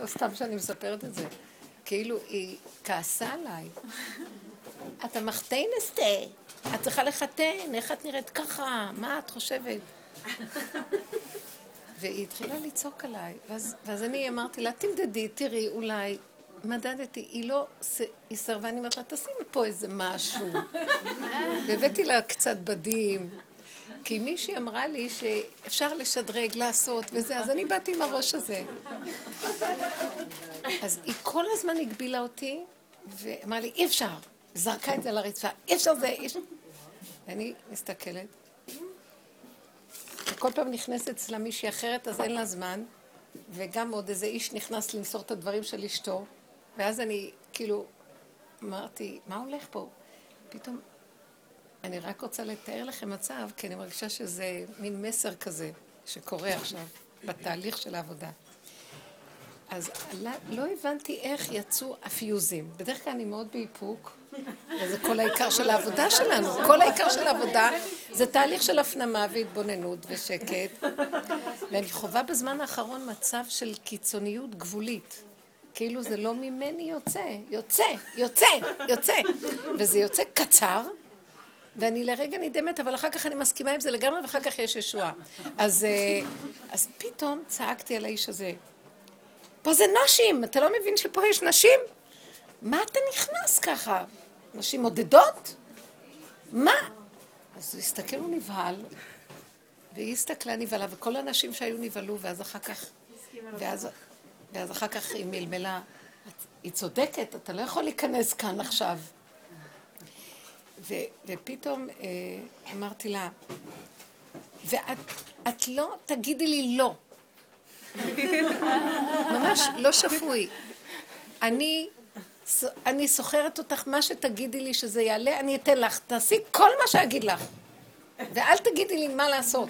לא סתם שאני מספרת את זה. כאילו היא כעסה עליי. אתה מחתינסטה, את צריכה לחתן, איך את נראית ככה? מה את חושבת? והיא התחילה לצעוק עליי, ואז אני אמרתי לה, תמדדי, תראי, אולי, מדדתי, היא סרבה, אני אומרת לה, תשימי פה איזה משהו. והבאתי לה קצת בדים, כי מישהי אמרה לי שאפשר לשדרג, לעשות וזה, אז אני באתי עם הראש הזה. אז היא כל הזמן הגבילה אותי, ואמרה לי, אי אפשר. זרקה את זה לרצפה, אי אפשר זה, אי אפשר. ואני מסתכלת. וכל פעם נכנסת אצלה מישהי אחרת, אז אין לה זמן. וגם עוד איזה איש נכנס למסור את הדברים של אשתו. ואז אני כאילו אמרתי, מה הולך פה? פתאום, אני רק רוצה לתאר לכם מצב, כי אני מרגישה שזה מין מסר כזה שקורה עכשיו בתהליך של העבודה. אז לא הבנתי איך יצאו הפיוזים. בדרך כלל אני מאוד באיפוק, וזה כל העיקר של העבודה שלנו. כל העיקר של העבודה זה תהליך של הפנמה והתבוננות ושקט. ואני חווה בזמן האחרון מצב של קיצוניות גבולית. כאילו זה לא ממני יוצא. וזה יוצא קצר, ואני לרגע נדמת, אבל אחר כך אני מסכימה עם זה לגמרי, ואחר כך יש ישועה. אז פתאום צעקתי על האיש הזה, פה זה נשים, אתה לא מבין שפה יש נשים? מה אתה נכנס ככה? נשים מודדות? מה? אז הוא הסתכל, הוא נבהל, והיא הסתכלה נבהלה, וכל האנשים שהיו נבהלו, ואז אחר כך היא מלמלה, היא צודקת, אתה לא יכול להיכנס כאן עכשיו. ופתאום אמרתי לה, ואת לא, תגידי לי לא. ממש לא שפוי. אני סוחרת אותך, מה שתגידי לי שזה יעלה, אני אתן לך. תעשי כל מה שאגיד לך. ואל תגידי לי מה לעשות.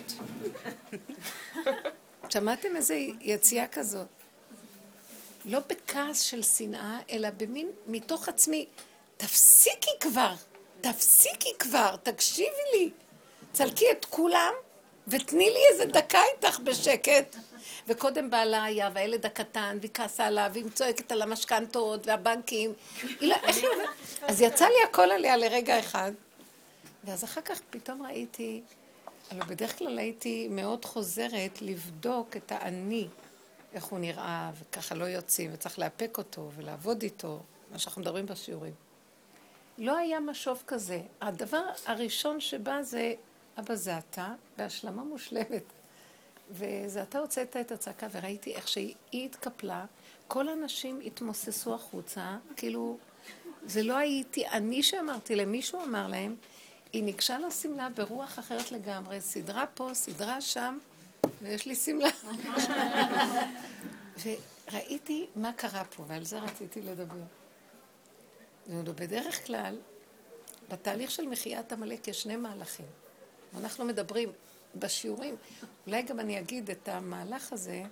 שמעתם איזה יציאה כזאת? לא בכעס של שנאה, אלא במין מתוך עצמי, תפסיקי כבר, תקשיבי לי. צלקי את כולם ותני לי איזה דקה איתך בשקט. וקודם בעלה היה, והילד הקטן, והיא כעסה עליו, והיא צועקת על המשכנתות והבנקים. אז יצא לי הכל עליה לרגע אחד. ואז אחר כך פתאום ראיתי, אבל בדרך כלל הייתי מאוד חוזרת לבדוק את האני, איך הוא נראה, וככה לא יוצאים, וצריך להפק אותו ולעבוד איתו, מה שאנחנו מדברים בשיעורים. לא היה משוב כזה. הדבר הראשון שבא זה, אבא זה אתה, בהשלמה מושלמת. וזה אתה הוצאת את הצעקה, וראיתי איך שהיא התקפלה, כל האנשים התמוססו החוצה, כאילו, זה לא הייתי, אני שאמרתי להם, מישהו אמר להם, היא ניגשה לסמלה ברוח אחרת לגמרי, סדרה פה, סדרה שם, ויש לי סמלה. וראיתי מה קרה פה, ועל זה רציתי לדבר. בדרך כלל, בתהליך של מחיית עמלק יש שני מהלכים. אנחנו מדברים בשיעורים, אולי גם אני אגיד את המהלך הזה,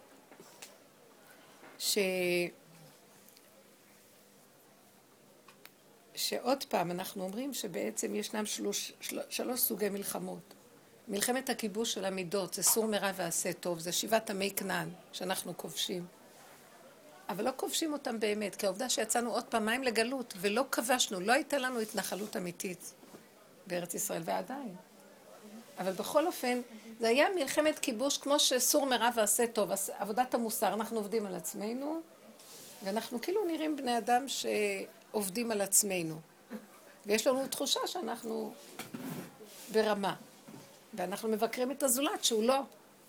שעוד פעם אנחנו אומרים שבעצם ישנם שלוש סוגי מלחמות. מלחמת הכיבוש של המידות, זה סור מרע ועשה טוב, זה 7 עמי כנען שאנחנו כובשים. אבל לא כובשים אותם באמת, כי העובדה שיצאנו עוד פעמיים לגלות, ולא כבשנו, לא הייתה לנו התנחלות אמיתית בארץ ישראל, ועדיין. אבל בכל אופן, זה היה מלחמת כיבוש כמו שסור מרע ועשה טוב, עבודת המוסר, אנחנו עובדים על עצמנו, ואנחנו כאילו נראים בני אדם שעובדים על עצמנו. ויש לנו תחושה שאנחנו ברמה, ואנחנו מבקרים את הזולת שהוא לא.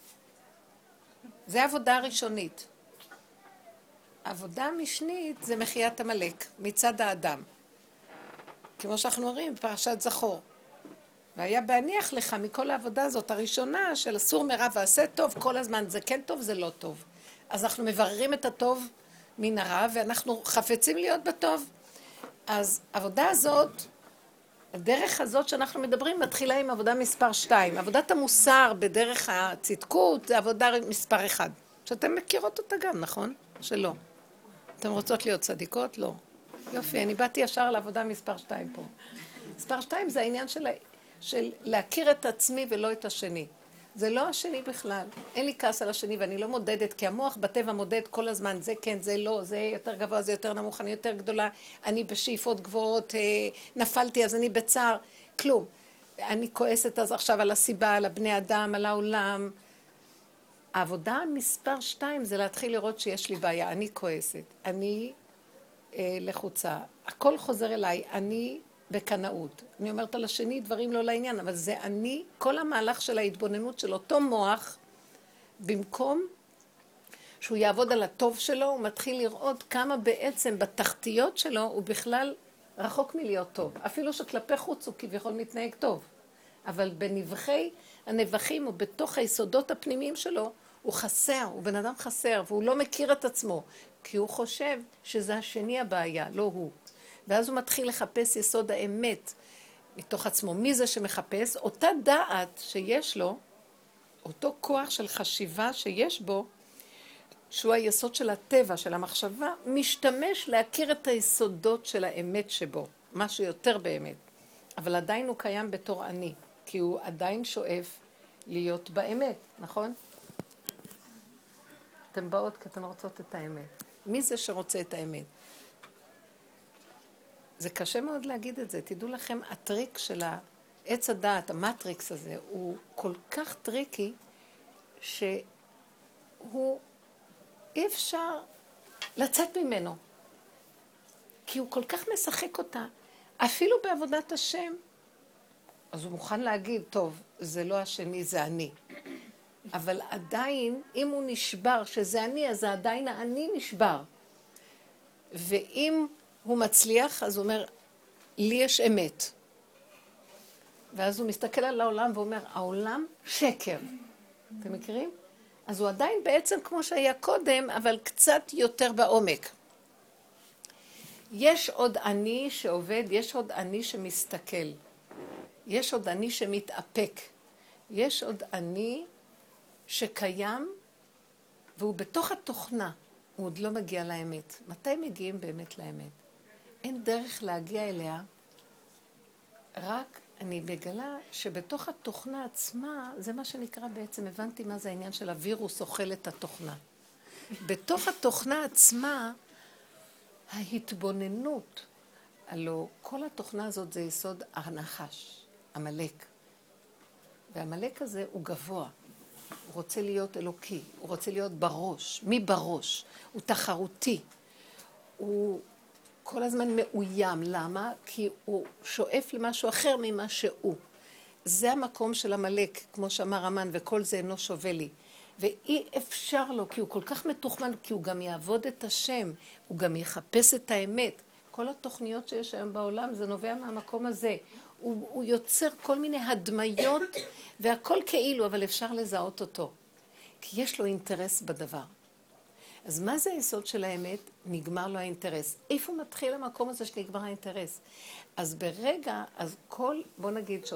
זה העבודה הראשונית. העבודה המשנית זה מחיית עמלק, מצד האדם. כמו שאנחנו אומרים, פרשת זכור. והיה בהניח לך מכל העבודה הזאת הראשונה של אסור מרע ועשה טוב, כל הזמן זה כן טוב, זה לא טוב. אז אנחנו מבררים את הטוב מן הרע, ואנחנו חפצים להיות בטוב. אז העבודה הזאת, הדרך הזאת שאנחנו מדברים, מתחילה עם עבודה מספר 2. עבודת המוסר בדרך הצדקות, זה עבודה מספר 1. שאתם מכירות אותה גם, נכון? שלא. אתם רוצות להיות צדיקות? לא. יופי, אני באתי ישר לעבודה מספר 2 פה. מספר 2 זה העניין של להכיר את עצמי ולא את השני. זה לא השני בכלל. אין לי כעס על השני ואני לא מודדת, כי המוח בטבע מודד כל הזמן, זה כן, זה לא, זה יותר גבוה, זה יותר נמוך, אני יותר גדולה, אני בשאיפות גבוהות, נפלתי אז אני בצער, כלום. אני כועסת אז עכשיו על הסיבה, על הבני אדם, על העולם. העבודה מספר 2 זה להתחיל לראות שיש לי בעיה, אני כועסת, אני לחוצה, הכל חוזר אליי, אני בקנאות. אני אומרת על השני דברים לא לעניין, אבל זה אני, כל המהלך של ההתבוננות של אותו מוח, במקום שהוא יעבוד על הטוב שלו, הוא מתחיל לראות כמה בעצם בתחתיות שלו הוא בכלל רחוק מלהיות טוב. אפילו שכלפי חוץ הוא כביכול מתנהג טוב. אבל בנבחי הנבחים ובתוך היסודות הפנימיים שלו, הוא חסר, הוא בן אדם חסר, והוא לא מכיר את עצמו, כי הוא חושב שזה השני הבעיה, לא הוא. ואז הוא מתחיל לחפש יסוד האמת מתוך עצמו. מי זה שמחפש? אותה דעת שיש לו, אותו כוח של חשיבה שיש בו, שהוא היסוד של הטבע, של המחשבה, משתמש להכיר את היסודות של האמת שבו, משהו יותר באמת. אבל עדיין הוא קיים בתור אני, כי הוא עדיין שואף להיות באמת, נכון? אתם באות כי אתם רוצות את האמת. מי זה שרוצה את האמת? זה קשה מאוד להגיד את זה. תדעו לכם, הטריק של העץ הדעת, המטריקס הזה, הוא כל כך טריקי, שהוא אי אפשר לצאת ממנו. כי הוא כל כך משחק אותה. אפילו בעבודת השם, אז הוא מוכן להגיד, טוב, זה לא השני, זה אני. אבל עדיין, אם הוא נשבר שזה אני, אז עדיין האני נשבר. ואם הוא מצליח, אז הוא אומר, לי יש אמת. ואז הוא מסתכל על העולם ואומר, העולם שקר. אתם מכירים? אז הוא עדיין בעצם כמו שהיה קודם, אבל קצת יותר בעומק. יש עוד אני שעובד, יש עוד אני שמסתכל. יש עוד אני שמתאפק. יש עוד אני שקיים, והוא בתוך התוכנה. הוא עוד לא מגיע לאמת. מתי מגיעים באמת לאמת? אין דרך להגיע אליה, רק אני מגלה שבתוך התוכנה עצמה, זה מה שנקרא בעצם, הבנתי מה זה העניין של הווירוס אוכל את התוכנה. בתוך התוכנה עצמה, ההתבוננות, הלוא כל התוכנה הזאת זה יסוד הנחש, המלאק. והמלאק הזה הוא גבוה, הוא רוצה להיות אלוקי, הוא רוצה להיות בראש, מי בראש? הוא תחרותי, הוא כל הזמן מאוים. למה? כי הוא שואף למשהו אחר ממה שהוא. זה המקום של המלאק, כמו שאמר המן, וכל זה אינו שווה לי. ואי אפשר לו, כי הוא כל כך מתוכמן, כי הוא גם יעבוד את השם, הוא גם יחפש את האמת. כל התוכניות שיש היום בעולם, זה נובע מהמקום הזה. הוא יוצר כל מיני הדמיות, והכל כאילו, אבל אפשר לזהות אותו. כי יש לו אינטרס בדבר. אז מה זה היסוד של האמת? נגמר לו האינטרס. איפה מתחיל המקום הזה שנגמר האינטרס? אז ברגע, אז כל, בוא נגיד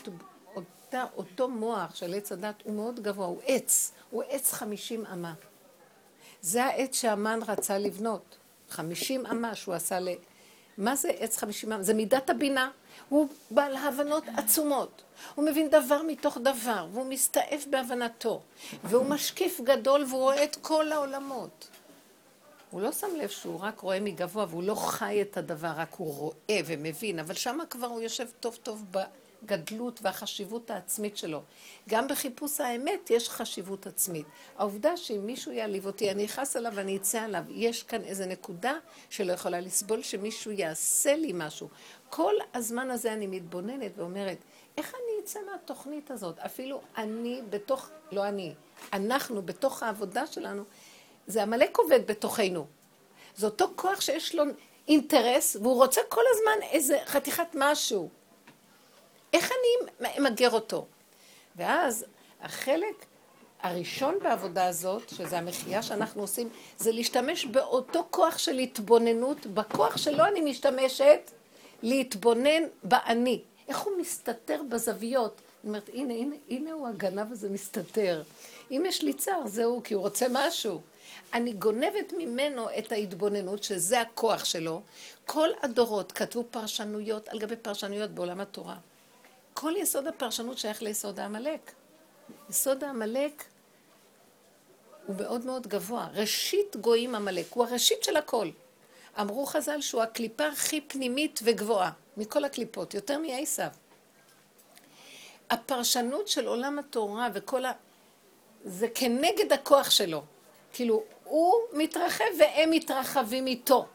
אותו מוח של עץ הדת הוא מאוד גבוה, הוא עץ 50 אמה. זה העץ שהמן רצה לבנות, 50 אמה שהוא עשה מה זה עץ 50 אמה? זה מידת הבינה. הוא בעל הבנות עצומות. הוא מבין דבר מתוך דבר, והוא מסתעף בהבנתו. והוא משקיף גדול, והוא רואה את כל העולמות. הוא לא שם לב שהוא רק רואה מגבוה, והוא לא חי את הדבר, רק הוא רואה ומבין. אבל שם כבר הוא יושב טוב טוב בגדלות והחשיבות העצמית שלו. גם בחיפוש האמת יש חשיבות עצמית. העובדה שאם מישהו יעליב אותי, אני אכעס עליו ואני אצא עליו. יש כאן איזו נקודה שלא יכולה לסבול שמישהו יעשה לי משהו. כל הזמן הזה אני מתבוננת ואומרת, איך אני אצא מהתוכנית הזאת? אפילו אני בתוך, לא אני, אנחנו בתוך העבודה שלנו, זה המלאק עובד בתוכנו. זה אותו כוח שיש לו אינטרס, והוא רוצה כל הזמן איזה חתיכת משהו. איך אני אמגר אותו? ואז החלק הראשון בעבודה הזאת, שזה המחייה שאנחנו עושים, זה להשתמש באותו כוח של התבוננות, בכוח שלו אני משתמשת, להתבונן באני. איך הוא מסתתר בזוויות? זאת אומרת, הנה הוא הגנב הזה מסתתר. אם יש לי צער, זהו, כי הוא רוצה משהו. אני גונבת ממנו את ההתבוננות, שזה הכוח שלו. כל הדורות כתבו פרשנויות על גבי פרשנויות בעולם התורה. כל יסוד הפרשנות שייך ליסוד המלאק. יסוד העמלק הוא מאוד מאוד גבוה. ראשית גויים עמלק, הוא הראשית של הכל. אמרו חז"ל שהוא הקליפה הכי פנימית וגבוהה, מכל הקליפות, יותר מעשיו. הפרשנות של עולם התורה וכל זה כנגד הכוח שלו. כאילו, הוא מתרחב והם מתרחבים איתו.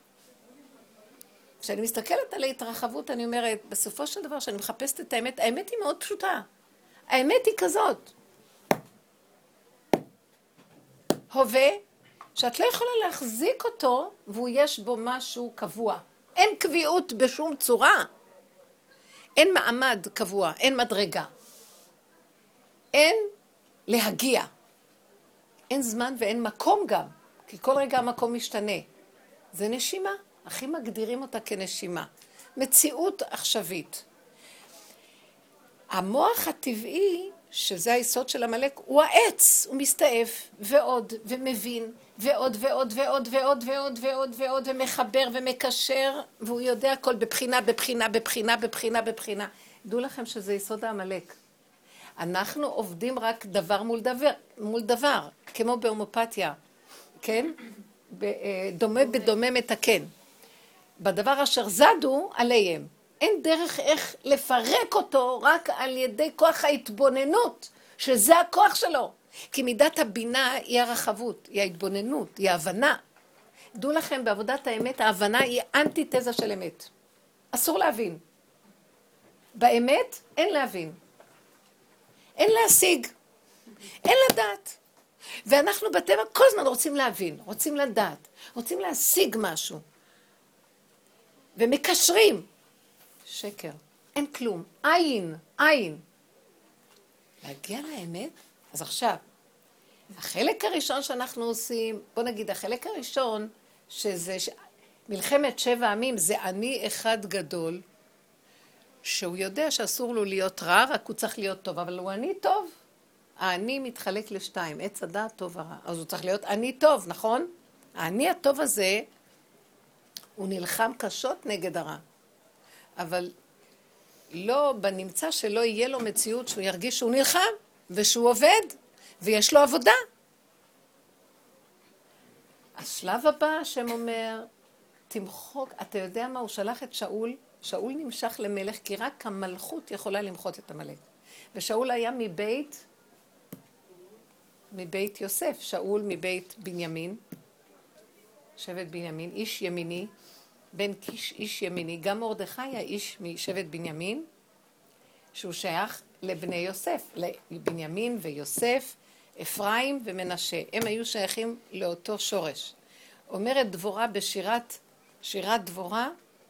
כשאני מסתכלת על ההתרחבות, אני אומרת, בסופו של דבר, כשאני מחפשת את האמת, האמת היא מאוד פשוטה. האמת היא כזאת. הווה, שאת לא יכולה להחזיק אותו, והוא יש בו משהו קבוע. אין קביעות בשום צורה. אין מעמד קבוע, אין מדרגה. אין להגיע. אין זמן ואין מקום גם, כי כל רגע המקום משתנה. זה נשימה, הכי מגדירים אותה כנשימה. מציאות עכשווית. המוח הטבעי, שזה היסוד של עמלק, הוא העץ, הוא מסתעף ועוד ומבין ועוד ועוד ועוד ועוד ועוד ועוד ועוד ומחבר ומקשר, והוא יודע הכל בבחינה, בבחינה, בבחינה, בבחינה, בבחינה. דעו לכם שזה יסוד העמלק. אנחנו עובדים רק דבר מול דבר, כמו בהומופתיה, כן? דומה בדומה מתקן. בדבר אשר זדו עליהם. אין דרך איך לפרק אותו רק על ידי כוח ההתבוננות, שזה הכוח שלו. כי מידת הבינה היא הרחבות, היא ההתבוננות, היא ההבנה. דעו לכם, בעבודת האמת, ההבנה היא אנטיתזה של אמת. אסור להבין. באמת אין להבין. אין להשיג. אין לדעת. ואנחנו בטבע כל הזמן רוצים להבין, רוצים לדעת, רוצים להשיג משהו. ומקשרים. שקר. אין כלום. עין. עין. להגיע לאמת? אז עכשיו, החלק הראשון שאנחנו עושים, בוא נגיד, החלק הראשון, שזה מלחמת 7 עמים, זה אני אחד גדול, שהוא יודע שאסור לו להיות רע, רק הוא צריך להיות טוב, אבל הוא אני טוב. האני מתחלק ל2, עץ הדעת טוב ורע. אז הוא צריך להיות אני טוב, נכון? האני הטוב הזה, הוא נלחם קשות נגד הרע. אבל לא בנמצא שלא יהיה לו מציאות שהוא ירגיש שהוא נלחם, ושהוא עובד, ויש לו עבודה. השלב הבא, השם אומר, תמחוק, אתה יודע מה? הוא שלח את שאול, שאול נמשך למלך, כי רק המלכות יכולה למחות את המלך. ושאול היה מבית יוסף, שאול מבית בנימין, שבט בנימין, איש ימיני, בן קיש איש ימיני, גם מרדכי היה איש משבט בנימין, שהוא שייך לבני יוסף, לבנימין ויוסף, אפרים ומנשה, הם היו שייכים לאותו שורש. אומרת דבורה שירת דבורה,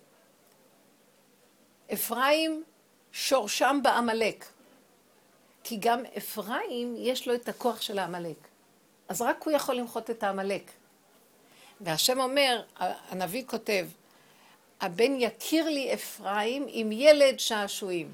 אפרים שורשם בעמלק, כי גם אפרים יש לו את הכוח של העמלק, אז רק הוא יכול למחות את העמלק. והשם אומר, הנביא כותב, הבן יכיר לי אפרים עם ילד שעשועים.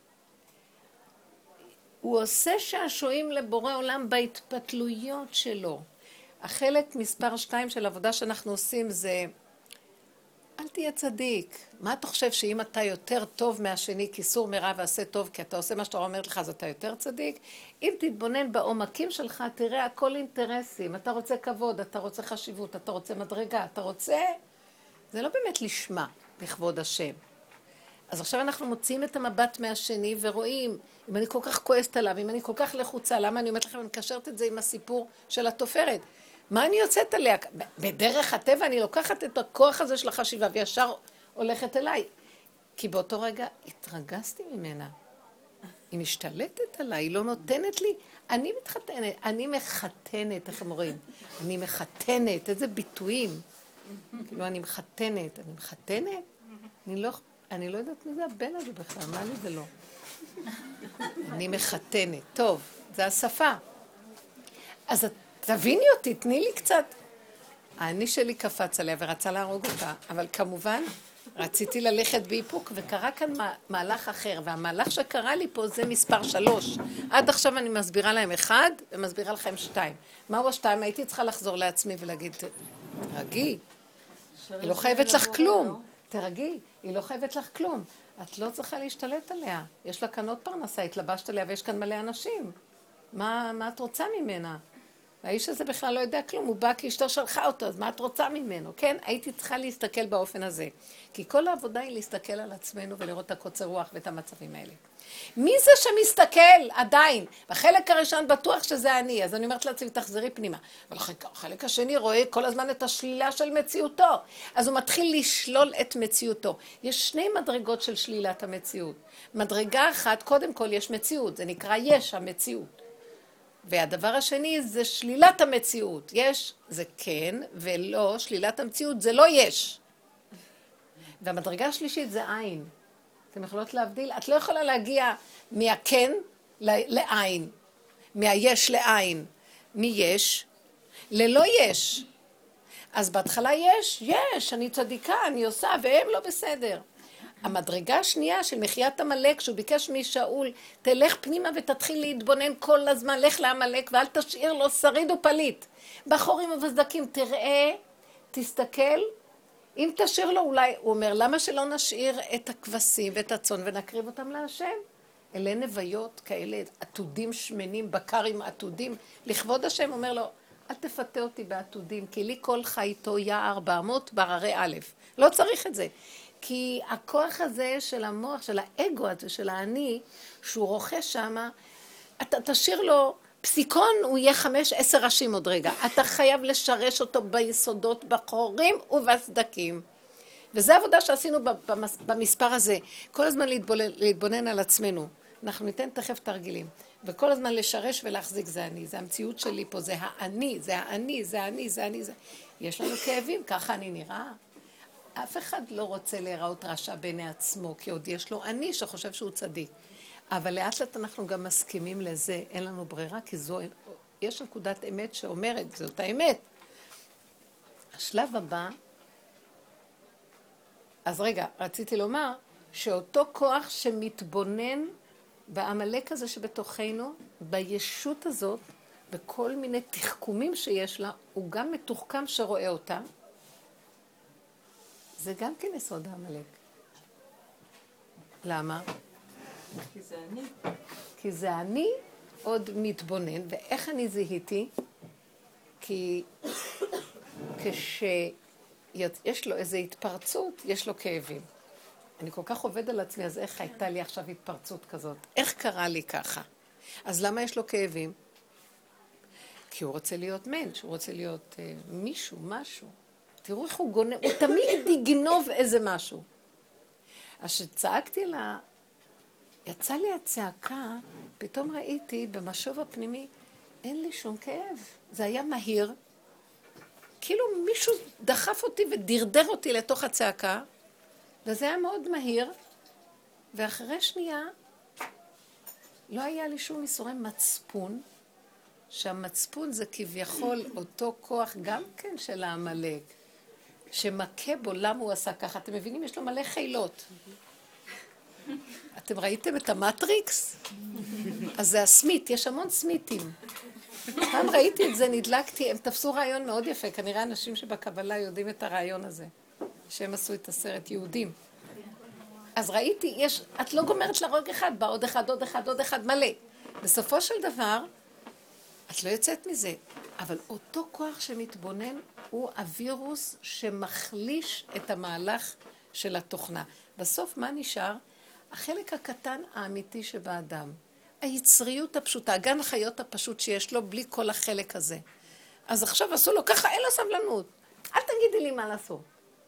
הוא עושה שעשועים לבורא עולם בהתפתלויות שלו. החלק מספר 2 של עבודה שאנחנו עושים זה, אל תהיה צדיק. מה אתה חושב שאם אתה יותר טוב מהשני, כיסור מרע ועשה טוב, כי אתה עושה מה שאתה אומרת לך, אז אתה יותר צדיק? אם תתבונן בעומקים שלך, תראה הכל אינטרסים. אתה רוצה כבוד, אתה רוצה חשיבות, אתה רוצה מדרגה, אתה רוצה... זה לא באמת לשמה, לכבוד השם. אז עכשיו אנחנו מוציאים את המבט מהשני ורואים, אם אני כל כך כועסת עליו, אם אני כל כך לחוצה, למה אני אומרת לכם, אני מקשרת את זה עם הסיפור של התופרת. מה אני יוצאת עליה? בדרך הטבע אני לוקחת את הכוח הזה של החשיבה וישר הולכת אליי. כי באותו רגע התרגזתי ממנה. היא משתלטת עליי, היא לא נותנת לי. אני מתחתנת, אני מחתנת, איך אומרים? אני מחתנת, איזה ביטויים. כאילו אני מחתנת. אני לא יודעת מי זה הבן הזה בכלל, מה לי זה לא. אני מחתנת. טוב, זה השפה. אז תביני אותי, תני לי קצת. האני שלי קפץ עליה ורצה להרוג אותה, אבל כמובן רציתי ללכת באיפוק, וקרה כאן מהלך אחר, והמהלך שקרה לי פה זה מספר 3. עד עכשיו אני מסבירה להם 1 ומסבירה לכם 2. מהו 2? הייתי צריכה לחזור לעצמי ולהגיד, תרגי, היא לא חייבת לך כלום. תרגי, היא לא חייבת לך כלום. את לא צריכה להשתלט עליה. יש לה כאן עוד פרנסה, התלבשת עליה ויש כאן מלא אנשים. מה את רוצה ממנה? והאיש הזה בכלל לא יודע כלום, הוא בא כי אשתו שלחה אותו, אז מה את רוצה ממנו? כן, הייתי צריכה להסתכל באופן הזה. כי כל העבודה היא להסתכל על עצמנו ולראות את הקוצר רוח ואת המצבים האלה. מי זה שמסתכל עדיין? בחלק הראשון בטוח שזה אני, אז אני אומרת לעצמי, תחזרי פנימה. אבל החלק השני רואה כל הזמן את השלילה של מציאותו. אז הוא מתחיל לשלול את מציאותו. יש שני מדרגות של שלילת המציאות. מדרגה אחת, קודם כל יש מציאות, זה נקרא יש המציאות. והדבר השני זה שלילת המציאות. יש, זה כן, ולא, שלילת המציאות זה לא יש. והמדרגה השלישית זה עין. אתם יכולות להבדיל? את לא יכולה להגיע מהכן לעין, מהיש לעין. מיש ללא יש. אז בהתחלה יש, אני צדיקה, אני עושה, והם לא בסדר. המדרגה השנייה של מחיית המלאק, שהוא ביקש משאול, תלך פנימה ותתחיל להתבונן כל הזמן, לך לעמלק ואל תשאיר לו שריד ופליט. בחורים ובסדקים, תראה, תסתכל, אם תשאיר לו אולי, הוא אומר, למה שלא נשאיר את הכבשים ואת הצאן ונקריב אותם להשם? אלה נוויות כאלה, עתודים שמנים, בקרים עתודים, לכבוד השם אומר לו, אל תפתה אותי בעתודים, כי לי כל חייתו יער 400 בררי א', לא צריך את זה. כי הכוח הזה של המוח, של האגו הזה, של האני, שהוא רוכש שמה, אתה תשאיר לו פסיקון, הוא יהיה 5-10 ראשים עוד רגע. אתה חייב לשרש אותו ביסודות, בחורים ובסדקים. וזו העבודה שעשינו במספר הזה. כל הזמן להתבונן על עצמנו. אנחנו ניתן תכף תרגילים. וכל הזמן לשרש ולהחזיק זה אני. זה המציאות שלי פה, זה האני, זה האני, זה האני, זה אני. יש לנו כאבים, ככה אני נראה. אף אחד לא רוצה להיראות רשע בעיני עצמו, כי עוד יש לו אני שחושב שהוא צדיק. אבל לאט לאט אנחנו גם מסכימים לזה, אין לנו ברירה, כי יש נקודת אמת שאומרת, זאת האמת. השלב הבא, אז רגע, רציתי לומר, שאותו כוח שמתבונן בעמלק הזה שבתוכנו, בישות הזאת, בכל מיני תחכומים שיש לה, הוא גם מתוחכם שרואה אותה, זה גם כן יסוד העמלק. למה? כי זה אני. כי זה אני עוד מתבונן, ואיך אני זיהיתי? כי כשיש לו איזו התפרצות, יש לו כאבים. אני כל כך עובד על עצמי, אז איך הייתה לי עכשיו התפרצות כזאת? איך קרה לי ככה? אז למה יש לו כאבים? כי הוא רוצה להיות מנש, הוא רוצה להיות מישהו, משהו. תראו איך הוא גונב, הוא תמיד יגנוב איזה משהו. אז שצעקתי לה, יצא לי הצעקה, פתאום ראיתי במשוב הפנימי, אין לי שום כאב. זה היה מהיר, כאילו מישהו דחף אותי ודרדר אותי לתוך הצעקה, וזה היה מאוד מהיר, ואחרי שנייה, לא היה לי שום איסורי מצפון, שהמצפון זה כביכול אותו כוח גם כן של העמלק, שמכה בו, למה הוא עשה ככה? אתם מבינים? יש לו מלא חילות. אתם ראיתם את המטריקס? אז זה הסמית, יש המון סמיתים. פעם ראיתי את זה, נדלקתי, הם תפסו רעיון מאוד יפה, כנראה אנשים שבקבלה יודעים את הרעיון הזה, שהם עשו את הסרט, יהודים. אז ראיתי, את לא גומרת לרוג אחד, בא עוד אחד, עוד אחד, עוד אחד, מלא. בסופו של דבר, את לא יוצאת מזה, אבל אותו כוח שמתבונן הוא הווירוס שמחליש את המהלך של התוכנה. בסוף מה נשאר? החלק הקטן האמיתי שבאדם. היצריות הפשוטה, גן החיות הפשוט שיש לו בלי כל החלק הזה. אז עכשיו עשו לו ככה, אין לו סבלנות. אל תגידי לי מה לעשות.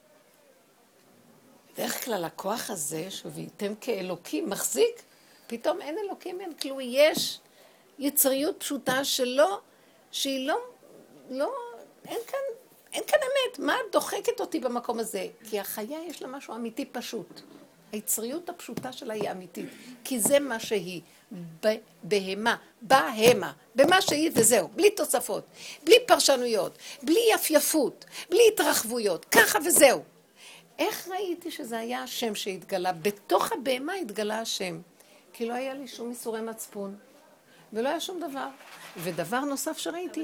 דרך כלל הכוח הזה, שוויתם כאלוקים, מחזיק, פתאום אין אלוקים, אין כלום, יש יצריות פשוטה שהיא לא, אין כאן אמת. מה דוחקת אותי במקום הזה? כי החיה יש לה משהו אמיתי פשוט. היצריות הפשוטה שלה היא אמיתית, כי זה מה שהיא, בהמה, במה שהיא וזהו, בלי תוספות, בלי פרשנויות, בלי יפייפות, בלי התרחבויות, ככה וזהו. איך ראיתי שזה היה השם שהתגלה? בתוך הבהמה התגלה השם, כי לא היה לי שום איסורי מצפון, ולא היה שום דבר. ודבר נוסף שראיתי,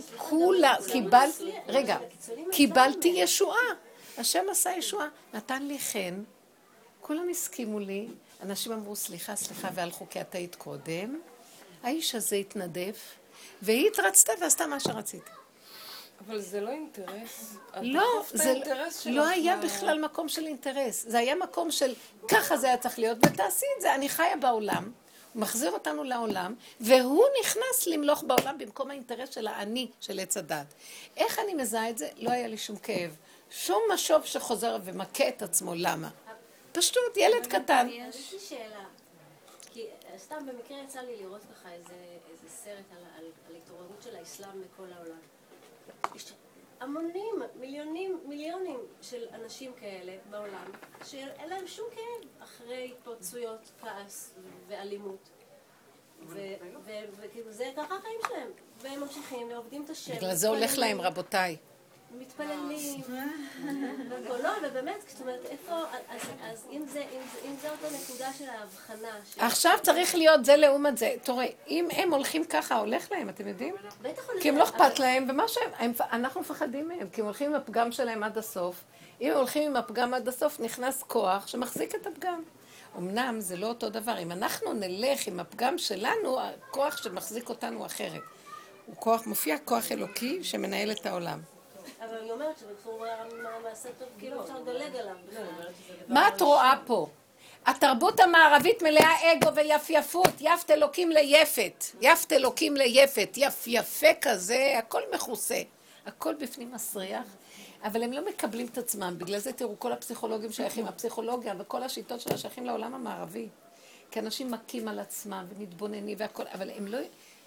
קיבלתי ישועה. השם עשה ישועה, נתן לי חן, כולם הסכימו לי, אנשים אמרו סליחה, והלכו כי אתה היית קודם, האיש הזה התנדף, והיא התרצתה ועשתה מה שרציתי. אבל זה לא אינטרס. לא, זה לא היה בכלל מקום של אינטרס. זה היה מקום של ככה זה היה צריך להיות, ותעשי את זה. אני חיה בעולם, הוא מחזיר אותנו לעולם, והוא נכנס למלוך בעולם במקום האינטרס של האני, של עץ הדת. איך אני מזהה את זה? לא היה לי שום כאב. שום משוב שחוזר ומכה את עצמו. למה? פשוט, ילד קטן. יש לי שאלה. כי סתם במקרה יצא לי לראות ככה איזה סרט על התעוררות של האסלאם בכל העולם. יש המונים, מיליונים של אנשים כאלה בעולם, שאין להם שום כאב אחרי התפרצויות, כעס ואלימות. וכאילו זה ככה החיים שלהם. והם ממשיכים ועובדים את השם. בגלל זה הולך להם, רבותיי. מתפללים. לא, ובאמת, זאת אומרת, איפה, אז אם זה אותו נקודה של ההבחנה. עכשיו צריך להיות זה לעומת זה. תראה, אם הם הולכים ככה, הולך להם, אתם יודעים? כי הם לא אכפת להם, ומה שהם, אנחנו מפחדים מהם, כי הם הולכים עם הפגם שלהם עד הסוף. אם הם הולכים עם הפגם עד הסוף, נכנס כוח שמחזיק את הפגם. אמנם זה לא אותו דבר. אם אנחנו נלך עם הפגם שלנו, הכוח שמחזיק אותנו אחרת. הוא כוח, מופיע כוח אלוקי שמנהל את העולם. אבל אני אומרת שבצור מעשה טוב, כאילו אפשר לדלג עליו. מה את רואה פה? התרבות המערבית מלאה אגו ויפייפות, יפת אלוקים ליפת, יפת אלוקים ליפת, יפה כזה, הכל מכוסה, הכל בפנים מסריח, אבל הם לא מקבלים את עצמם, בגלל זה תראו כל הפסיכולוגים שייכים, הפסיכולוגיה וכל השיטות שלה שייכים לעולם המערבי, כי אנשים מכים על עצמם ומתבוננים והכל, אבל הם לא...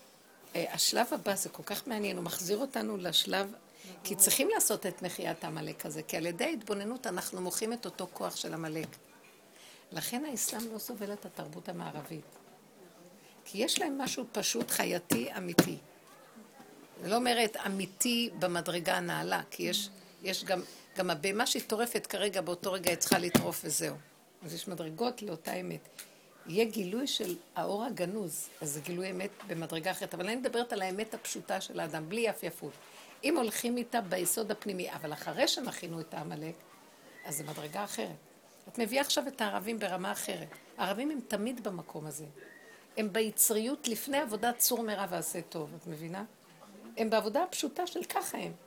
השלב הבא זה כל כך מעניין, הוא מחזיר אותנו לשלב, כי צריכים לעשות את מחיית המלאק הזה, כי על ידי התבוננות אנחנו מוחים את אותו כוח של המלאק. לכן האסלאם לא סובל את התרבות המערבית. כי יש להם משהו פשוט חייתי אמיתי. זה לא אומרת אמיתי במדרגה הנעלה, כי יש גם הבמה שהיא טורפת כרגע, באותו רגע היא צריכה לטרוף וזהו. אז יש מדרגות לאותה אמת. יהיה גילוי של האור הגנוז, אז זה גילוי אמת במדרגה אחרת, אבל אני מדברת על האמת הפשוטה של האדם, בלי יפייפות. אם הולכים איתה ביסוד הפנימי, אבל אחרי שמכינו את העמלק, אז זה מדרגה אחרת. את מביאה עכשיו את הערבים ברמה אחרת. הערבים הם תמיד במקום הזה. הם ביצריות לפני עבודת צור מרע ועשה טוב, את מבינה? הם בעבודה הפשוטה של ככה הם.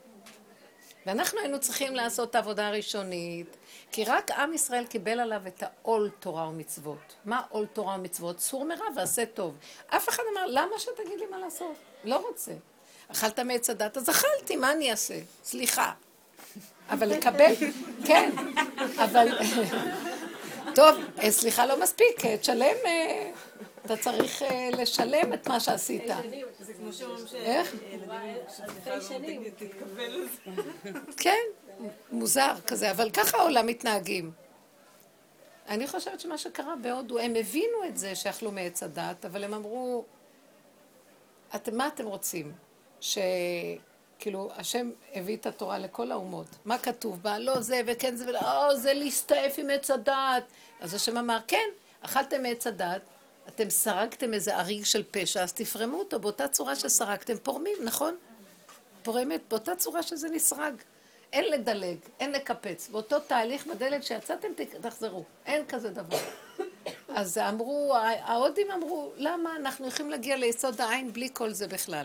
ואנחנו היינו צריכים לעשות את העבודה הראשונית, כי רק עם ישראל קיבל עליו את העול תורה ומצוות. מה עול תורה ומצוות? צור מרע ועשה טוב. אף אחד אמר, למה שתגיד לי מה לעשות? לא רוצה. אכלת מעץ הדת, אז אכלתי, מה אני אעשה? סליחה. אבל לקבל, כן, אבל, טוב, סליחה לא מספיק, תשלם, אתה צריך לשלם את מה שעשית. זה כמו שאומרים איך? שילדים תתקבל לזה. כן, מוזר כזה, אבל ככה העולם מתנהגים. אני חושבת שמה שקרה בהודו, הם הבינו את זה שאכלו מעץ הדת, אבל הם אמרו, מה אתם רוצים? כאילו, השם הביא את התורה לכל האומות. מה כתוב בה? לא זה וכן זה ולא, זה להסתעף עם עץ הדת. אז השם אמר, כן, אכלתם מעץ הדת, אתם סרקתם איזה אריג של פשע, אז תפרמו אותו באותה צורה שסרקתם, פורמים, נכון? פורמת, באותה צורה שזה נסרג. אין לדלג, אין לקפץ. באותו תהליך בדלת שיצאתם, תחזרו. אין כזה דבר. אז אמרו, ההודים אמרו, למה אנחנו יכולים להגיע ליסוד העין בלי כל זה בכלל?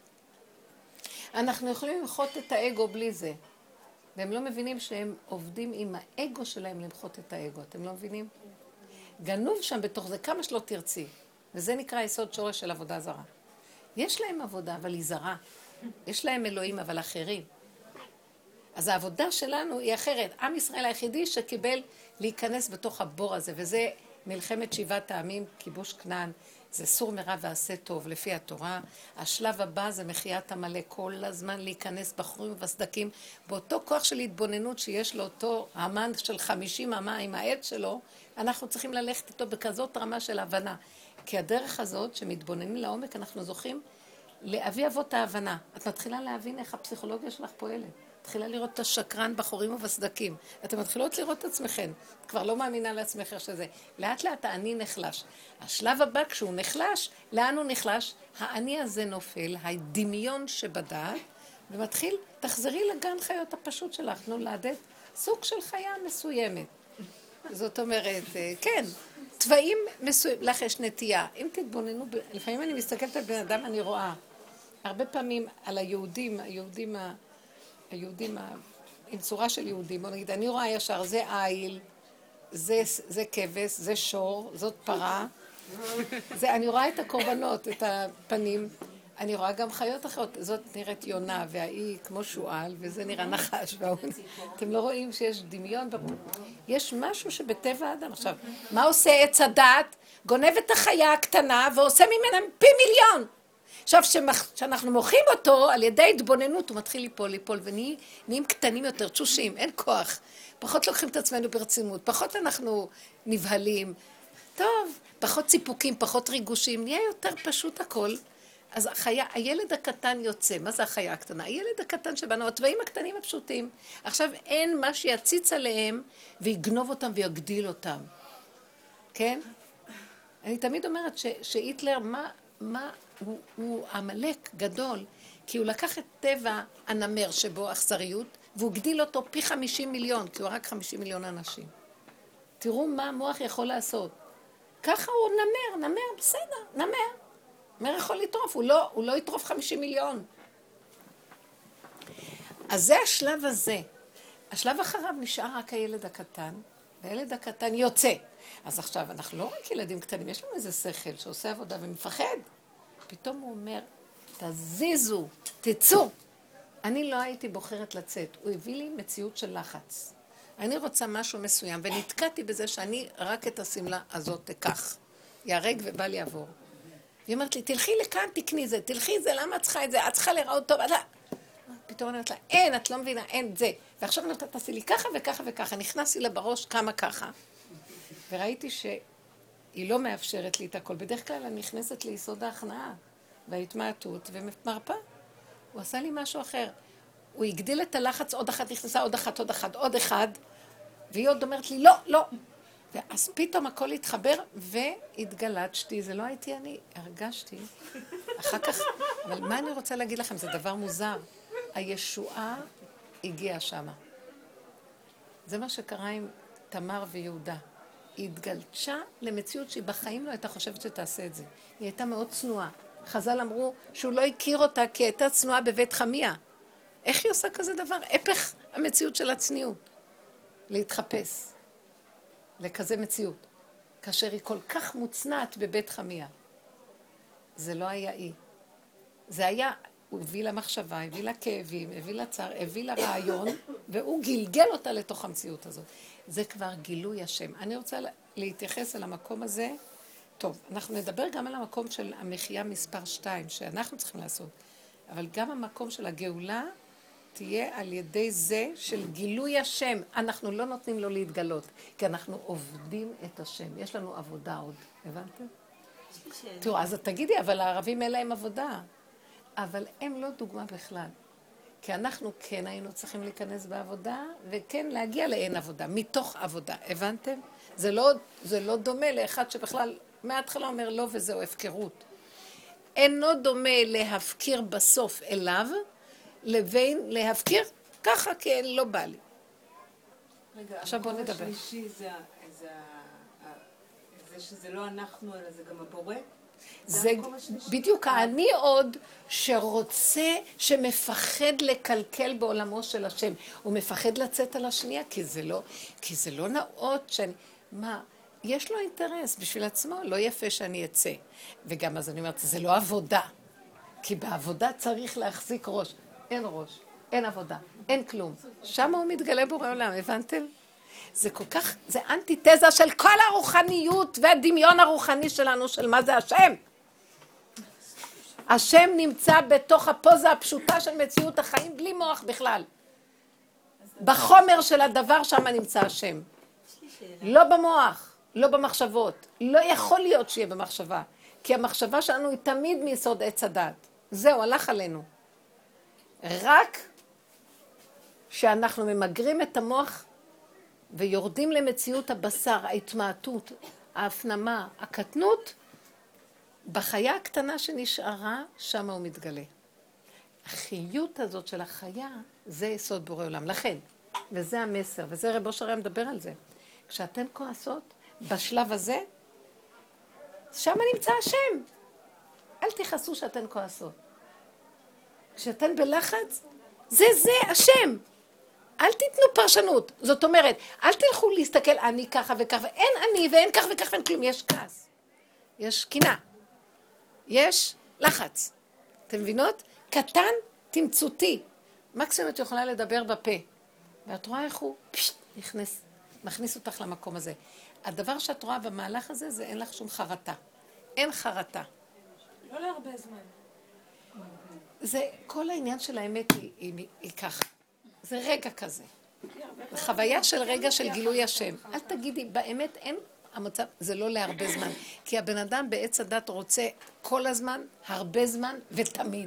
אנחנו יכולים למחות את האגו בלי זה. והם לא מבינים שהם עובדים עם האגו שלהם למחות את האגו. אתם לא מבינים? גנוב שם בתוך זה כמה שלא תרצי. וזה נקרא יסוד שורש של עבודה זרה. יש להם עבודה, אבל היא זרה. יש להם אלוהים, אבל אחרים. אז העבודה שלנו היא אחרת. עם ישראל היחידי שקיבל להיכנס בתוך הבור הזה, וזה מלחמת 7 העמים, כיבוש כנען. זה סור מרע ועשה טוב, לפי התורה. השלב הבא זה מחיית עמלק, כל הזמן להיכנס בחורים ובסדקים. באותו כוח של התבוננות שיש לאותו המן של 50 אמה עם העץ שלו, אנחנו צריכים ללכת איתו בכזאת רמה של הבנה. כי הדרך הזאת, שמתבוננים לעומק, אנחנו זוכים לאבי אבות ההבנה. את מתחילה להבין איך הפסיכולוגיה שלך פועלת. מתחילה לראות את השקרן בחורים ובסדקים. אתם מתחילות לראות את עצמכם. את כבר לא מאמינה לעצמך שזה. לאט לאט האני נחלש. השלב הבא, כשהוא נחלש, לאן הוא נחלש? האני הזה נופל, הדמיון שבדעת, ומתחיל, תחזרי לגן חיות הפשוט שלך, נולדת, סוג של חיה מסוימת. זאת אומרת, כן, טבעים מסוימים, לך יש נטייה. אם תתבוננו, לפעמים אני מסתכלת על בן אדם, אני רואה, הרבה פעמים על היהודים עם צורה של יהודים, בוא נגיד, אני רואה ישר, זה איל, זה כבש, זה שור, זאת פרה, אני רואה את הקורבנות, את הפנים, אני רואה גם חיות אחרות, זאת נראית יונה, והיא כמו שועל, וזה נראה נחש, אתם לא רואים שיש דמיון? יש משהו שבטבע האדם. עכשיו, מה עושה עץ הדעת? גונב את החיה הקטנה ועושה ממנה פי מיליון. עכשיו, כשאנחנו מוחים אותו על ידי התבוננות, הוא מתחיל ליפול, ונהיים קטנים יותר, תשושים, אין כוח. פחות לוקחים את עצמנו ברצינות, פחות אנחנו נבהלים. טוב, פחות ציפוקים, פחות ריגושים, נהיה יותר פשוט הכל. אז הילד הקטן יוצא. מה זה החיה הקטנה? הילד הקטן שבנו, הטבעים הקטנים הפשוטים. עכשיו אין מה שיציץ עליהם ויגנוב אותם ויגדיל אותם. כן? אני תמיד אומרת שהיטלר, הוא עמלק גדול, כי הוא לקח את טבע הנמר שבו אכזריות, והוא גדיל אותו פי 50 מיליון, כי הוא רק 50 מיליון אנשים. תראו מה המוח יכול לעשות. ככה הוא נמר, בסדר, נמר יכול לטרוף, הוא לא יטרוף 50 מיליון. אז זה השלב הזה. השלב אחריו נשאר רק הילד הקטן, והילד הקטן יוצא. אז עכשיו, אנחנו לא רק ילדים קטנים, יש לנו איזה שכל שעושה עבודה ומפחד. פתאום הוא אומר, תזיזו, תצאו. אני לא הייתי בוחרת לצאת, הוא הביא לי מציאות של לחץ. אני רוצה משהו מסוים, ונתקעתי בזה שאני רק את הסמלה הזאת אקח. יהרג ובל יעבור. היא אומרת לי, תלכי לכאן, תקני זה, למה את צריכה את זה? את צריכה לראות טוב, פתאום אני אומרת לה, אין, את לא מבינה, אין זה. ועכשיו אני אומרת, תעשי לי ככה וככה וככה. נכנסתי לה בראש כמה ככה. וראיתי שהיא לא מאפשרת לי את הכל. בדרך כלל אני נכנסת ליסוד ההכנעה וההתמעטות ומרפא. הוא עשה לי משהו אחר. הוא הגדיל את הלחץ, עוד אחת נכנסה, עוד אחד. והיא עוד אומרת לי, לא. ואז פתאום הכל התחבר והתגלצתי, זה לא הייתי אני, הרגשתי. אחר כך, אבל מה אני רוצה להגיד לכם? זה דבר מוזר. הישועה הגיעה שמה. זה מה שקרה עם תמר ויהודה. היא התגלשה למציאות שהיא בחיים לא הייתה חושבת שתעשה את זה. היא הייתה מאוד צנועה. חז"ל אמרו שהוא לא הכיר אותה כי הייתה צנועה בבית חמיה. איך היא עושה כזה דבר? הפך המציאות של הצניעות. להתחפש. לכזה מציאות. כאשר היא כל כך מוצנעת בבית חמיה. זה לא היה היא. זה היה, הוא הביא לה מחשבה, הביא לה כאבים, הביא לה צער, הביא לה רעיון, והוא גלגל אותה לתוך המציאות הזאת. זה כבר גילוי השם. אני רוצה להתייחס אל המקום הזה. טוב, אנחנו נדבר גם על המקום של המחיה מספר 2, שאנחנו צריכים לעשות. אבל גם המקום של הגאולה תהיה על ידי זה של גילוי השם. אנחנו לא נותנים לו להתגלות, כי אנחנו עובדים את השם. יש לנו עבודה עוד. הבנתם? תראו, אז תגידי, אבל הערבים אין להם עבודה. אבל הם לא דוגמה בכלל. כי אנחנו כן היינו צריכים להיכנס בעבודה, וכן להגיע לאין עבודה, מתוך עבודה. הבנתם? זה לא דומה לאחד שבכלל מההתחלה אומר לא, וזהו הפקרות. אינו דומה להפקיר בסוף אליו, לבין להפקיר ככה, כי לא בא לי. רגע, עכשיו בוא נדבר. המקום השלישי זה שזה לא אנחנו, אלא זה גם הבורא? זה בדיוק האני עוד שרוצה, שמפחד לקלקל בעולמו של השם. הוא מפחד לצאת על השנייה, כי זה לא נאות מה? יש לו אינטרס בשביל עצמו, לא יפה שאני אצא. וגם אז אני אומרת, זה לא עבודה. כי בעבודה צריך להחזיק ראש. אין ראש, אין עבודה, אין כלום. שם הוא מתגלה בורא עולם, הבנתם? זה כל כך, זה אנטיתזה של כל הרוחניות והדמיון הרוחני שלנו, של מה זה השם. השם נמצא בתוך הפוזה הפשוטה של מציאות החיים, בלי מוח בכלל. בחומר של הדבר שם נמצא השם. לא במוח, לא במחשבות. לא יכול להיות שיהיה במחשבה, כי המחשבה שלנו היא תמיד מיסוד עץ הדת. זהו, הלך עלינו. רק שאנחנו ממגרים את המוח ויורדים למציאות הבשר, ההתמעטות, ההפנמה, הקטנות, בחיה הקטנה שנשארה, שם הוא מתגלה. החיות הזאת של החיה, זה יסוד בורא עולם. לכן, וזה המסר, וזה רב אושר היה מדבר על זה. כשאתן כועסות, בשלב הזה, שם נמצא השם. אל תכעסו שאתן כועסות. כשאתן בלחץ, זה השם. אל תיתנו פרשנות. זאת אומרת, אל תלכו להסתכל, אני ככה וככה, אין אני ואין כך וכך ואין כלום. יש כעס, יש קנאה, יש לחץ. אתם מבינות? קטן, תמצותי. מקסימום את יכולה לדבר בפה. ואת רואה איך הוא מכניס אותך למקום הזה. הדבר שאת רואה במהלך הזה, זה אין לך שום חרטה. אין חרטה. לא להרבה זמן. זה, כל העניין של האמת היא ככה. זה רגע כזה. זה חוויה של רגע של גילוי השם. אל תגידי, באמת אין המצב, זה לא להרבה זמן. כי הבן אדם בעץ הדת רוצה כל הזמן, הרבה זמן ותמיד.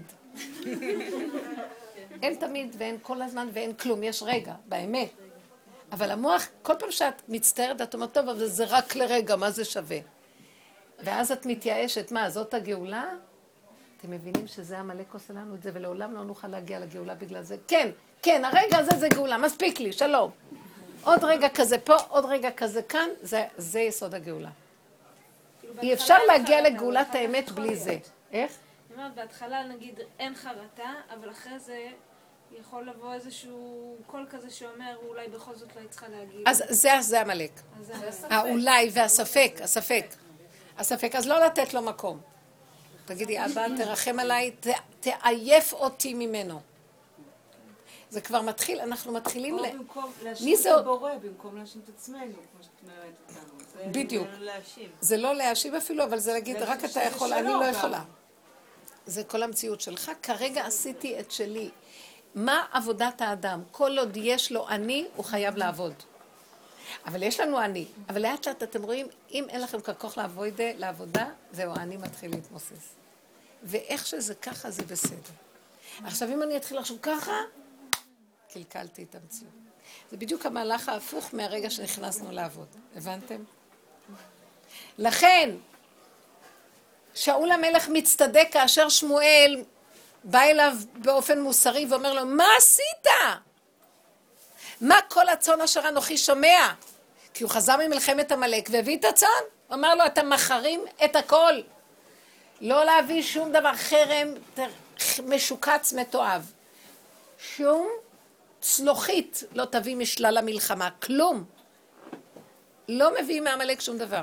אין תמיד ואין כל הזמן ואין כלום, יש רגע, באמת. אבל המוח, כל פעם שאת מצטערת, את אומרת, טוב, אבל זה רק לרגע, מה זה שווה? ואז את מתייאשת, מה, זאת הגאולה? אתם מבינים שזה המלאק עושה לנו את זה, ולעולם לא נוכל להגיע לגאולה בגלל זה. כן, כן, הרגע הזה זה גאולה, מספיק לי, שלום. עוד רגע כזה פה, עוד רגע כזה כאן, זה יסוד הגאולה. אי אפשר להגיע לגאולת האמת בלי זה. איך? אני אומרת, בהתחלה נגיד אין חרטה, אבל אחרי זה יכול לבוא איזשהו קול כזה שאומר, אולי בכל זאת לא צריכה להגיד. אז זה המלאק. האולי והספק. אז לא לתת לו מקום. תגידי, אבא, תרחם עליי, תעייף אותי ממנו. זה כבר מתחיל, אנחנו מתחילים או במקום להאשים את הבורא, במקום להאשים את עצמנו, כמו שאת אומרת אותנו. בדיוק. זה לא להאשים אפילו, אבל זה להגיד, רק אתה יכול, אני לא יכולה. זה כל המציאות שלך. כרגע עשיתי את שלי. מה עבודת האדם? כל עוד יש לו אני, הוא חייב לעבוד. אבל יש לנו אני. אבל לאט לאט אתם רואים, אם אין לכם ככוח לעבודה, זהו, אני מתחיל להתמוסס. ואיך שזה ככה, זה בסדר. עכשיו, אם אני אתחיל לחשוב ככה, קלקלתי את המציאות. זה בדיוק המהלך ההפוך מהרגע שנכנסנו לעבוד. הבנתם? לכן, שאול המלך מצטדק כאשר שמואל בא אליו באופן מוסרי ואומר לו, מה עשית? מה כל הצאן אשר אנוכי שומע? כי הוא חזר ממלחמת המלאק והביא את הצאן. הוא אמר לו, אתה מחרים את הכל. לא להביא שום דבר, חרם משוקץ מתועב. שום צלוחית לא תביא משלל המלחמה, כלום. לא מביא מהמלאק שום דבר.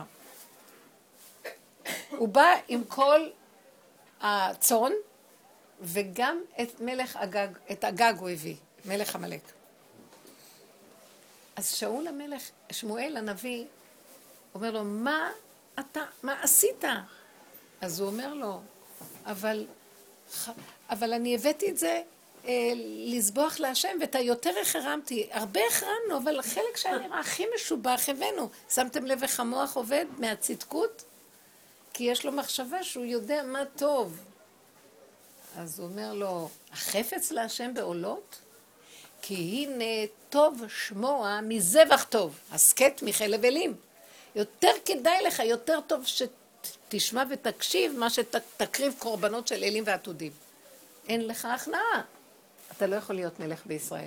הוא בא עם כל הצאן, וגם את מלך אגג, את אגג הוא הביא, מלך המלאק. אז שאול המלך, שמואל הנביא, אומר לו, מה עשית? אז הוא אומר לו, אבל אני הבאתי את זה לסבוח להשם, ואת היותר החרמתי, הרבה החרמנו, אבל החלק שהיה נראה הכי משובח הבאנו. שמתם לב איך המוח עובד מהצדקות? כי יש לו מחשבה שהוא יודע מה טוב. אז הוא אומר לו, החפץ להשם בעולות? כי הנה טוב שמוע מזבח טוב, הסקט מחלב אלים. יותר כדאי לך, יותר טוב שתשמע ותקשיב מה שתקריב קורבנות של אלים ועתודים. אין לך הכנעה. אתה לא יכול להיות מלך בישראל.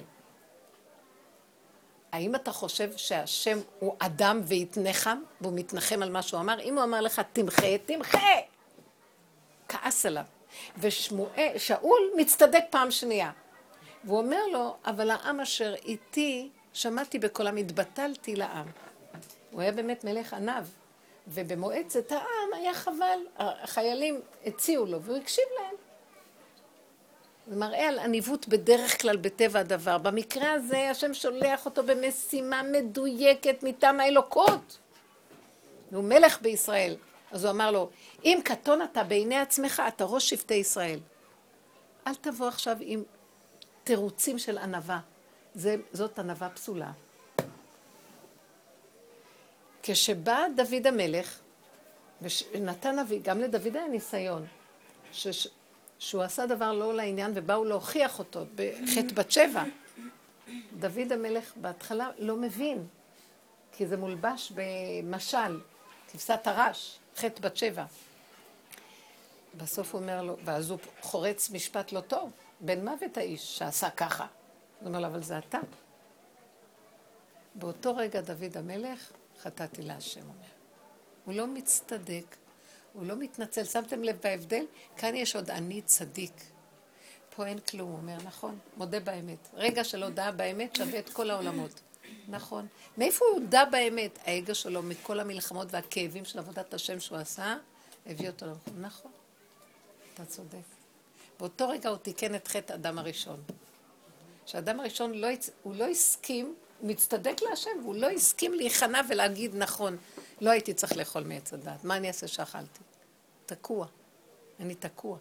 האם אתה חושב שהשם הוא אדם ויתנחם, והוא מתנחם על מה שהוא אמר? אם הוא אמר לך, תמחה! כעס עליו. ושאול מצטדק פעם שנייה. והוא אומר לו, אבל העם אשר איתי, שמעתי בקולם, התבטלתי לעם. הוא היה באמת מלך עניו. ובמועצת העם היה חבל. החיילים הציעו לו, והוא הקשיב להם. זה מראה על עניבות בדרך כלל בטבע הדבר. במקרה הזה, השם שולח אותו במשימה מדויקת מטעם האלוקות. הוא מלך בישראל. אז הוא אמר לו, אם קטון אתה בעיני עצמך, אתה ראש שבטי ישראל. אל תבוא עכשיו עם תירוצים של ענווה. זאת ענווה פסולה. כשבא דוד המלך, ונתן אבי, גם לדוד היה ניסיון, שהוא עשה דבר לא לעניין, ובאו להוכיח אותו בחטא בת שבע. דוד המלך בהתחלה לא מבין, כי זה מולבש במשל, כבשת הרש, חטא בת שבע. בסוף הוא אומר לו, ואז הוא חורץ משפט לא טוב, בן מוות האיש שעשה ככה. הוא אומר לו, אבל זה אתה. באותו רגע דוד המלך, חטאתי להשם, אומר. הוא לא מצטדק, הוא לא מתנצל. שמתם לב בהבדל? כאן יש עוד אני צדיק. פה אין כלום, הוא אומר, נכון, מודה באמת. רגע של הודעה באמת שווה את כל העולמות. נכון. מאיפה הוא הודע באמת? האגו שלו, מכל המלחמות והכאבים של עבודת השם שהוא עשה, הביא אותו למקום. נכון, אתה צודק. באותו רגע הוא תיקן את חטא אדם הראשון. שהאדם הראשון הוא לא הסכים, הוא מצטדק להשם, והוא לא הסכים להיכנע ולהגיד נכון, לא הייתי צריך לאכול מעץ הדעת. מה אני אעשה שאכלתי? תקוע. אני תקוע.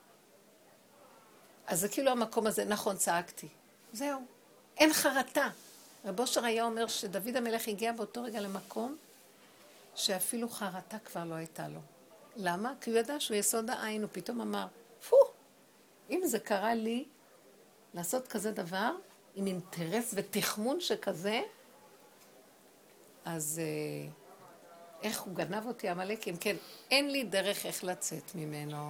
אז זה כאילו המקום הזה, נכון, צעקתי. זהו. אין חרטה. רב אושר היה אומר שדוד המלך הגיע באותו רגע למקום שאפילו חרטה כבר לא הייתה לו. למה? כי הוא ידע שהוא יסוד העין, הוא פתאום אמר, אם זה קרה לי לעשות כזה דבר, עם אינטרס ותחמון שכזה, אז איך הוא גנב אותי עמלק? אם כן, אין לי דרך איך לצאת ממנו.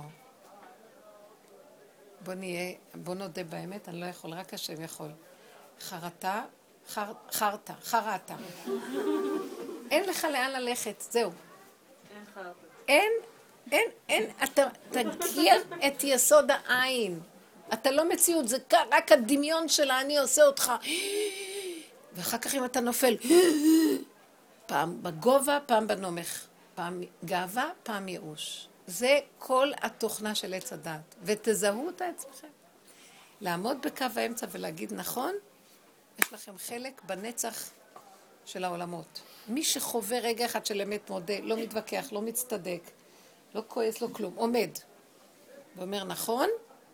בוא נודה באמת, אני לא יכול, רק השם יכול. חרטה, חרטה. אין לך לאן ללכת, זהו. אין חרטה. אין, אתה תגיע את יסוד העין. אתה לא מציאות, זה רק הדמיון של אני עושה אותך. ואחר כך אם אתה נופל, פעם בגובה, פעם בנומך. פעם גאווה, פעם ייאוש. זה כל התוכנה של עץ הדת. ותזהו אותה עצמכם. לעמוד בקו האמצע ולהגיד נכון, יש לכם חלק בנצח של העולמות. מי שחווה רגע אחד של אמת מודה, לא מתווכח, לא מצטדק, לא כועס, לא כלום, עומד. ואומר נכון,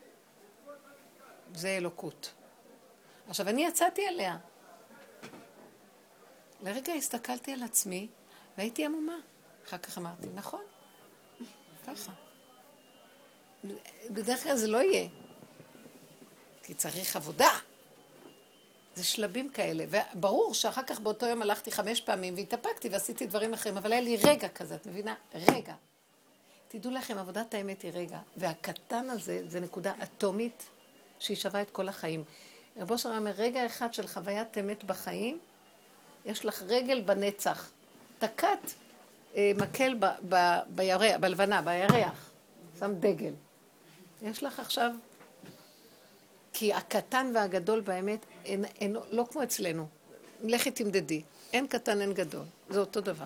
זה אלוקות. עכשיו, אני יצאתי עליה. לרגע הסתכלתי על עצמי, והייתי עמומה. אחר כך אמרתי, נכון, ככה. בדרך כלל זה לא יהיה. כי צריך עבודה. זה שלבים כאלה. וברור שאחר כך באותו יום הלכתי 5 פעמים, והתאפקתי ועשיתי דברים אחרים, אבל היה לי רגע כזה, את מבינה? רגע. תדעו לכם, עבודת האמת היא רגע. והקטן הזה, זה נקודה אטומית, שהיא שווה את כל החיים. רב אושר אומר, רגע אחד של חוויית אמת בחיים, יש לך רגל בנצח. תקת מקל בירח, בלבנה, בירח. שם דגל. יש לך עכשיו, כי הקטן והגדול באמת, לא כמו אצלנו. לכי תמדדי. אין קטן, אין גדול. זה אותו דבר.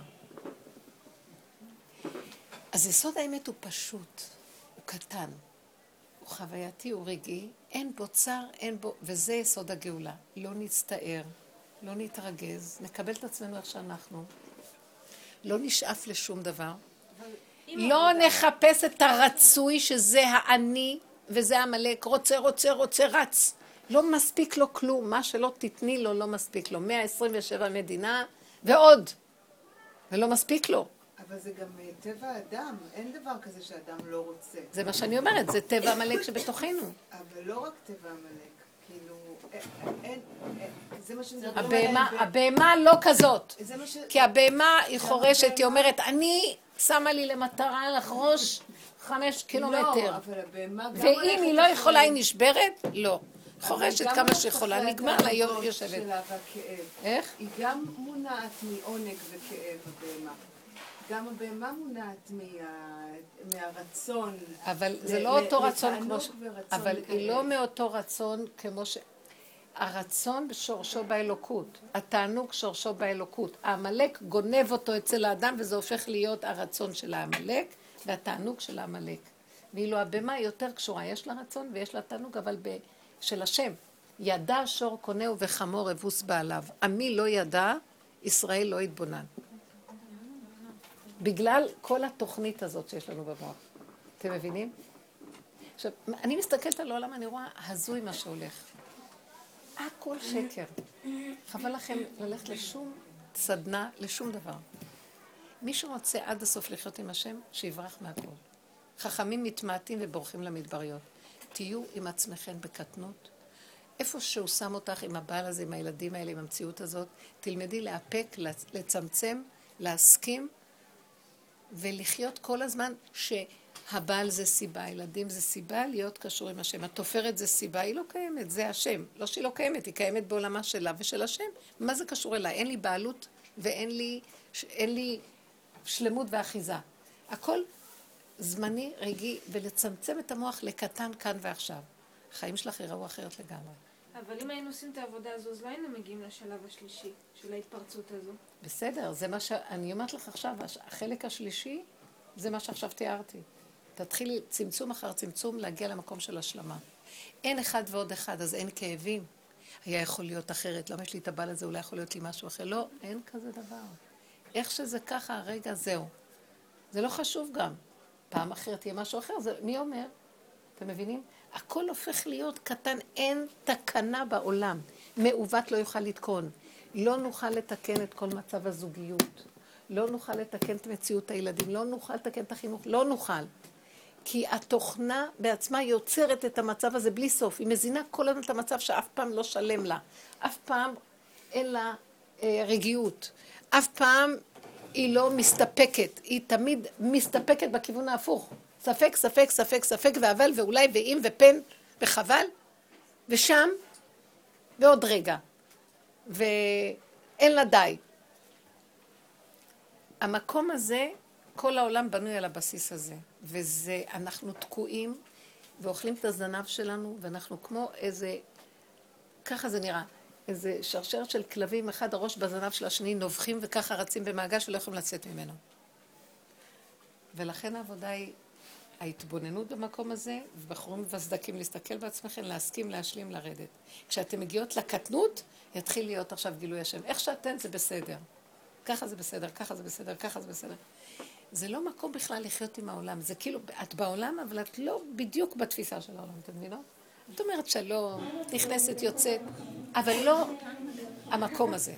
אז יסוד האמת הוא פשוט. הוא קטן. הוא חווייתי, הוא רגעי. אין בו צער, אין בו, וזה יסוד הגאולה. לא נצטער, לא נתרגז, נקבל את עצמנו איך שאנחנו. לא נשאף לשום דבר. לא נחפש את הרצוי שזה האני וזה המלאק. רוצה, רץ. לא מספיק לו כלום. מה שלא תתני לו, לא מספיק לו. 127 מדינה ועוד. ולא מספיק לו. אבל זה גם טבע האדם. אין דבר כזה שאדם לא רוצה. זה מה שאני אומרת, זה טבע המלאק שבתוכנו. אבל לא רק טבע המלאק. כאילו, אין, זה מה שאני... הבהמה לא כזאת. כי הבהמה היא חורשת, היא אומרת, אני שמה לי למטרה לחרוש 5 קילומטר. לא, אבל הבהמה גם... ואם היא לא יכולה, היא נשברת? לא. חורשת כמה שיכולה, נגמר לה יושבת. איך? היא גם מונעת מעונג וכאב, הבהמה. גם הבהמה מונעת מהרצון. אבל זה לא אותו רצון כמו ש... אבל היא לא מאותו רצון כמו ש... הרצון בשורשו באלוקות. התענוג שורשו באלוקות. העמלק גונב אותו אצל האדם, וזה הופך להיות הרצון של העמלק, והתענוג של העמלק. ואילו הבהמה יותר קשורה. יש לה רצון ויש לה תענוג, אבל של השם. ידע שור קונהו וחמור אבוס בעליו. עמי לא ידע, ישראל לא התבונן. בגלל כל התוכנית הזאת שיש לנו במוח. אתם מבינים? עכשיו, אני מסתכלת על העולם, אני רואה הזוי מה שהולך. הכל שקר. חבל לכם ללכת לשום סדנה, לשום דבר. מי שרוצה עד הסוף לחיות עם השם, שיברח מהכל. חכמים מתמעטים ובורחים למדבריות. תהיו עם עצמכם בקטנות. איפה שהוא שם אותך עם הבעל הזה, עם הילדים האלה, עם המציאות הזאת, תלמדי להפק, לצמצם, להסכים, ולחיות כל הזמן שהבעל זה סיבה, הילדים זה סיבה, להיות קשור עם השם. התופרת זה סיבה, היא לא קיימת, זה השם. לא שהיא לא קיימת, היא קיימת בעולמה שלה ושל השם. מה זה קשור אליי? אין לי בעלות ואין לי שלמות ואחיזה. הכל זמני, רגעי, ולצמצם את המוח לקטן כאן ועכשיו. החיים שלך יראו אחרת לגמרי. אבל אם היינו עושים את העבודה הזו, אז לא היינו מגיעים לשלב השלישי של ההתפרצות הזו. בסדר, זה מה שאני אומרת לך עכשיו, החלק השלישי, זה מה שעכשיו תיארתי. תתחילי צמצום אחר צמצום להגיע למקום של השלמה. אין אחד ועוד אחד, אז אין כאבים. היה יכול להיות אחרת, למה יש לי את הבעל הזה, אולי יכול להיות לי משהו אחר. לא, אין כזה דבר. איך שזה ככה, הרגע זהו. זה לא חשוב גם. פעם אחרת יהיה משהו אחר, זה, מי אומר? אתם מבינים? הכל הופך להיות קטן, אין תקנה בעולם. מעוות לא יוכל לתקון. לא נוכל לתקן את כל מצב הזוגיות. לא נוכל לתקן את מציאות הילדים. לא נוכל לתקן את החינוך. לא נוכל. כי התוכנה בעצמה יוצרת את המצב הזה בלי סוף. היא מזינה כל הזמן את המצב שאף פעם לא שלם לה. אף פעם אין לה רגיעות. אף פעם היא לא מסתפקת. היא תמיד מסתפקת בכיוון ההפוך. ספק, ספק, ספק, ספק, ואבל, ואולי, ואם, ופן, וחבל. ושם, ועוד רגע. ואין לה די. המקום הזה, כל העולם בנוי על הבסיס הזה. וזה, אנחנו תקועים, ואוכלים את הזנב שלנו, ואנחנו כמו איזה, ככה זה נראה, איזה שרשרת של כלבים, אחד הראש בזנב של השני, נובחים וככה רצים במעגל שלא יכולים לצאת ממנו. ולכן העבודה היא ההתבוננות במקום הזה, ובחורים וסדקים להסתכל בעצמכם, להסכים, להשלים, לרדת. כשאתם מגיעות לקטנות, יתחיל להיות עכשיו גילוי השם. איך שאתן זה בסדר. ככה זה בסדר, ככה זה בסדר, ככה זה בסדר. זה לא מקום בכלל לחיות עם העולם. זה כאילו, את בעולם, אבל את לא בדיוק בתפיסה של העולם, אתם מבינות? את אומרת שלום, נכנסת, יוצאת, אבל לא המקום הזה.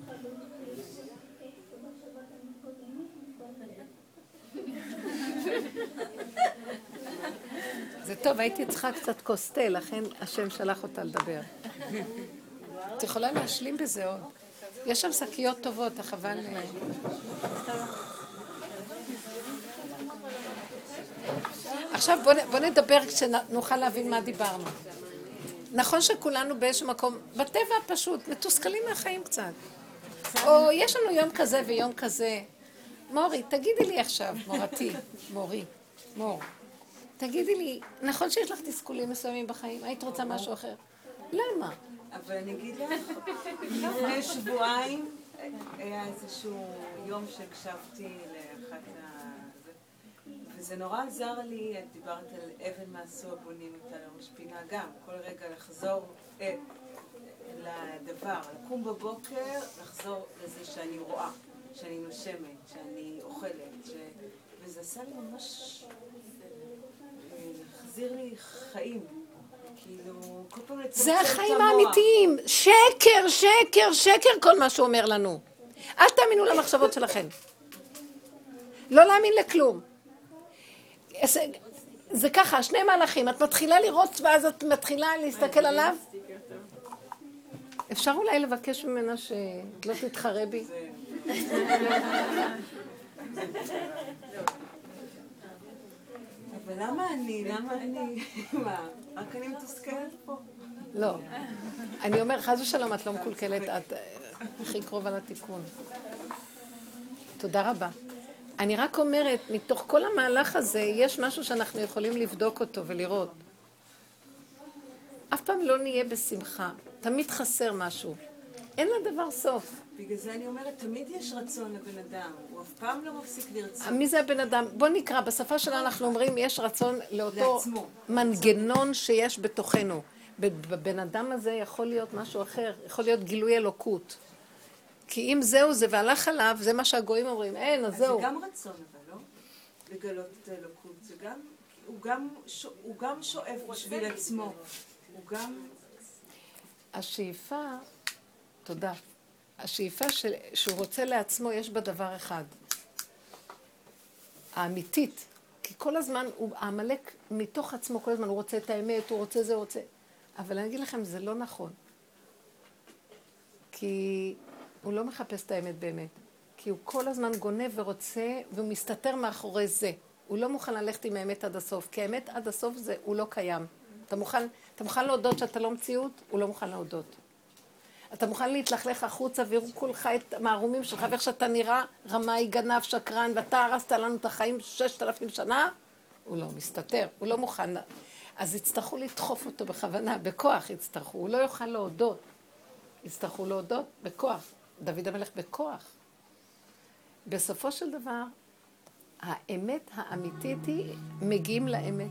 זה טוב, הייתי צריכה קצת קוסטה, לכן השם שלח אותה לדבר. את יכולה להשלים בזה עוד. יש שם שקיות טובות, חבל. עכשיו בוא נדבר כשנוכל להבין מה דיברנו. נכון שכולנו באיזשהו מקום, בטבע פשוט, מתוסכלים מהחיים קצת. או יש לנו יום כזה ויום כזה. מורי, תגידי לי עכשיו, מורתי, מור. תגידי לי, נכון שיש לך תסכולים מסוימים בחיים? היית רוצה משהו אחר? למה? אבל אני אגיד לך, לפני שבועיים היה איזשהו יום שהקשבתי לאחת וזה נורא עזר לי, את דיברת על אבן מעשו הבונים אותה לראש פינה גם, כל רגע לחזור לדבר, לקום בבוקר, לחזור לזה שאני רואה, שאני נושמת, שאני אוכלת, וזה עשה לי ממש, להחזיר לי חיים. כאילו, כל פעם לצמצם את המוח. זה החיים האמיתיים. שקר, שקר, שקר כל מה שהוא אומר לנו. אל תאמינו למחשבות שלכם. לא להאמין לכלום. זה ככה, שני מהלכים. את מתחילה לראות ואז את מתחילה להסתכל עליו. אפשר אולי לבקש ממנה שלא תתחרה בי? אבל למה אני? מה? רק אני מתוסכלת פה. לא. אני אומר, חס ושלום, את לא מקולקלת, את הכי קרובה לתיקון. תודה רבה. אני רק אומרת, מתוך כל המהלך הזה, יש משהו שאנחנו יכולים לבדוק אותו ולראות. אף פעם לא נהיה בשמחה. תמיד חסר משהו. אין לדבר סוף. בגלל זה אני אומרת, תמיד יש רצון לבן אדם. הוא אף פעם לא מפסיק לרצות. מי זה הבן אדם? בוא נקרא, בשפה שלנו אנחנו אומרים, יש רצון לאותו לעצמו. מנגנון שיש בתוכנו. בבן אדם הזה יכול להיות משהו אחר, יכול להיות גילוי אלוקות. כי אם זהו זה והלך עליו, זה מה שהגויים אומרים, אין, אז זהו. זה גם רצון, אבל לא? לגלות את האלוקות. זה גם, הוא גם שואף בשביל עצמו. הוא גם... השאיפה, תודה. השאיפה שהוא רוצה לעצמו, יש בה דבר אחד. האמיתית. כי כל הזמן, העמלק מתוך עצמו, כל הזמן הוא רוצה את האמת, הוא רוצה זה, הוא רוצה. אבל אני אגיד לכם, זה לא נכון. כי הוא לא מחפש את האמת באמת. כי הוא כל הזמן גונב ורוצה, והוא מסתתר מאחורי זה. הוא לא מוכן ללכת עם האמת עד הסוף, כי האמת עד הסוף זה, הוא לא קיים. אתה מוכן להודות שאתה לא מציאות? הוא לא מוכן להודות. אתה מוכן להתלכלך החוצה ויראו כולך את המערומים שלך, ואיך שאתה נראה רמאי, גנב, שקרן, ואתה הרסת לנו את החיים 6,000 שנה? הוא לא מסתתר, הוא לא מוכן. אז יצטרכו לדחוף אותו בכוונה, בכוח יצטרכו, הוא לא יוכל להודות. יצטרכו להודות בכוח. דוד המלך בכוח. בסופו של דבר, האמת האמיתית היא, מגיעים לאמת.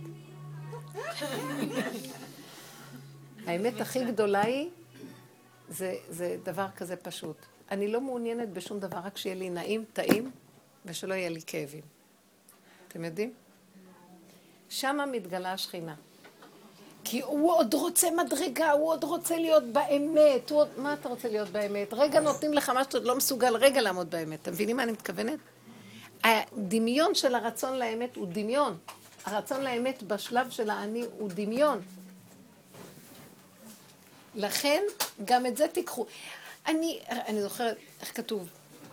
האמת הכי גדולה היא, זה דבר כזה פשוט. אני לא מעוניינת בשום דבר, רק שיהיה לי נעים, טעים, ושלא יהיה לי כאבים. אתם יודעים? שמה מתגלה השכינה. כי הוא עוד רוצה מדרגה, הוא עוד רוצה להיות באמת. מה אתה רוצה להיות באמת? רגע נותנים לך מה שאתה לא מסוגל רגע לעמוד באמת. אתם מבינים מה אני מתכוונת? הדמיון של הרצון לאמת הוא דמיון. הרצון לאמת בשלב של האני הוא דמיון. לכן גם את זה תיקחו. אני זוכרת, איך כתוב?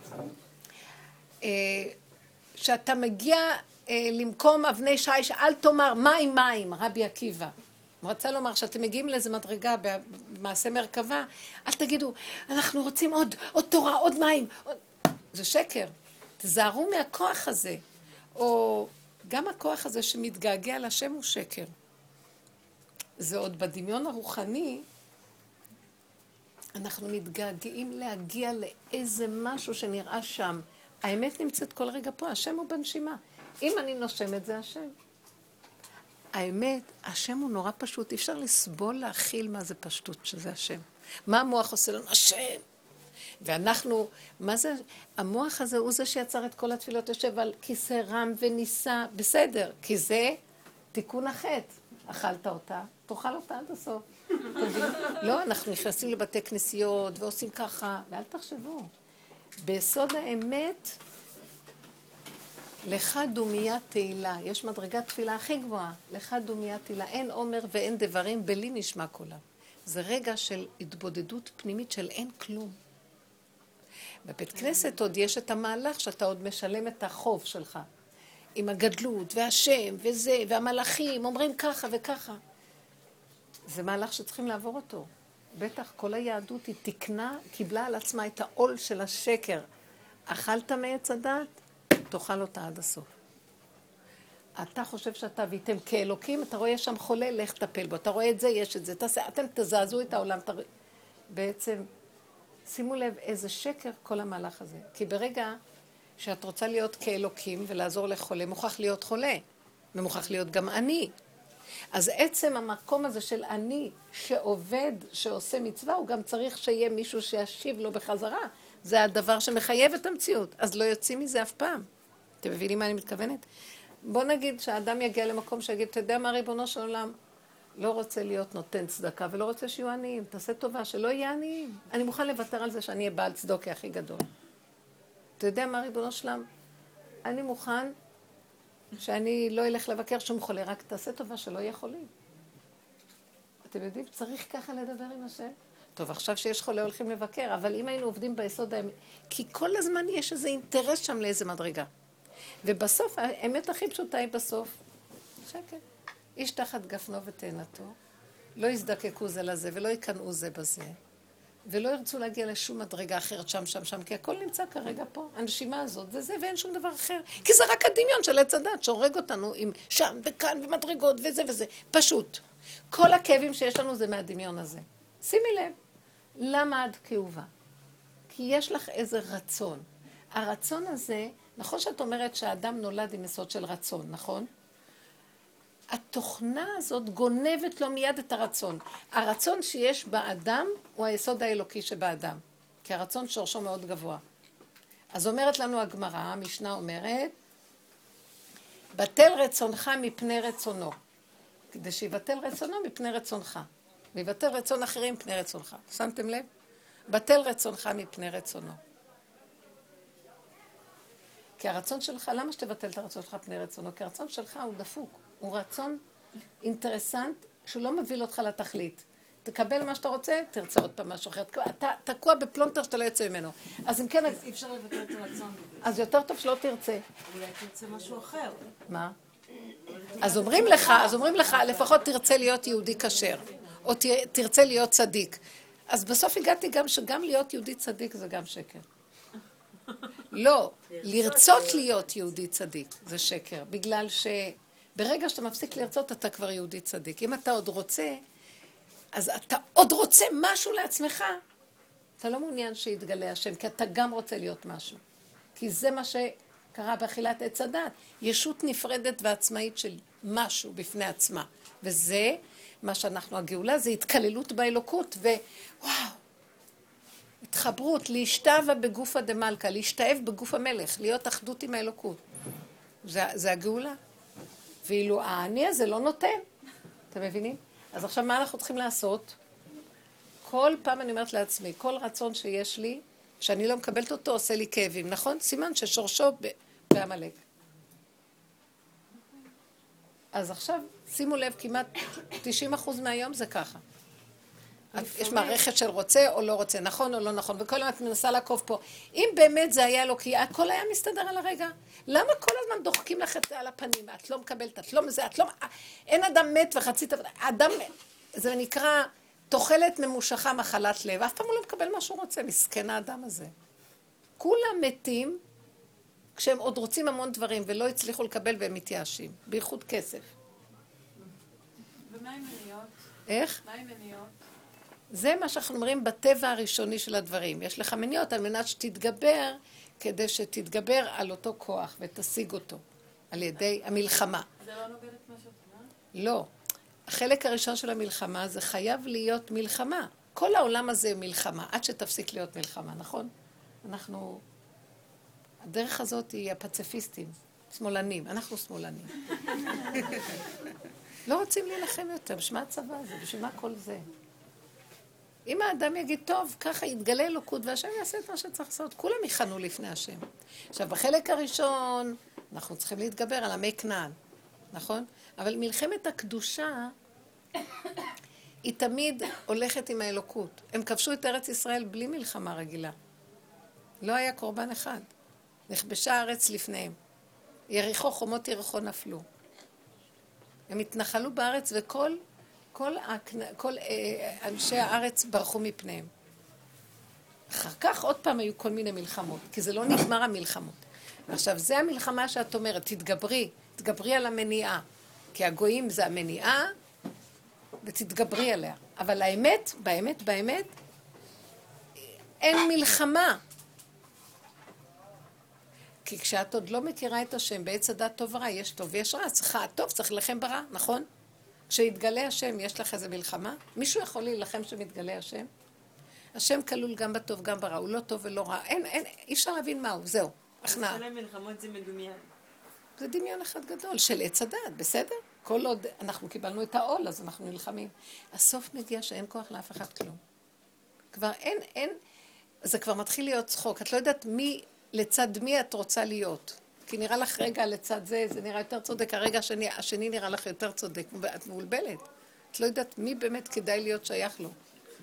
שאתה מגיע למקום אבני שיש, אל תאמר מים מים, רבי עקיבא. הוא רצה לומר שאתם מגיעים לאיזה מדרגה במעשה מרכבה, אל תגידו, אנחנו רוצים עוד תורה, עוד מים. זה שקר. תזהרו מהכוח הזה. או גם הכוח הזה שמתגעגע לשם הוא שקר. זה עוד בדמיון הרוחני, אנחנו מתגעגעים להגיע לאיזה משהו שנראה שם. האמת נמצאת כל רגע פה, השם הוא בנשימה. אם אני נושמת זה השם. האמת, השם הוא נורא פשוט, אי אפשר לסבול להכיל מה זה פשטות שזה השם. מה המוח עושה לנו? השם. ואנחנו, מה זה? המוח הזה הוא זה שיצר את כל התפילות, יושב על כיסא רם וניסה, בסדר, כי זה תיקון החטא. אכלת אותה, תאכל אותה עד הסוף. לא, אנחנו נכנסים לבתי כנסיות ועושים ככה, ואל תחשבו. ביסוד האמת, לך דומיה תהילה. יש מדרגת תפילה הכי גבוהה. לך דומיה תהילה. אין עומר ואין דברים, בלי נשמע קולה. זה רגע של התבודדות פנימית של אין כלום. בבית כנסת עוד יש את המהלך שאתה עוד משלם את החוב שלך. עם הגדלות והשם וזה, והמלאכים אומרים ככה וככה. זה מהלך שצריכים לעבור אותו. בטח כל היהדות היא תקנה, קיבלה על עצמה את העול של השקר. אכלת מעץ הדת, תאכל אותה עד הסוף. אתה חושב שאתה ויתם כאלוקים, אתה רואה שם חולה, לך תטפל בו. אתה רואה את זה, יש את זה. אתם תזעזעו את העולם. בעצם, שימו לב איזה שקר כל המהלך הזה. כי ברגע שאת רוצה להיות כאלוקים ולעזור לחולה, מוכרח להיות חולה. ומוכרח להיות גם אני. אז עצם המקום הזה של אני שעובד, שעושה מצווה, הוא גם צריך שיהיה מישהו שישיב לו בחזרה. זה הדבר שמחייב את המציאות. אז לא יוצאים מזה אף פעם. אתם מבינים מה אני מתכוונת? בוא נגיד שהאדם יגיע למקום שיגיד, אתה יודע מה ריבונו של עולם? לא רוצה להיות נותן צדקה ולא רוצה שיהיו עניים. תעשה טובה, שלא יהיה עניים. אני מוכן לוותר על זה שאני אהיה בעל צדוקה הכי גדול. אתה יודע מה ריבונו של עולם? אני מוכן שאני לא אלך לבקר שום חולה, רק תעשה טובה שלא יהיה חולים. אתם יודעים, צריך ככה לדבר עם השם. טוב, עכשיו שיש חולה הולכים לבקר, אבל אם היינו עובדים ביסוד האמת, כי כל הזמן יש איזה אינטרס שם לאיזה מדרגה. ובסוף, האמת הכי פשוטה היא בסוף, שקט. איש תחת גפנו ותאנתו, לא יזדקקו זה לזה ולא יקנאו זה בזה, ולא ירצו להגיע לשום מדרגה אחרת שם, כי הכל נמצא כרגע פה, הנשימה הזאת, זה ואין שום דבר אחר. כי זה רק הדמיון של עץ הדת שהורג אותנו עם שם וכאן ומדרגות וזה. פשוט. כל הכאבים שיש לנו זה מהדמיון הזה. שימי לב, למה את כאובה? כי יש לך איזה רצון. הרצון הזה, נכון שאת אומרת שהאדם נולד עם יסוד של רצון, נכון? התוכנה הזאת גונבת לו מיד את הרצון. הרצון שיש באדם הוא היסוד האלוקי שבאדם. כי הרצון שורשו מאוד גבוה. אז אומרת לנו הגמרא, המשנה אומרת, בטל רצונך מפני רצונו. כדי שיבטל רצונו מפני רצונך. ויבטל רצון אחרים מפני רצונך. שמתם לב? בטל רצונך מפני רצונו. כי הרצון שלך, למה שתבטל את הרצון שלך מפני רצונו? כי הרצון שלך הוא דפוק. הוא רצון אינטרסנט שלא מביא אותך לתכלית. תקבל מה שאתה רוצה, תרצה עוד פעם משהו אחר. אתה תקוע בפלונטר שאתה לא יוצא ממנו. אז אם כן... אז אי אפשר לבטל את הרצון. אז יותר טוב שלא תרצה. אולי תרצה משהו אחר. מה? אז אומרים לך, לפחות תרצה להיות יהודי כשר. או תרצה להיות צדיק. אז בסוף הגעתי גם שגם להיות יהודי צדיק זה גם שקר. לא, לרצות להיות יהודי צדיק זה שקר. בגלל ברגע שאתה מפסיק לרצות, אתה כבר יהודי צדיק. אם אתה עוד רוצה, אז אתה עוד רוצה משהו לעצמך. אתה לא מעוניין שיתגלה השם, כי אתה גם רוצה להיות משהו. כי זה מה שקרה באכילת עץ הדת. ישות נפרדת ועצמאית של משהו בפני עצמה. וזה מה שאנחנו, הגאולה, זה התקללות באלוקות, ווואו, התחברות, להשתווה בגוף הדמלכה, להשתאב בגוף המלך, להיות אחדות עם האלוקות. זה הגאולה. ואילו העני הזה לא נותן. אתם מבינים? אז עכשיו מה אנחנו צריכים לעשות? כל פעם אני אומרת לעצמי, כל רצון שיש לי, שאני לא מקבלת אותו, עושה לי כאבים, נכון? סימן ששורשו בעמלק. אז עכשיו, שימו לב, כמעט 90% מהיום זה ככה. יש מערכת של רוצה או לא רוצה, נכון או לא נכון, וכל הזמן את מנסה לעקוב פה. אם באמת זה היה לו, כי הכל היה מסתדר על הרגע, למה כל הזמן דוחקים לך את זה על הפנים? את לא מקבלת, את לא מזה, את לא... אין אדם מת וחצית... אדם... זה נקרא תוחלת ממושכה מחלת לב, אף פעם הוא לא מקבל מה שהוא רוצה, מסכן האדם הזה. כולם מתים כשהם עוד רוצים המון דברים ולא הצליחו לקבל והם מתייאשים, בייחוד כסף. ומה עם מניות? איך? מה עם מניות? זה מה שאנחנו אומרים בטבע הראשוני של הדברים. יש לך מניות על מנת שתתגבר, כדי שתתגבר על אותו כוח ותשיג אותו, על ידי המלחמה. זה לא נוגד את מה שאת אומרת? לא. החלק הראשון של המלחמה זה חייב להיות מלחמה. כל העולם הזה הוא מלחמה, עד שתפסיק להיות מלחמה, נכון? אנחנו... הדרך הזאת היא הפציפיסטים, שמאלנים, אנחנו שמאלנים. לא רוצים להילחם יותר, בשביל מה הצבא הזה, בשביל מה כל זה? אם האדם יגיד, טוב, ככה יתגלה אלוקות, והשם יעשה את מה שצריך לעשות, כולם יכנו לפני השם. עכשיו, בחלק הראשון, אנחנו צריכים להתגבר על עמי כנען, נכון? אבל מלחמת הקדושה, היא תמיד הולכת עם האלוקות. הם כבשו את ארץ ישראל בלי מלחמה רגילה. לא היה קורבן אחד. נכבשה הארץ לפניהם. יריחו, חומות יריחו נפלו. הם התנחלו בארץ וכל אנשי הארץ ברחו מפניהם. אחר כך עוד פעם היו כל מיני מלחמות, כי זה לא נגמר המלחמות. עכשיו, זה המלחמה שאת אומרת, תתגברי על המניעה. כי הגויים זה המניעה, ותתגברי עליה. אבל האמת, באמת, אין מלחמה. כי כשאת עוד לא מכירה את השם, בעץ הדת טוב ורע, יש טוב ויש רע, טוב, צריך להילחם ברע, נכון? כשיתגלה השם, יש לך איזה מלחמה? מישהו יכול להילחם שמתגלה השם? השם כלול גם בטוב, גם ברע, הוא לא טוב ולא רע, אי אפשר להבין מהו, זהו, הכנעה. כל המלחמות זה מדומיין. זה דמיון אחד גדול של עץ הדת, בסדר? כל עוד אנחנו קיבלנו את העול, אז אנחנו נלחמים. הסוף מגיע שאין כוח לאף אחד כלום. כבר אין, זה כבר מתחיל להיות צחוק, את לא יודעת לצד מי את רוצה להיות. כי נראה לך רגע לצד זה נראה יותר צודק, הרגע השני נראה לך יותר צודק, את מעולבלת. את לא יודעת מי באמת כדאי להיות שייך לו.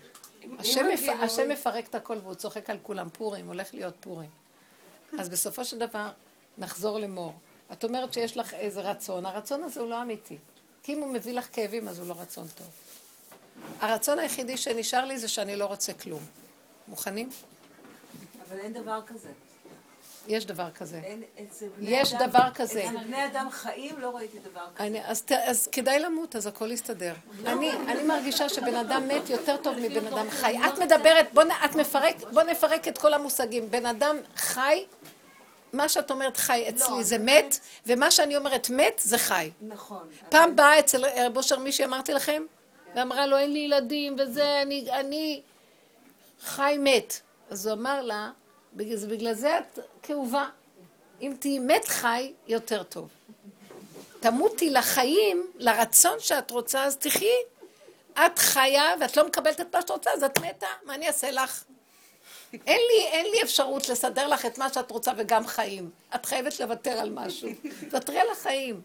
השם מפרק את הכל והוא צוחק על כולם, פורים, הולך להיות פורים. אז בסופו של דבר נחזור למור. את אומרת שיש לך איזה רצון, הרצון הזה הוא לא אמיתי. כי אם הוא מביא לך כאבים אז הוא לא רצון טוב. הרצון היחידי שנשאר לי זה שאני לא רוצה כלום. מוכנים? אבל אין דבר כזה. יש דבר כזה. יש דבר כזה. אצל בני אדם חיים לא ראיתי דבר כזה. אז כדאי למות, אז הכל יסתדר. אני מרגישה שבן אדם מת יותר טוב מבן אדם חי. את מדברת, בוא נפרק את כל המושגים. בן אדם חי, מה שאת אומרת חי אצלי זה מת, ומה שאני אומרת מת זה חי. נכון. פעם באה אצל רב אושר מישהי אמרתי לכם, ואמרה לו אין לי ילדים וזה, אני חי מת. אז הוא אמר לה, בגלל זה את כאובה. אם תהי מת חי, יותר טוב. תמותי לחיים, לרצון שאת רוצה, אז תחי. את חיה ואת לא מקבלת את מה שאת רוצה, אז את מתה. מה אני אעשה לך? אין לי אפשרות לסדר לך את מה שאת רוצה וגם חיים. את חייבת לוותר על משהו. תוותרי על החיים.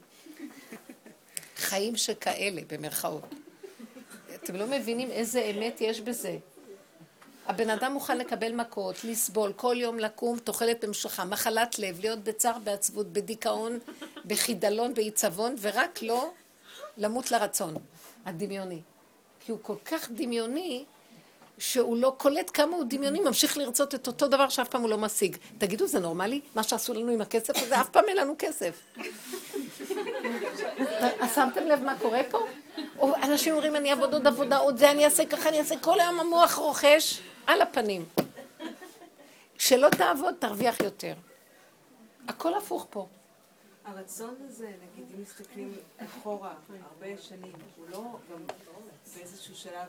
חיים שכאלה, במרכאות. אתם לא מבינים איזה אמת יש בזה. הבן אדם מוכן לקבל מכות, לסבול, כל יום לקום, תוחלת במשכה, מחלת לב, להיות בצער, בעצבות, בדיכאון, בחידלון, בעיצבון, ורק לא למות לרצון, הדמיוני. כי הוא כל כך דמיוני, שהוא לא קולט כמה הוא דמיוני, ממשיך לרצות את אותו דבר שאף פעם הוא לא משיג. תגידו, זה נורמלי? מה שעשו לנו עם הכסף הזה, אף פעם אין לנו כסף. שמתם לב מה קורה פה? אנשים אומרים, אני אעבוד עוד עבודה, עוד זה, אני אעשה ככה, אני אעשה כל היום המוח רוכש על הפנים. שלא תעבוד, תרוויח יותר. הכל הפוך פה. הרצון הזה, נגיד, אם מסתכלים אחורה הרבה שנים, הוא לא גם באיזשהו שלב...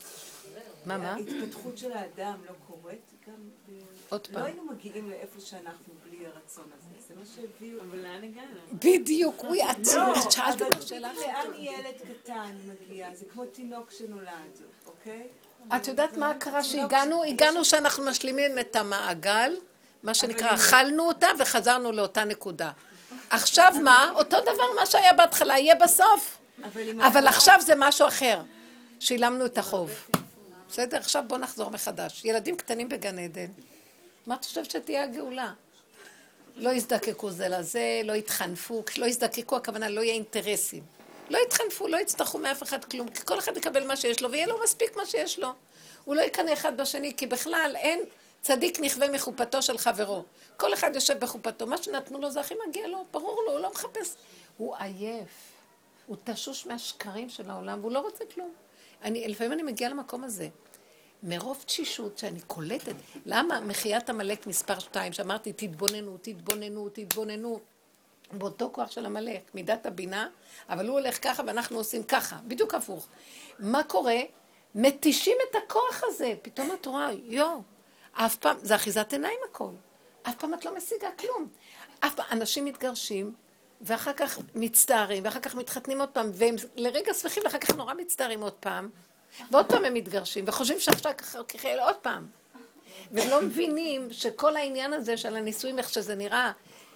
מה? ההתפתחות של האדם לא קורית גם... עוד פעם. לא היינו מגיעים לאיפה שאנחנו בלי הרצון הזה. זה מה שהביאו... אבל לאן הגענו? בדיוק, את שאלת את השאלה. לאן ילד קטן מגיע? זה כמו תינוק שנולד, אוקיי? את יודעת מה קרה שהגענו? הגענו שאנחנו משלימים את המעגל, מה שנקרא, אכלנו אותה וחזרנו לאותה נקודה. עכשיו מה? אותו דבר מה שהיה בהתחלה יהיה בסוף. אבל עכשיו זה משהו אחר. שילמנו את החוב. בסדר? עכשיו בוא נחזור מחדש. ילדים קטנים בגן עדן. מה אתה חושב שתהיה הגאולה? לא יזדקקו זה לזה, לא יתחנפו. כשלא יזדקקו, הכוונה לא יהיה אינטרסים. לא יתחנפו, לא יצטרכו מאף אחד כלום, כי כל אחד יקבל מה שיש לו, ויהיה לו מספיק מה שיש לו. הוא לא יקנה אחד בשני, כי בכלל אין צדיק נכווה מחופתו של חברו. כל אחד יושב בחופתו, מה שנתנו לו זה הכי מגיע לו, ברור לו, הוא לא מחפש. הוא עייף, הוא תשוש מהשקרים של העולם, והוא לא רוצה כלום. לפעמים אני מגיעה למקום הזה, מרוב תשישות שאני קולטת. למה? מחיית המלאק מספר 2, שאמרתי, תתבוננו, תתבוננו, תתבוננו. באותו כוח של המלאק, מידת הבינה, אבל הוא הולך ככה ואנחנו עושים ככה, בדיוק הפוך. מה קורה? מתישים את הכוח הזה, פתאום את רואה, אף פעם, זה אחיזת עיניים הכל, אף פעם את לא משיגה כלום. אף פעם, אנשים מתגרשים, ואחר כך מצטערים, ואחר כך מתחתנים עוד פעם, והם לרגע שמחים, ואחר כך נורא מצטערים עוד פעם, ועוד פעם הם מתגרשים, וחושבים שעכשיו ככה עוד פעם. ולא מבינים שכל העניין הזה של הנישואים, איך שזה נראה,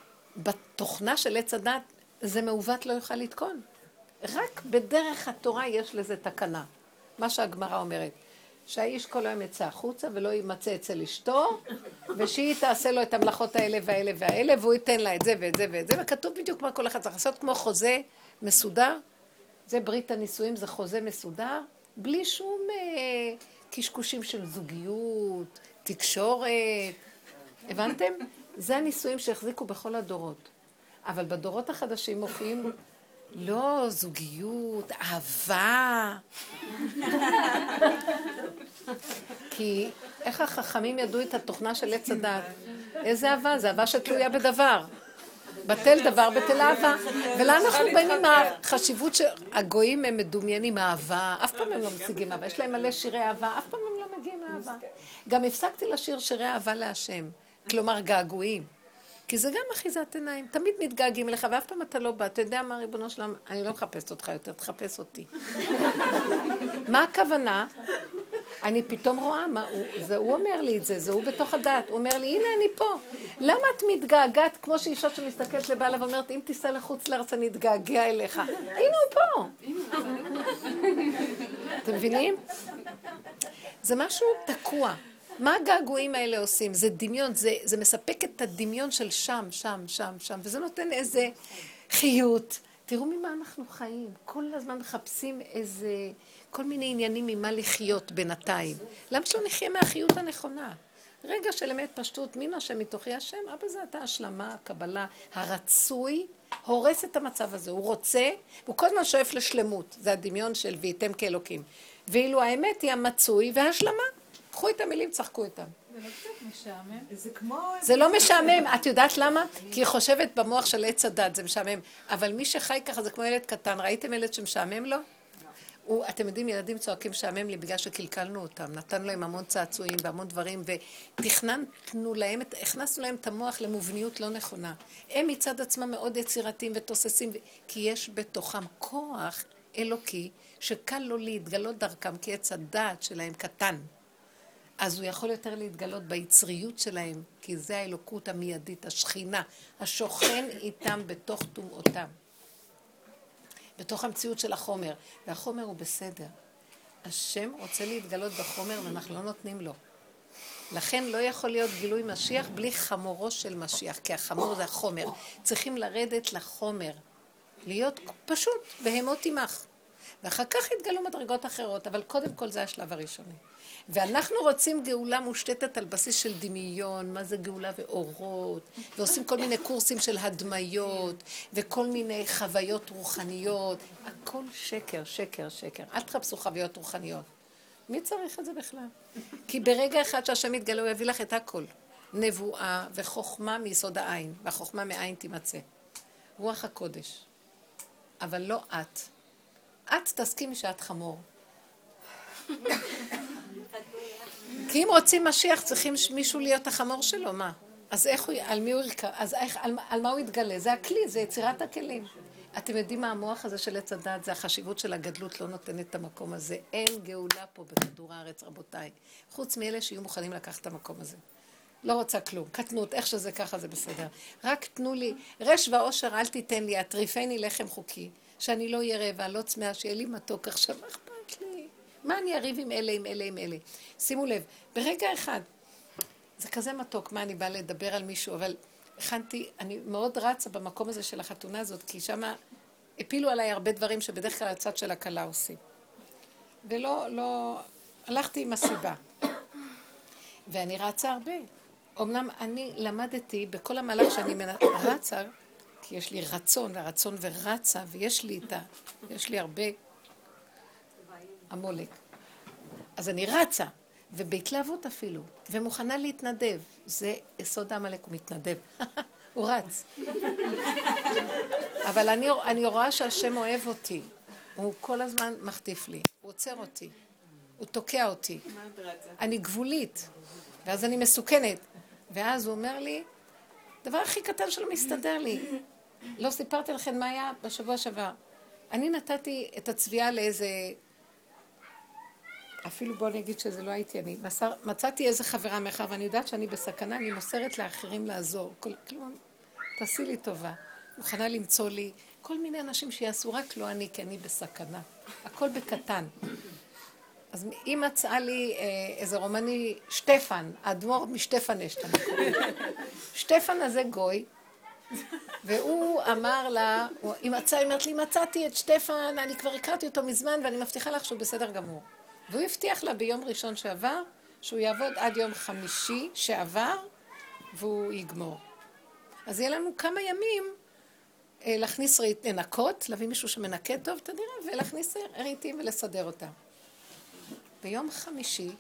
בתוכנה של עץ הדת, זה מעוות לא יוכל לתקון. רק בדרך התורה יש לזה תקנה. מה שהגמרא אומרת, שהאיש כל היום יצא החוצה ולא יימצא אצל אשתו, ושהיא תעשה לו את המלאכות האלה והאלה והאלה, והוא ייתן לה את זה ואת זה ואת זה, וכתוב בדיוק מה כל אחד צריך לעשות, כמו חוזה מסודר. זה ברית הנישואים, זה חוזה מסודר, בלי שום קשקושים של זוגיות, תקשורת. הבנתם? זה הנישואים שהחזיקו בכל הדורות. אבל בדורות החדשים מופיעים לא זוגיות, אהבה. כי איך החכמים ידעו את התוכנה של עץ הדת? איזה אהבה? זה אהבה שתלויה בדבר. בטל דבר, בטל אהבה. ולאן אנחנו באים עם החשיבות שהגויים הם מדומיינים אהבה, אף פעם הם לא משיגים אהבה. יש להם מלא שירי אהבה, אף פעם הם לא מגיעים לאהבה. גם הפסקתי לשיר שירי אהבה להשם. כלומר געגועים. כי זה גם אחיזת עיניים. תמיד מתגעגעים אליך, ואף פעם אתה לא בא. אתה יודע מה, ריבונו שלום? אני לא מחפשת אותך יותר, תחפש אותי. מה הכוונה? אני פתאום רואה, הוא אומר לי את זה, זה הוא בתוך הדעת. הוא אומר לי, הנה אני פה. למה את מתגעגעת, כמו שאישה שמסתכלת לבעלה ואומרת, אם תיסע לחוץ לארץ, אני אתגעגע אליך. הנה הוא פה. אתם מבינים? זה משהו תקוע. מה הגעגועים האלה עושים? זה דמיון, זה מספק את הדמיון של שם, וזה נותן איזה חיות. תראו ממה אנחנו חיים. כל הזמן מחפשים כל מיני עניינים ממה לחיות בינתיים. למה שלא נחיה מהחיות הנכונה? רגע של אמת פשטות, מן השם מתוכי השם, אבא זה אתה השלמה, הקבלה, הרצוי, הורס את המצב הזה. הוא רוצה, הוא כל הזמן שואף לשלמות. זה הדמיון של והייתם כאלוקים. ואילו האמת היא המצוי והשלמה. קחו את המילים, צחקו איתם. זה לא קצת משעמם. זה לא משעמם. את יודעת למה? כי היא חושבת במוח של עץ הדת, זה משעמם. אבל מי שחי ככה זה כמו ילד קטן. ראיתם ילד שמשעמם לו? אתם יודעים, ילדים צועקים משעמם לי בגלל שקלקלנו אותם. נתנו להם המון צעצועים והמון דברים, ותכננו להם, הכנסנו להם את המוח למובניות לא נכונה. הם מצד עצמם מאוד יצירתיים ותוססים, כי יש בתוכם כוח אלוקי שקל לו להתגלות דרכם, כי עץ הדת שלהם קטן. אז הוא יכול יותר להתגלות ביצריות שלהם, כי זה האלוקות המיידית, השכינה, השוכן איתם בתוך תומאותם. בתוך המציאות של החומר. והחומר הוא בסדר. השם רוצה להתגלות בחומר ואנחנו לא נותנים לו. לכן לא יכול להיות גילוי משיח בלי חמורו של משיח, כי החמור זה החומר. צריכים לרדת לחומר. להיות פשוט, בהמות עמך. ואחר כך התגלו מדרגות אחרות, אבל קודם כל זה השלב הראשוני. ואנחנו רוצים גאולה מושתתת על בסיס של דמיון, מה זה גאולה ואורות, ועושים כל מיני קורסים של הדמיות, וכל מיני חוויות רוחניות. הכל שקר, שקר, שקר. אל תחפשו חוויות רוחניות. מי צריך את זה בכלל? כי ברגע אחד שהשם יתגלה, הוא יביא לך את הכל. נבואה וחוכמה מיסוד העין, והחוכמה מעין תימצא. רוח הקודש. אבל לא את. את תסכימי שאת חמור. כי אם רוצים משיח, צריכים מישהו להיות החמור שלו, מה? אז איך הוא, על מי הוא ירקע? אז על מה הוא יתגלה? זה הכלי, זה יצירת הכלים. אתם יודעים מה המוח הזה של עץ הדת? זה החשיבות של הגדלות, לא נותנת את המקום הזה. אין גאולה פה בכדור הארץ, רבותיי. חוץ מאלה שיהיו מוכנים לקחת את המקום הזה. לא רוצה כלום, קטנות, איך שזה ככה זה בסדר. רק תנו לי, רש ואושר אל תיתן לי, אטריפני לחם חוקי, שאני לא אהיה רעבה, לא צמאה, שיהיה לי מתוק, עכשיו מה אכפת לי? מה אני אריב עם אלה, עם אלה, עם אלה? שימו לב, ברגע אחד, זה כזה מתוק, מה אני באה לדבר על מישהו, אבל הכנתי, אני מאוד רצה במקום הזה של החתונה הזאת, כי שמה הפילו עליי הרבה דברים שבדרך כלל הצד של הכלה עושים. ולא, הלכתי עם הסיבה. ואני רצה הרבה. אמנם אני למדתי בכל המהלך שאני רצה, כי יש לי רצון, והרצון ורצה, ויש לי יש לי הרבה המולק. אז אני רצה, ובהתלהבות אפילו, ומוכנה להתנדב. זה יסוד העמלק, הוא מתנדב. הוא רץ. אבל אני רואה שהשם אוהב אותי. הוא כל הזמן מחטיף לי. הוא עוצר אותי. הוא תוקע אותי. אני גבולית. ואז אני מסוכנת. ואז הוא אומר לי, דבר הכי קטן שלא מסתדר לי. לא סיפרתי לכם מה היה בשבוע שעבר. אני נתתי את הצביעה לאיזה... אפילו בוא נגיד שזה לא הייתי אני. מצאתי איזה חברה מאחר, ואני יודעת שאני בסכנה, אני מוסרת לאחרים לעזור. כלום, תעשי לי טובה. מוכנה למצוא לי כל מיני אנשים שיעשו, רק לא אני, כי אני בסכנה. הכל בקטן. אז היא מצאה לי איזה רומני, שטפן, האדמו"ר משטפן יש את המקום. שטפן הזה גוי, והוא אמר לה, היא אומרת לי, מצאתי את שטפן, אני כבר הכרתי אותו מזמן, ואני מבטיחה לך שהוא בסדר גמור. והוא הבטיח לה ביום ראשון שעבר, שהוא יעבוד עד יום חמישי שעבר, והוא יגמור. אז יהיה לנו כמה ימים להכניס לנקות, להביא מישהו שמנקה טוב את הדירה, ולהכניס רהיטים ולסדר אותה. ביום חמישי,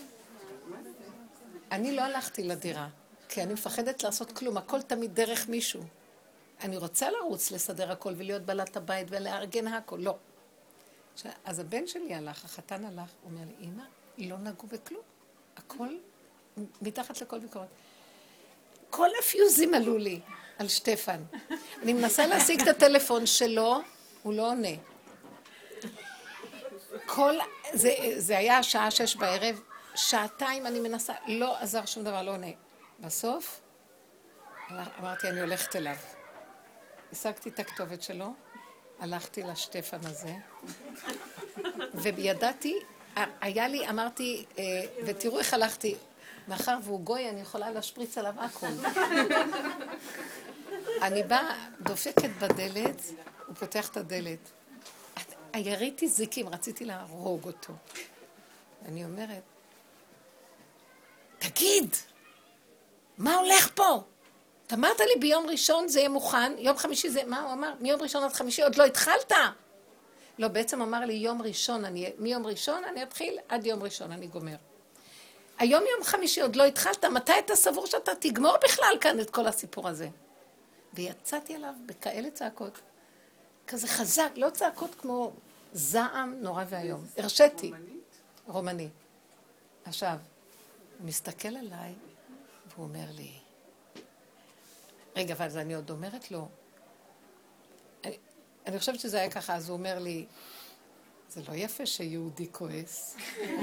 אני לא הלכתי לדירה, כי אני מפחדת לעשות כלום, הכל תמיד דרך מישהו. אני רוצה לרוץ לסדר הכל ולהיות בעלת הבית ולארגן הכל, לא. אז הבן שלי הלך, החתן הלך, הוא אומר לי, אמא, לא נגעו בכלום, הכל מתחת לכל ביקורת. כל הפיוזים עלו לי על שטפן. אני מנסה להשיג את הטלפון שלו, הוא לא עונה. זה היה השעה 6 בערב, שעתיים אני מנסה, לא עזר שום דבר, לא עונה. בסוף, אמרתי, אני הולכת אליו. השגתי את הכתובת שלו, הלכתי לשטפן הזה, וידעתי, היה לי, אמרתי, ותראו איך הלכתי, מאחר והוא גוי, אני יכולה להשפריץ עליו הכל. אני באה, דופקת בדלת, הוא פותח את הדלת. יריתי זיקים, רציתי להרוג אותו. אני אומרת, תגיד, מה הולך פה? אתה אמרת לי ביום ראשון זה יהיה מוכן, יום חמישי זה, מה הוא אמר? מיום ראשון עד חמישי עוד לא התחלת? לא, בעצם אמר לי יום ראשון, מיום ראשון אני אתחיל, עד יום ראשון אני גומר. היום יום חמישי עוד לא התחלת, מתי אתה סבור שאתה תגמור בכלל כאן את כל הסיפור הזה? ויצאתי עליו בכאלה צעקות. כזה חזק, לא צעקות כמו זעם נורא והיום. הרשיתי. רומני. עכשיו, הוא מסתכל עליי, והוא אומר לי, רגע, אבל אני עוד אומרת לו, אני חושבת שזה היה ככה, אז הוא אומר לי, זה לא יפה שיהודי כועס.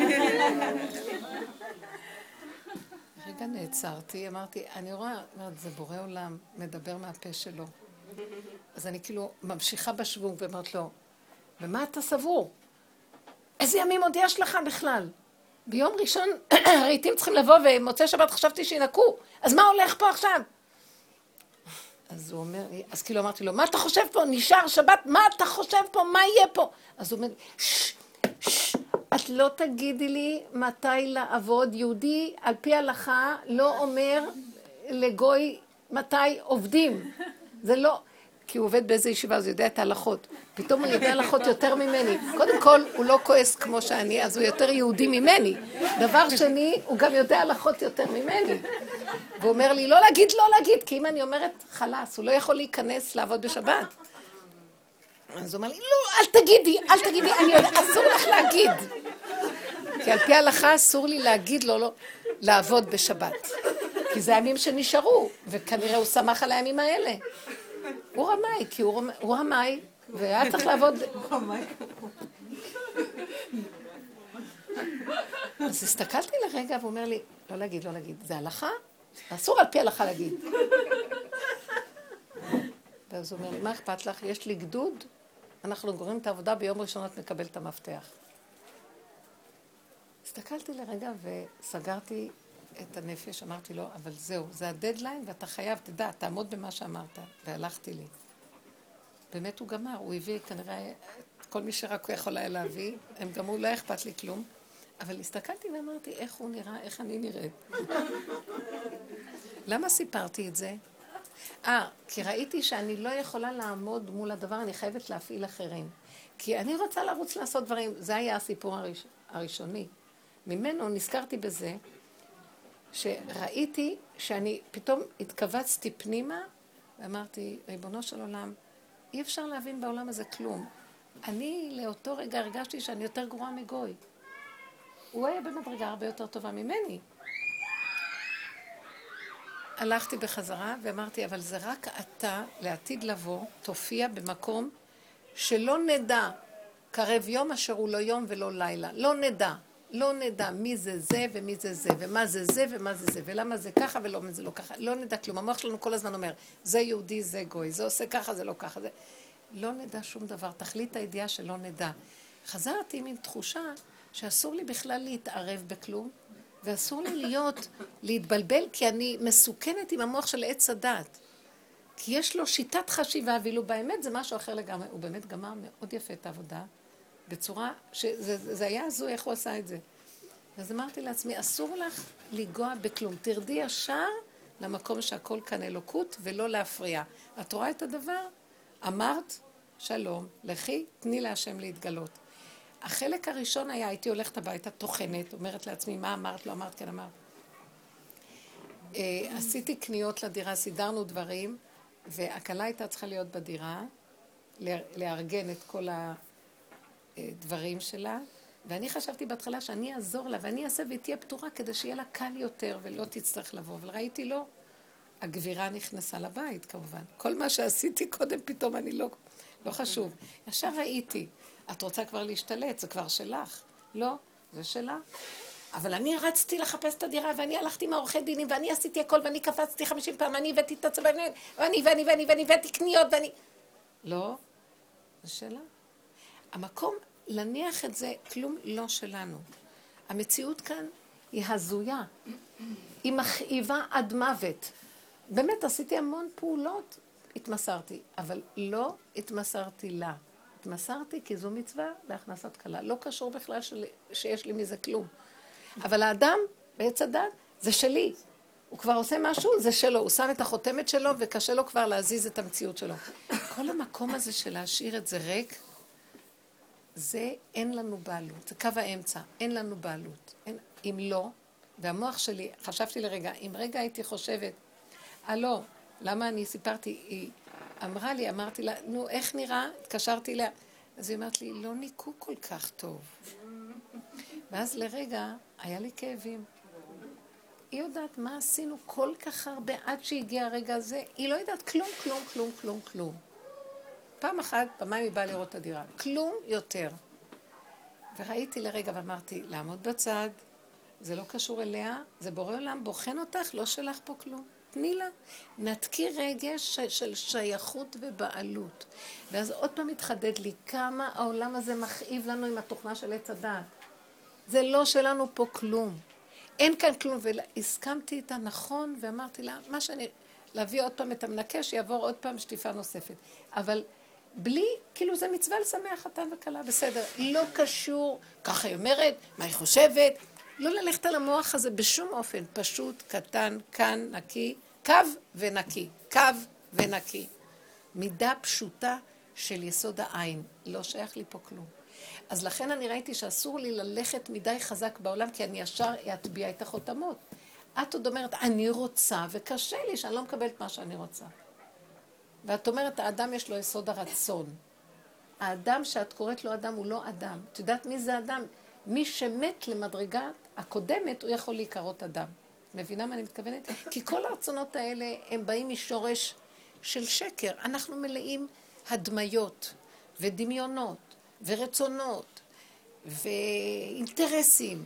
רגע נעצרתי, אמרתי, אני רואה, זה בורא עולם, מדבר מהפה שלו. אז אני כאילו ממשיכה בשוונג ואומרת לו, ומה אתה סבור? איזה ימים עוד יש לך בכלל? ביום ראשון הרהיטים צריכים לבוא ומוצאי שבת חשבתי שינקו, אז מה הולך פה עכשיו? אז הוא אומר לי, אז כאילו אמרתי לו, מה אתה חושב פה? נשאר שבת, מה אתה חושב פה? מה יהיה פה? אז הוא אומר לי, את לא תגידי לי מתי לעבוד. יהודי על פי הלכה לא אומר לגוי מתי עובדים. זה לא, כי הוא עובד באיזו ישיבה, אז הוא יודע את ההלכות. פתאום הוא יודע הלכות יותר ממני. קודם כל, הוא לא כועס כמו שאני, אז הוא יותר יהודי ממני. דבר שני, הוא גם יודע הלכות יותר ממני. והוא אומר לי, לא להגיד, לא להגיד, כי אם אני אומרת חלס, הוא לא יכול להיכנס לעבוד בשבת. אז הוא אומר לי, לא, אל תגידי, אני יודע, אסור לך להגיד. כי על פי ההלכה אסור לי להגיד לו, לא, לעבוד בשבת. כי זה הימים שנשארו, וכנראה הוא שמח על הימים האלה. הוא רמאי, כי הוא רמאי, והיה צריך לעבוד... אז הסתכלתי לרגע והוא אומר לי, לא להגיד, זה הלכה? אסור על פי הלכה להגיד. ואז הוא אומר לי, מה אכפת לך? יש לי גדוד, אנחנו גורמים את העבודה, ביום ראשון את מקבל את המפתח. הסתכלתי לרגע וסגרתי את הנפש, אמרתי לו, אבל זהו, זה הדדליין ואתה חייב, תדע, תעמוד במה שאמרת. והלכתי לי. באמת הוא גמר, הוא הביא כנראה כל מי שרק הוא יכול היה להביא, הם גמרו, לא אכפת לי כלום. אבל הסתכלתי ואמרתי, איך הוא נראה, איך אני נראית. למה סיפרתי את זה? כי ראיתי שאני לא יכולה לעמוד מול הדבר, אני חייבת להפעיל אחרים. כי אני רוצה לרוץ לעשות דברים, זה היה הסיפור הראשוני. ממנו נזכרתי בזה, שראיתי שאני פתאום התכווצתי פנימה, ואמרתי, ריבונו של עולם, אי אפשר להבין בעולם הזה כלום. אני לאותו רגע הרגשתי שאני יותר גרועה מגוי. הוא היה במדרגה הרבה יותר טובה ממני. הלכתי בחזרה ואמרתי, אבל זה רק אתה לעתיד לבוא, תופיע במקום שלא נדע, קרב יום אשר הוא לא יום ולא לילה. לא נדע מי זה זה ומי זה זה, ומה זה זה ומה זה זה, ולמה זה ככה ולא זה לא ככה. לא נדע כלום. המוח שלנו כל הזמן אומר, זה יהודי, זה גוי, זה עושה ככה, זה לא ככה. זה... לא נדע שום דבר. תכלית הידיעה שלא נדע. חזרתי עם תחושה שאסור לי בכלל להתערב בכלום, ואסור לי להתבלבל, כי אני מסוכנת עם המוח של עץ הדת. כי יש לו שיטת חשיבה, ואילו באמת זה משהו אחר לגמרי. הוא באמת גמר מאוד יפה את העבודה, בצורה שזה היה הזוי איך הוא עשה את זה. אז אמרתי לעצמי, אסור לך לגוע בכלום. תרדי ישר למקום שהכל כאן אלוקות, ולא להפריע. את רואה את הדבר? אמרת, שלום, לכי, תני להשם להתגלות. החלק הראשון היה, הייתי הולכת הביתה, תוכנת, אומרת לעצמי, מה אמרת, לא אמרת, כן אמרת. עשיתי קניות לדירה, סידרנו דברים, והקלה הייתה צריכה להיות בדירה, לארגן את כל הדברים שלה, ואני חשבתי בהתחלה שאני אעזור לה, ואני אעשה והיא תהיה פתורה, כדי שיהיה לה קל יותר, ולא תצטרך לבוא. אבל ראיתי לא, הגבירה נכנסה לבית, כמובן. כל מה שעשיתי קודם, פתאום אני לא חשוב. ישר ראיתי, את רוצה כבר להשתלט, זה כבר שלך. לא, זה שלה. אבל אני רצתי לחפש את הדירה, ואני הלכתי עם העורכי דינים, ואני עשיתי הכל, ואני קפצתי 50 פעם, אני הבאתי את הצבא, ואני הבאתי קניות, ואני... לא, זה שלה. המקום להניח את זה, כלום לא שלנו. המציאות כאן היא הזויה. היא מכאיבה עד מוות. באמת עשיתי המון פעולות, התמסרתי, אבל לא התמסרתי לה. התמסרתי כי זו מצווה להכנסת קלה. לא קשור בכלל שיש לי מזה כלום. אבל האדם, בעץ הדת, זה שלי. הוא כבר עושה משהו, זה שלו. הוא שם את החותמת שלו, וקשה לו כבר להזיז את המציאות שלו. כל המקום הזה של להשאיר את זה ריק, זה אין לנו בעלות. זה קו האמצע, אין לנו בעלות. אם לא, והמוח שלי, חשבתי לרגע, אם רגע הייתי חושבת, לא, למה אני סיפרתי, היא אמרה לי, אמרתי לה, נו, איך נראה? התקשרתי לה. אז היא אמרת לי, לא ניקו כל כך טוב. ואז לרגע היה לי כאבים. היא יודעת מה עשינו כל כך הרבה עד שהגיע הרגע הזה, היא לא יודעת כלום. פעם אחת, פעמיים היא באה לראות את הדירה. כלום יותר. וראיתי לרגע ואמרתי, לעמוד בצד, זה לא קשור אליה, זה בורא עולם, בוחן אותך, לא שלך פה כלום. תני לה. נתקי רגש של שייכות ובעלות. ואז עוד פעם התחדד לי כמה העולם הזה מכאיב לנו עם התוכנה של עץ הדעת. זה לא שלנו פה כלום. אין כאן כלום, והסכמתי איתה נכון, ואמרתי לה, מה שאני, להביא עוד פעם את המנקה, שיעבור עוד פעם שטיפה נוספת. אבל בלי, כאילו זה מצווה לשמח חתן וכלה, בסדר. לא קשור, ככה היא אומרת, מה היא חושבת, לא ללכת על המוח הזה בשום אופן, פשוט, קטן, כאן, נקי, קו ונקי, קו ונקי. מידה פשוטה של יסוד העין, לא שייך לי פה כלום. אז לכן אני ראיתי שאסור לי ללכת מדי חזק בעולם, כי אני ישר אטביע את החותמות. את עוד אומרת, אני רוצה, וקשה לי שאני לא מקבלת מה שאני רוצה. ואת אומרת, האדם יש לו יסוד הרצון. האדם שאת קוראת לו אדם הוא לא אדם. את יודעת מי זה אדם? מי שמת למדרגה הקודמת, הוא יכול להיקרות אדם. מבינה מה אני מתכוונת? כי כל הרצונות האלה הם באים משורש של שקר. אנחנו מלאים הדמיות ודמיונות ורצונות ואינטרסים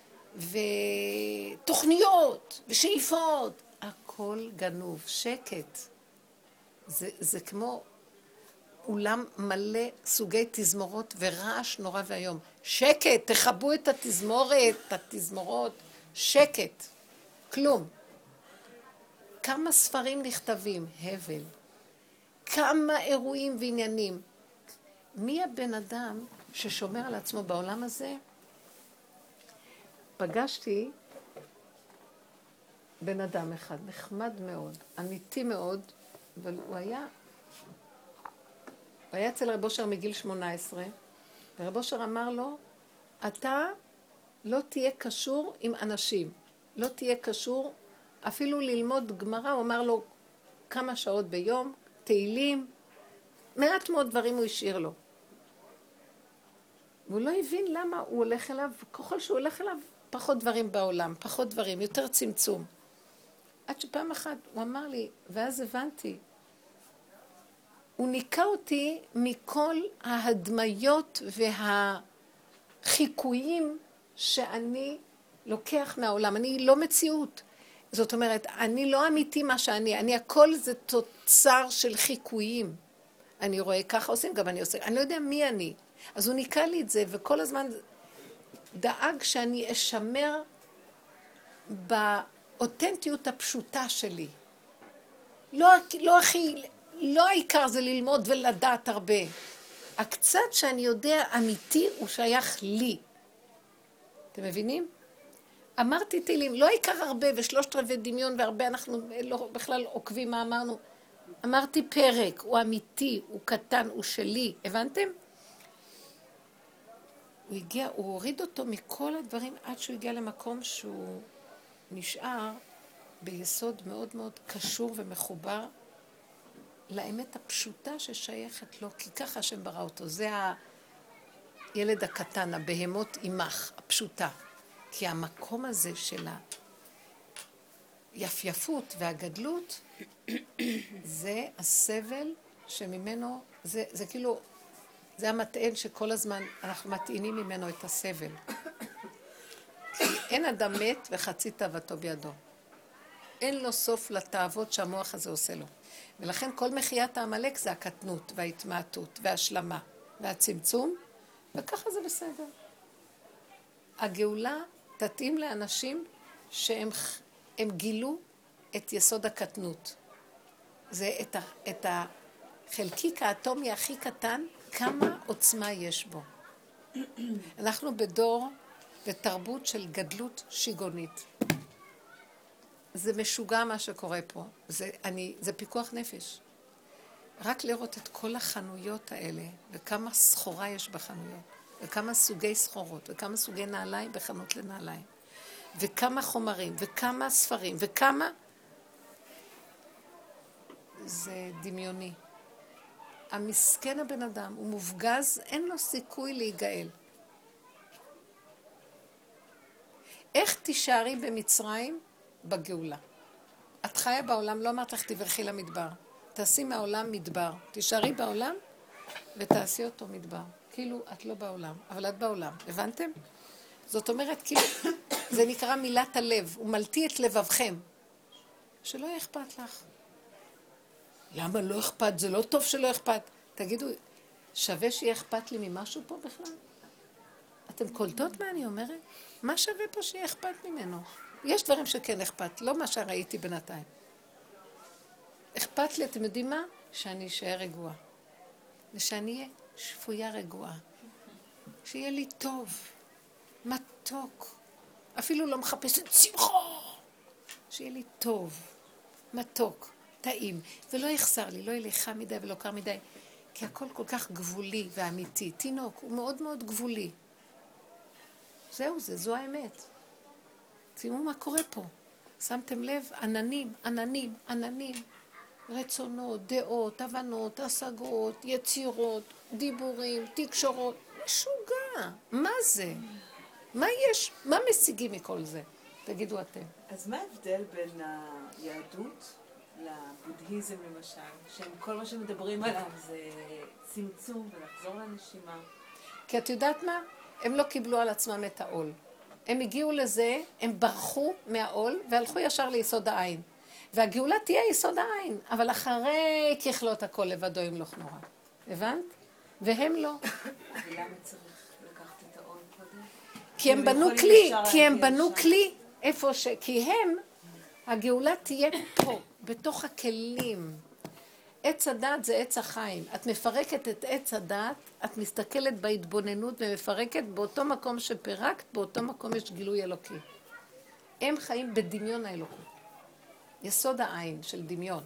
ותוכניות ושאיפות. הכל גנוב, שקט. זה כמו אולם מלא סוגי תזמורות ורעש נורא והיום. שקט, תחבו את התזמורת, את התזמורות, שקט, כלום. כמה ספרים נכתבים, הבל. כמה אירועים ועניינים. מי הבן אדם ששומר על עצמו בעולם הזה? פגשתי בן אדם אחד, נחמד מאוד, אמיתי מאוד, אבל הוא היה אצל רב אושר מגיל 18, ורב אושר אמר לו, אתה לא תהיה קשור עם אנשים, לא תהיה קשור אפילו ללמוד גמרא, הוא אמר לו כמה שעות ביום, תהילים, מעט מאוד דברים הוא השאיר לו. והוא לא הבין למה הוא הולך אליו, ככל שהוא הולך אליו, פחות דברים בעולם, פחות דברים, יותר צמצום. עד שפעם אחת הוא אמר לי, ואז הבנתי, הוא ניקה אותי מכל ההדמיות והחיקויים שאני לוקח מהעולם. אני לא מציאות. זאת אומרת, אני לא אמיתי מה שאני, הכל זה תוצר של חיקויים. אני רואה ככה עושים, גם אני עושה, אני לא יודע מי אני. אז הוא ניקה לי את זה, וכל הזמן דאג שאני אשמר באותנטיות הפשוטה שלי. לא העיקר זה ללמוד ולדעת הרבה. הקצת שאני יודע אמיתי הוא שייך לי. אתם מבינים? אמרתי תהילים, לא העיקר הרבה ושלושת רבעי דמיון והרבה אנחנו לא בכלל עוקבים מה אמרנו. אמרתי פרק, הוא אמיתי, הוא קטן, הוא שלי. הבנתם? הוא הוריד אותו מכל הדברים עד שהוא הגיע למקום שהוא נשאר ביסוד מאוד מאוד קשור ומחובר לאמת הפשוטה ששייכת לו, כי ככה השם ברא אותו. זה הילד הקטן, הבהמות עמך, הפשוטה. כי המקום הזה של היפייפות והגדלות, זה הסבל שממנו, זה כאילו, זה המטען שכל הזמן אנחנו מטעינים ממנו את הסבל. כי אין אדם מת וחצי תאוותו בידו. אין לו סוף לתאוות שהמוח הזה עושה לו. ולכן כל מחיית העמלק זה הקטנות וההתמעטות וההשלמה והצמצום, וככה זה בסדר. הגאולה תתאים לאנשים שהם גילו את יסוד הקטנות. זה את החלקיק האטומי הכי קטן, כמה עוצמה יש בו. אנחנו בדור ותרבות של גדלות שיגונית. זה משוגע מה שקורה פה. זה פיקוח נפש. רק לראות את כל החנויות האלה, וכמה סחורה יש בחנויות, וכמה סוגי סחורות, וכמה סוגי נעליים בחנות לנעליים, וכמה חומרים, וכמה ספרים, וכמה... זה דמיוני. המסכן הבן אדם, הוא מופגז, אין לו סיכוי להיגאל. איך תישארי במצרים? בגאולה. את חיה בעולם, לא אמרת לך תברכי למדבר. תעשי מהעולם מדבר. תישארי בעולם ותעשי אותו מדבר. כאילו את לא בעולם, אבל את בעולם. הבנתם? זאת אומרת, כאילו, זה נקרא מילת הלב. הוא מלטי את לבבכם. שלא יהיה אכפת לך. למה לא אכפת? זה לא טוב שלא אכפת. תגידו, שווה שיהיה אכפת לי ממשהו פה בכלל? אתם קולטות מה אני אומרת? מה שווה פה שיהיה אכפת ממנו? יש דברים שכן אכפת, לא מה שראיתי בינתיים. אכפת לי, אתם יודעים מה? שאני אשאר רגועה. ושאני אהיה שפויה רגועה. שיהיה לי טוב, מתוק. אפילו לא מחפשת שמחו. שיהיה לי טוב, מתוק, טעים. ולא יחסר לי, לא יהיה חם מדי ולא קר מדי. כי הכל כל כך גבולי ואמיתי. תינוק הוא מאוד מאוד גבולי. זהו זה, זו האמת. תראו מה קורה פה. שמתם לב? עננים, עננים, עננים. רצונות, דעות, הבנות, השגות, יצירות, דיבורים, תקשורות. משוגע. מה זה? מה יש? מה משיגים מכל זה? תגידו אתם. אז מה ההבדל בין היהדות לבודהיזם למשל, שהם כל מה שמדברים עליו זה צמצום ולחזור לנשימה? כי את יודעת מה? הם לא קיבלו על עצמם את העול. הם הגיעו לזה, הם ברחו מהעול והלכו ישר ליסוד העין. והגאולה תהיה יסוד העין, אבל אחרי ככלות הכל לבדו ימלוך נורא. הבנת? והם לא. ולמה צריך לקחת את העול קודם? כי הם בנו כלי, כי הם בנו כלי. איפה ש... כי הם, הגאולה תהיה פה, בתוך הכלים. עץ הדת זה עץ החיים. את מפרקת את עץ הדת, את מסתכלת בהתבוננות ומפרקת באותו מקום שפרקת, באותו מקום יש גילוי אלוקי. הם חיים בדמיון האלוקות. יסוד העין של דמיון.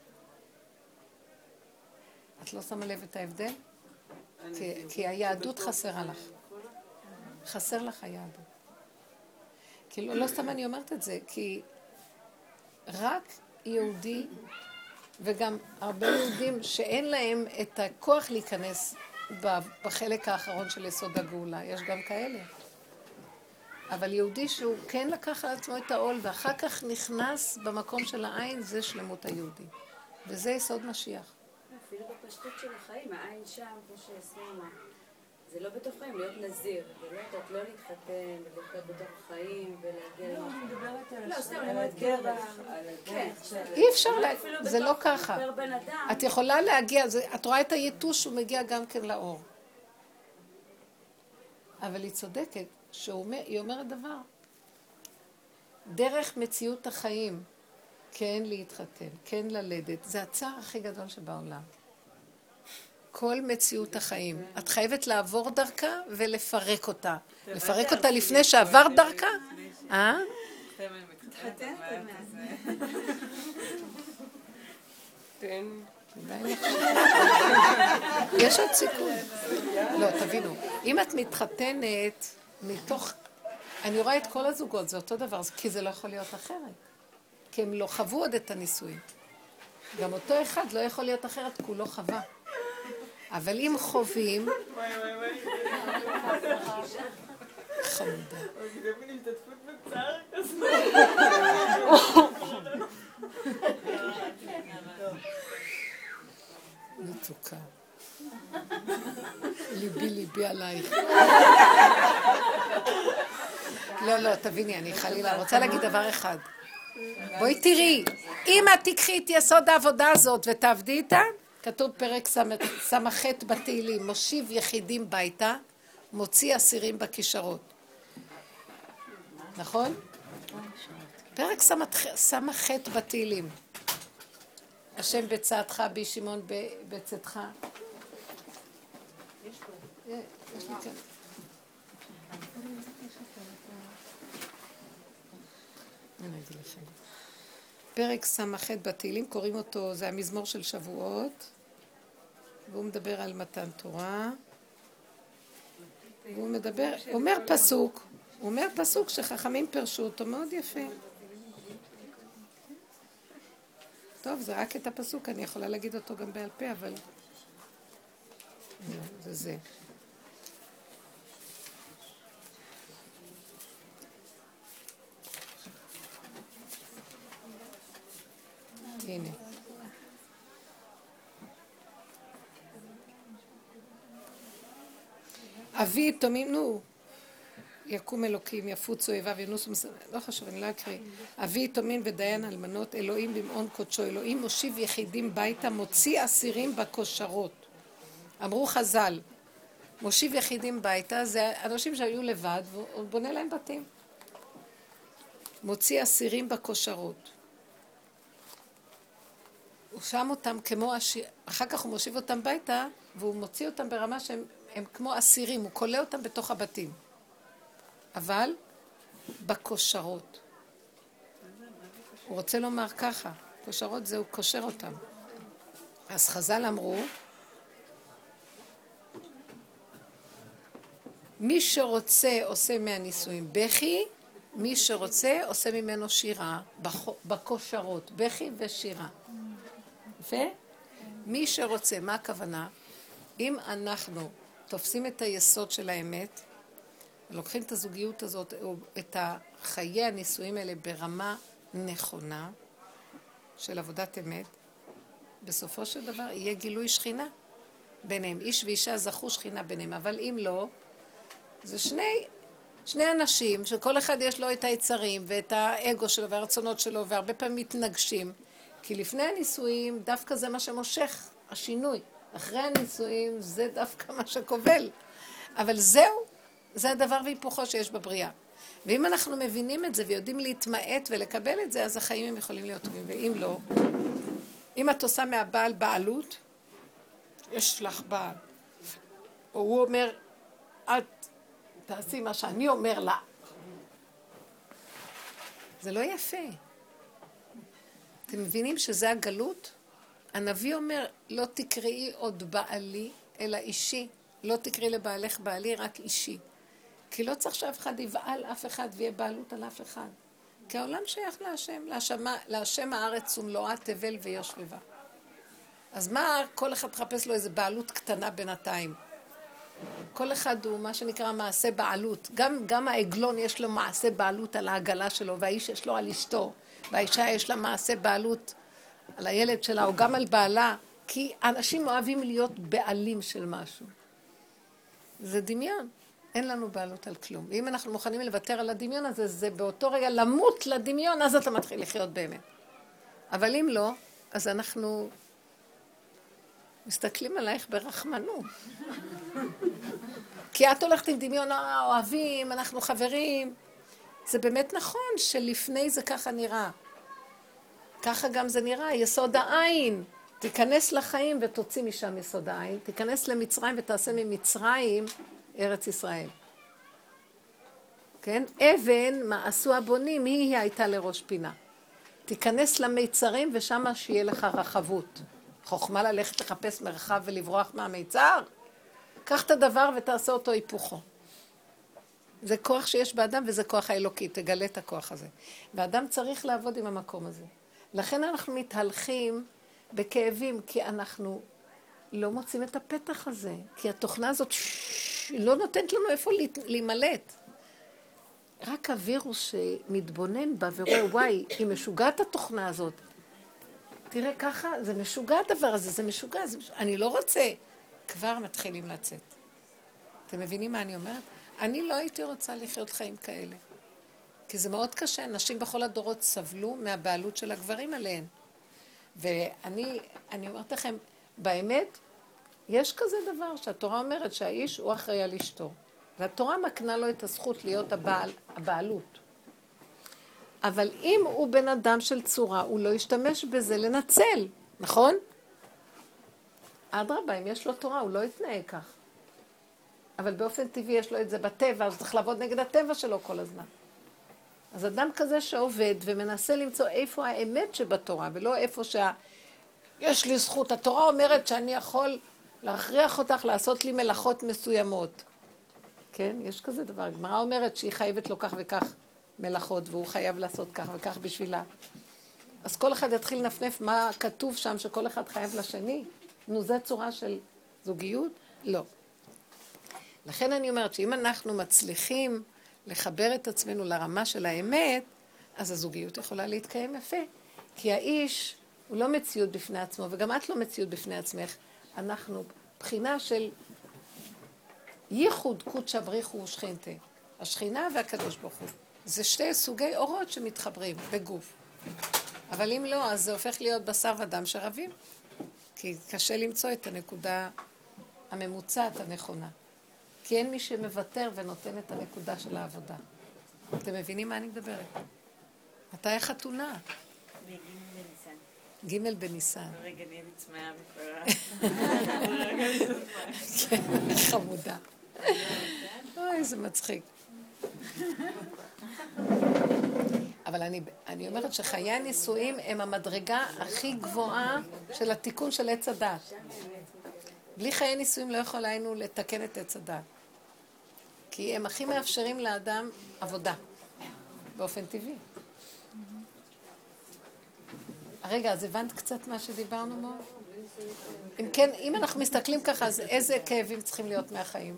את לא שמה לב את ההבדל? כי היהדות חסרה לך. חסר לך היהדות. כי לא סתם אני אומרת את זה, כי רק יהודי וגם הרבה יהודים שאין להם את הכוח להיכנס בחלק האחרון של יסוד הגאולה, יש גם כאלה. אבל יהודי שהוא כן לקח על עצמו את העול ואחר כך נכנס במקום של העין, זה שלמות היהודי. וזה יסוד משיח. אפילו בפשטות של החיים, העין שם, כמו שיסמין אמרה. זה לא בתוך חיים, להיות נזיר. לא להתחתן, ולחיות בתוך החיים, ולהגיע... לא, אני מדברת על הדרך. אי אפשר, זה לא ככה. את יכולה להגיע, את רואה את היתוש, הוא מגיע גם כן לאור. אבל היא צודקת, היא אומרת דבר. דרך מציאות החיים, כן להתחתן, כן ללדת, זה הצער הכי גדול שבעולם. כל מציאות החיים. את חייבת לעבור דרכה ולפרק אותה. לפרק אותה לפני שעבר דרכה? מתחתנת תן. יש עוד סיכוי. לא, תבינו. אם את מתחתנת מתוך... אני רואה את כל הזוגות, זה אותו דבר, כי זה לא יכול להיות אחרת. כי הם לא חוו עוד את הנישואים. גם אותו אחד לא יכול להיות אחרת, כי הוא לא חווה. אבל אם חווים... חמודה. זה מין השתתפות בצער כזה. מתוקה. ליבי עלייך. לא, תביני, אני חלילה רוצה להגיד דבר אחד. בואי תראי, אם את תקחי את יסוד העבודה הזאת ותעבדי איתה, כתוב פרק סמ"ח בתהילים, מושיב יחידים ביתה, מוציא אסירים בכישרות. נכון? פרק סמ"ח בתהילים. השם בצעתך, בי שמעון בצאתך. יש לי כאן. אני אגיד לכם. פרק סמ"ח בתהילים, קוראים אותו, זה המזמור של שבועות, והוא מדבר על מתן תורה, והוא מדבר, הוא אומר פסוק שחכמים פרשו אותו, מאוד יפה. טוב, זה רק את הפסוק, אני יכולה להגיד אותו גם בעל פה, אבל... זה זה. הנה. אבי תומים, נו, יקום אלוקים, יפוץ אויביו, ינוסו מסביב, לא חשוב, אני לא אקריא. אבי תומים ודיין אלמנות, אלוהים במעון קודשו, אלוהים מושיב יחידים ביתה, מוציא אסירים בכושרות. אמרו חז"ל, מושיב יחידים ביתה, זה אנשים שהיו לבד, והוא בונה להם בתים. מוציא אסירים בכושרות. הוא שם אותם כמו אחר כך הוא מושיב אותם ביתה, והוא מוציא אותם ברמה שהם כמו אסירים, הוא קולה אותם בתוך הבתים. אבל בכושרות. הוא רוצה לומר ככה, כושרות זה הוא קושר אותם. אז חז"ל אמרו, מי שרוצה עושה מהנישואים בכי, מי שרוצה עושה ממנו שירה, בכושרות, בכי ושירה. ומי שרוצה, מה הכוונה? אם אנחנו תופסים את היסוד של האמת, לוקחים את הזוגיות הזאת, או את חיי הנישואים האלה ברמה נכונה של עבודת אמת, בסופו של דבר יהיה גילוי שכינה ביניהם. איש ואישה זכו שכינה ביניהם, אבל אם לא, זה שני אנשים שכל אחד יש לו את היצרים ואת האגו שלו והרצונות שלו, והרבה פעמים מתנגשים. כי לפני הנישואים דווקא זה מה שמושך, השינוי. אחרי הנישואים זה דווקא מה שקובל. אבל זהו, זה הדבר והיפוכו שיש בבריאה. ואם אנחנו מבינים את זה ויודעים להתמעט ולקבל את זה, אז החיים הם יכולים להיות טובים. ואם לא, אם את עושה מהבעל בעלות, יש לך בעל. או הוא אומר, את תעשי מה שאני אומר לה. זה לא יפה. אתם מבינים שזה הגלות? הנביא אומר, לא תקראי עוד בעלי, אלא אישי. לא תקראי לבעלך בעלי, רק אישי. כי לא צריך שאף אחד יבעל אף אחד ויהיה בעלות על אף אחד. כי העולם שייך להשם הארץ ומלואה תבל ויושבבה. אז מה כל אחד מחפש לו איזה בעלות קטנה בינתיים? כל אחד הוא מה שנקרא מעשה בעלות. גם העגלון יש לו מעשה בעלות על העגלה שלו, והאיש יש לו על אשתו, והאישה יש לה מעשה בעלות על הילד שלה, או גם על בעלה, כי אנשים אוהבים להיות בעלים של משהו. זה דמיון. אין לנו בעלות על כלום. ואם אנחנו מוכנים לוותר על הדמיון הזה, זה באותו רגע למות לדמיון, אז אתה מתחיל לחיות באמת. אבל אם לא, אז אנחנו מסתכלים עלייך ברחמנות. כי את הולכת עם דמיון, אוהבים, אנחנו חברים. זה באמת נכון שלפני זה ככה נראה. ככה גם זה נראה, יסוד העין. תיכנס לחיים ותוציא משם יסוד העין. תיכנס למצרים ותעשה ממצרים ארץ ישראל. כן? אבן, מה עשו הבונים, היא הייתה לראש פינה. תיכנס למיצרים ושם שיהיה לך רחבות. חוכמה ללכת לחפש מרחב ולברוח מהמיצר. קח את הדבר ותעשה אותו היפוכו. זה כוח שיש באדם וזה כוח האלוקי, תגלה את הכוח הזה. ואדם צריך לעבוד עם המקום הזה. לכן אנחנו מתהלכים בכאבים, כי אנחנו לא מוצאים את הפתח הזה. כי התוכנה הזאת לא נותנת לנו איפה להימלט. רק הווירוס שמתבונן בה ורואה, וואי, היא משוגעת התוכנה הזאת. תראה ככה, זה משוגע הדבר הזה, זה משוגע, אני לא רוצה. כבר מתחילים לצאת. אתם מבינים מה אני אומרת? אני לא הייתי רוצה לחיות חיים כאלה. כי זה מאוד קשה, נשים בכל הדורות סבלו מהבעלות של הגברים עליהן. ואני אומרת לכם, באמת, יש כזה דבר שהתורה אומרת שהאיש הוא אחראי על אשתו. והתורה מקנה לו את הזכות להיות הבעלות. אבל אם הוא בן אדם של צורה, הוא לא ישתמש בזה לנצל, נכון? אדרבה, אם יש לו תורה, הוא לא יתנהג כך. אבל באופן טבעי יש לו את זה בטבע, אז צריך לעבוד נגד הטבע שלו כל הזמן. אז אדם כזה שעובד ומנסה למצוא איפה האמת שבתורה, ולא איפה יש לי זכות. התורה אומרת שאני יכול להכריח אותך לעשות לי מלאכות מסוימות. כן? יש כזה דבר. הגמרא אומרת שהיא חייבת לו כך וכך מלאכות, והוא חייב לעשות כך וכך בשבילה. אז כל אחד יתחיל לנפנף מה כתוב שם שכל אחד חייב לשני. נו, זה צורה של זוגיות? לא. לכן אני אומרת שאם אנחנו מצליחים לחבר את עצמנו לרמה של האמת, אז הזוגיות יכולה להתקיים יפה. כי האיש הוא לא מציאות בפני עצמו, וגם את לא מציאות בפני עצמך. אנחנו בחינה של ייחוד קודשא בריחו ושכינתה. השכינה והקדוש ברוך הוא. זה שתי סוגי אורות שמתחברים בגוף. אבל אם לא, אז זה הופך להיות בשר ודם שרבים. כי קשה למצוא את הנקודה הממוצעת הנכונה. כי אין מי שמוותר ונותן את הנקודה של העבודה. אתם מבינים מה אני מדברת? מתי החתונה? ג' בניסן. רגע, נהיה מצמאה וקרה. כן, חמודה. אוי, איזה מצחיק. אבל אני אומרת שחיי הנישואים הם המדרגה הכי גבוהה של התיקון של עץ הדת. בלי חיי נישואים לא יכול היינו לתקן את עץ הדת. כי הם הכי מאפשרים לאדם עבודה, באופן טבעי. רגע, אז הבנת קצת מה שדיברנו בו? אם כן, אם אנחנו מסתכלים ככה, אז איזה כאבים צריכים להיות מהחיים?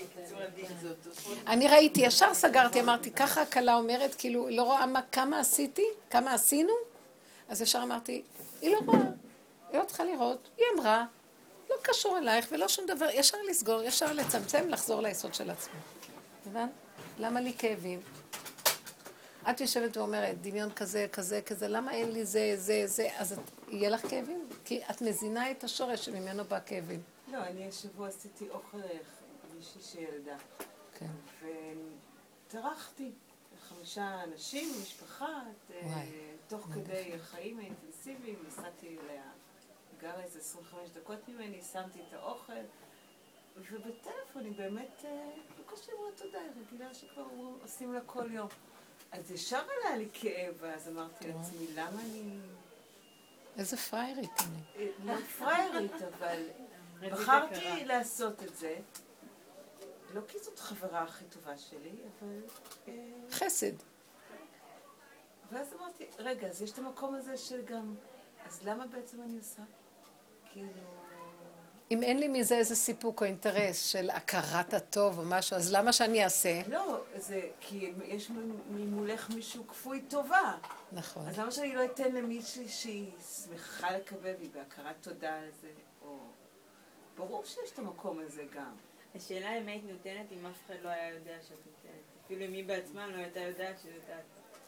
אני ראיתי, ישר סגרתי, אמרתי, ככה הקלה אומרת, כאילו, היא לא רואה כמה עשיתי, כמה עשינו, אז ישר אמרתי, היא לא רואה, היא לא צריכה לראות, היא אמרה, לא קשור אלייך ולא שום דבר, ישר לסגור, ישר לצמצם, לחזור ליסוד של עצמו. הבנת? למה לי כאבים? את יושבת ואומרת, דמיון כזה, כזה, כזה, למה אין לי זה, זה, זה, אז יהיה לך כאבים? כי את מזינה את השורש שממנו בא כאבים. לא, אני השבוע עשיתי אוכל מישהי שילדה. כן. וטרחתי 5 אנשים, משפחה, תוך כדי החיים האינטנסיביים, נסעתי אליה, גרה איזה 25 דקות ממני, שמתי את האוכל, ובטלפון היא באמת, בקושי אמרה תודה, היא רגילה שכבר עושים לה כל יום. אז ישר עלה לי כאב, ואז אמרתי לעצמי, למה אני... איזה פריירית אני. לא פריירית, אבל בחרתי לעשות את זה. לא כי זאת חברה הכי טובה שלי, אבל... חסד. ואז אמרתי, רגע, אז יש את המקום הזה של גם... אז למה בעצם אני עושה? כאילו... אם אין לי מזה איזה סיפוק או אינטרס של הכרת הטוב או משהו, אז למה שאני אעשה? לא, זה כי יש ממולך מישהו כפוי טובה. נכון. אז למה שאני לא אתן למישהי שהיא שמחה לקבל והיא בהכרת תודה על זה? או... ברור שיש את המקום הזה גם. השאלה אם היית נותנת אם אף אחד לא היה יודע שאת נותנת. אפילו אם היא בעצמה לא הייתה יודעת שזאת את.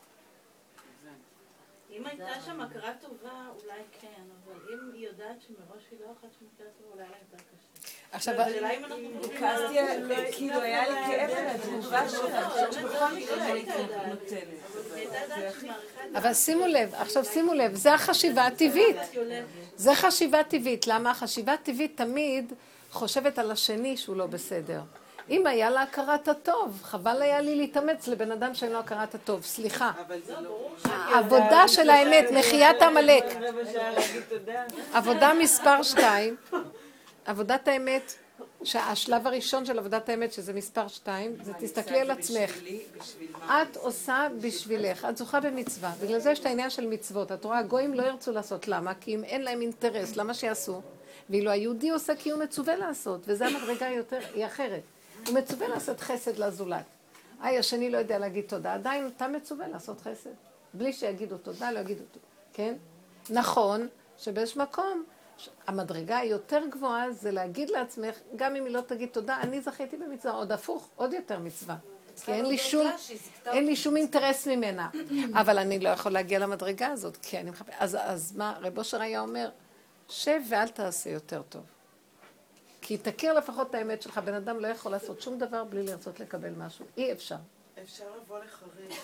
אם הייתה שם הכרה טובה, אולי כן, אבל אם היא יודעת שמראש היא לא אחת שמכירה טובה, אולי יותר קשה. עכשיו, השאלה אם אנחנו כעסתי, כאילו היה לי כאב על התגובה שלה, שבכל מקרה הייתי נותנת. אבל שימו לב, עכשיו שימו לב, זה החשיבה הטבעית. זה חשיבה טבעית. למה? החשיבה הטבעית תמיד חושבת על השני שהוא לא בסדר. אם היה לה הכרת הטוב, חבל היה לי להתאמץ לבן אדם שאין לו הכרת הטוב. סליחה. העבודה של האמת, מחיית עמלק. עבודה מספר 2, עבודת האמת, שהשלב הראשון של עבודת האמת, שזה מספר 2, זה תסתכלי על עצמך. את עושה בשבילך, את זוכה במצווה. בגלל זה יש את העניין של מצוות. את רואה, הגויים לא ירצו לעשות. למה? כי אם אין להם אינטרס, למה שיעשו? ואילו היהודי עושה כי הוא מצווה לעשות, וזה המדרגה יותר, היא אחרת. הוא מצווה לעשות חסד לזולת. השני לא יודע להגיד תודה, עדיין אתה מצווה לעשות חסד. בלי שיגידו תודה, לא יגידו תודה. כן? נכון שבאיזשהו מקום, המדרגה היותר גבוהה זה להגיד לעצמך, גם אם היא לא תגיד תודה, אני זכיתי במצווה, עוד הפוך, עוד יותר מצווה. כי אין לי שום אינטרס ממנה. אבל אני לא יכול להגיע למדרגה הזאת, כי אני מחפש. אז מה, רב אושר היה אומר, שב ואל תעשה יותר טוב. כי תכיר לפחות את האמת שלך, בן אדם לא יכול לעשות שום דבר בלי לרצות לקבל משהו. אי אפשר. אפשר לבוא לחריש.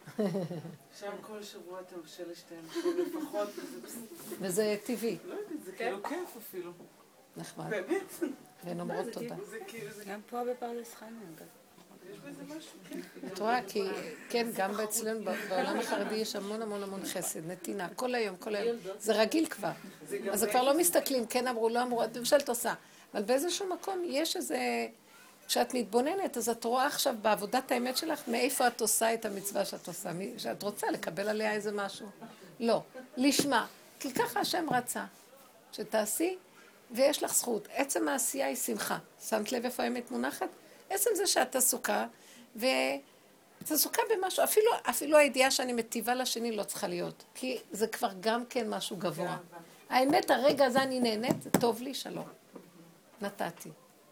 שם כל שבוע אתה מבשל לשתיהם, לפחות, וזה טבעי. לא יודעת, זה כאילו כיף אפילו. נחמד. באמת. והן אומרות תודה. גם פה בפרדס חנה, אגב. יש בזה משהו כיף. את רואה, כי כן, גם אצלנו בעולם החרדי יש המון המון המון חסד, נתינה, כל היום, כל היום. זה רגיל כבר. אז זה כבר לא מסתכלים, כן אמרו, לא אמרו, את מבשלת עושה. אבל באיזשהו מקום יש איזה... כשאת מתבוננת, אז את רואה עכשיו בעבודת האמת שלך, מאיפה את עושה את המצווה שאת עושה, שאת רוצה לקבל עליה איזה משהו. לא, לשמה. כי ככה השם רצה, שתעשי, ויש לך זכות. עצם העשייה היא שמחה. שמת לב איפה האמת מונחת? עצם זה שאת עסוקה, ואת עסוקה במשהו, אפילו הידיעה שאני מטיבה לשני לא צריכה להיות, כי זה כבר גם כן משהו גבוה. האמת, הרגע הזה אני נהנית, טוב לי, שלום. נתתי.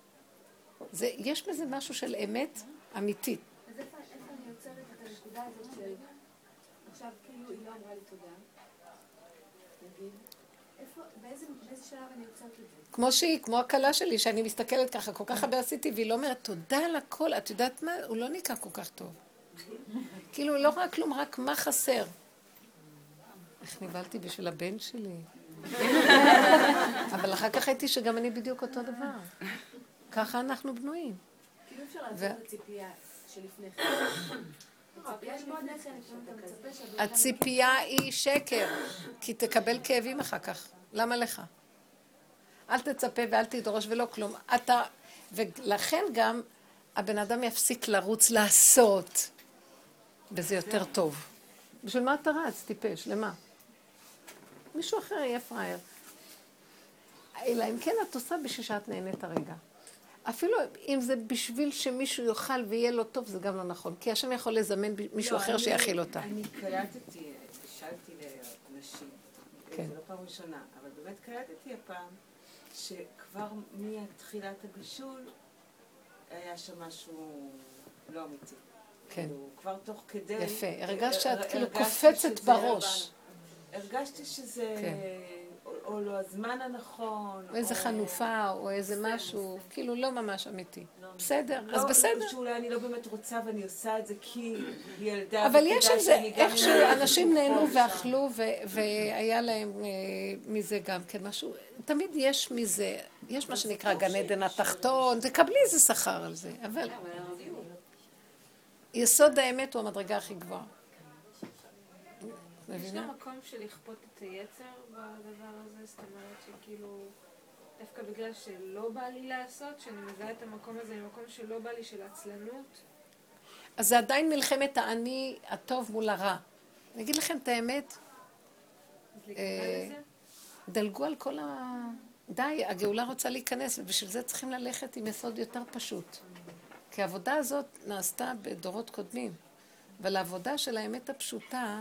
יש בזה משהו של אמת אמיתית. אז איפה אני יוצרת את הנקודה הזאת של... עכשיו, כאילו, היא לא אמרה לי תודה, נגיד, באיזה שלב אני יוצאת את זה? כמו שהיא, כמו הקלה שלי, שאני מסתכלת ככה, כל כך הרבה עשיתי, והיא לא אומרת, תודה על הכל, את יודעת מה? הוא לא ניקה כל כך טוב. כאילו, לא רק כלום, רק מה חסר. איך ניבלתי בשביל הבן שלי. אבל אחר כך הייתי שגם אני בדיוק אותו דבר. ככה אנחנו בנויים. כאילו אפשר לעשות את הציפייה שלפני כן. הציפייה היא שקר, כי תקבל כאבים אחר כך. למה לך? אל תצפה ואל תדרוש ולא כלום. ולכן גם הבן אדם יפסיק לרוץ לעשות, וזה יותר טוב. בשביל מה אתה רץ? טיפש, למה? מישהו אחר יהיה פראייר. אלא אם כן את עושה בשביל שאת נהנית הרגע. אפילו אם זה בשביל שמישהו יאכל ויהיה לו טוב, זה גם לא נכון. כי השם יכול לזמן מישהו אחר שיאכיל אותה. אני קלטתי, שאלתי לאנשים, זה לא פעם ראשונה, אבל באמת קלטתי הפעם, שכבר מתחילת הבישול היה שם משהו לא אמיתי. כן. כבר תוך כדי... יפה. הרגשת שאת כאילו קופצת בראש. הרגשתי שזה... או לא הזמן הנכון. או איזה חנופה, או איזה משהו, כאילו לא ממש אמיתי. בסדר, אז בסדר. שאולי אני לא באמת רוצה ואני עושה את זה כי ילדה... אבל יש על זה, איכשהו אנשים נהנו ואכלו והיה להם מזה גם כן משהו. תמיד יש מזה, יש מה שנקרא גן עדן התחתון, תקבלי איזה שכר על זה, אבל... יסוד האמת הוא המדרגה הכי גבוהה. יש גם מקום של לכפות את היצר בדבר הזה, זאת אומרת שכאילו, דווקא בגלל שלא בא לי לעשות, שאני מזהה את המקום הזה ממקום שלא בא לי של עצלנות. אז זה עדיין מלחמת האני הטוב מול הרע. אני אגיד לכם את האמת, דלגו על כל די, הגאולה רוצה להיכנס, ובשביל זה צריכים ללכת עם יסוד יותר פשוט. כי העבודה הזאת נעשתה בדורות קודמים, אבל העבודה של האמת הפשוטה,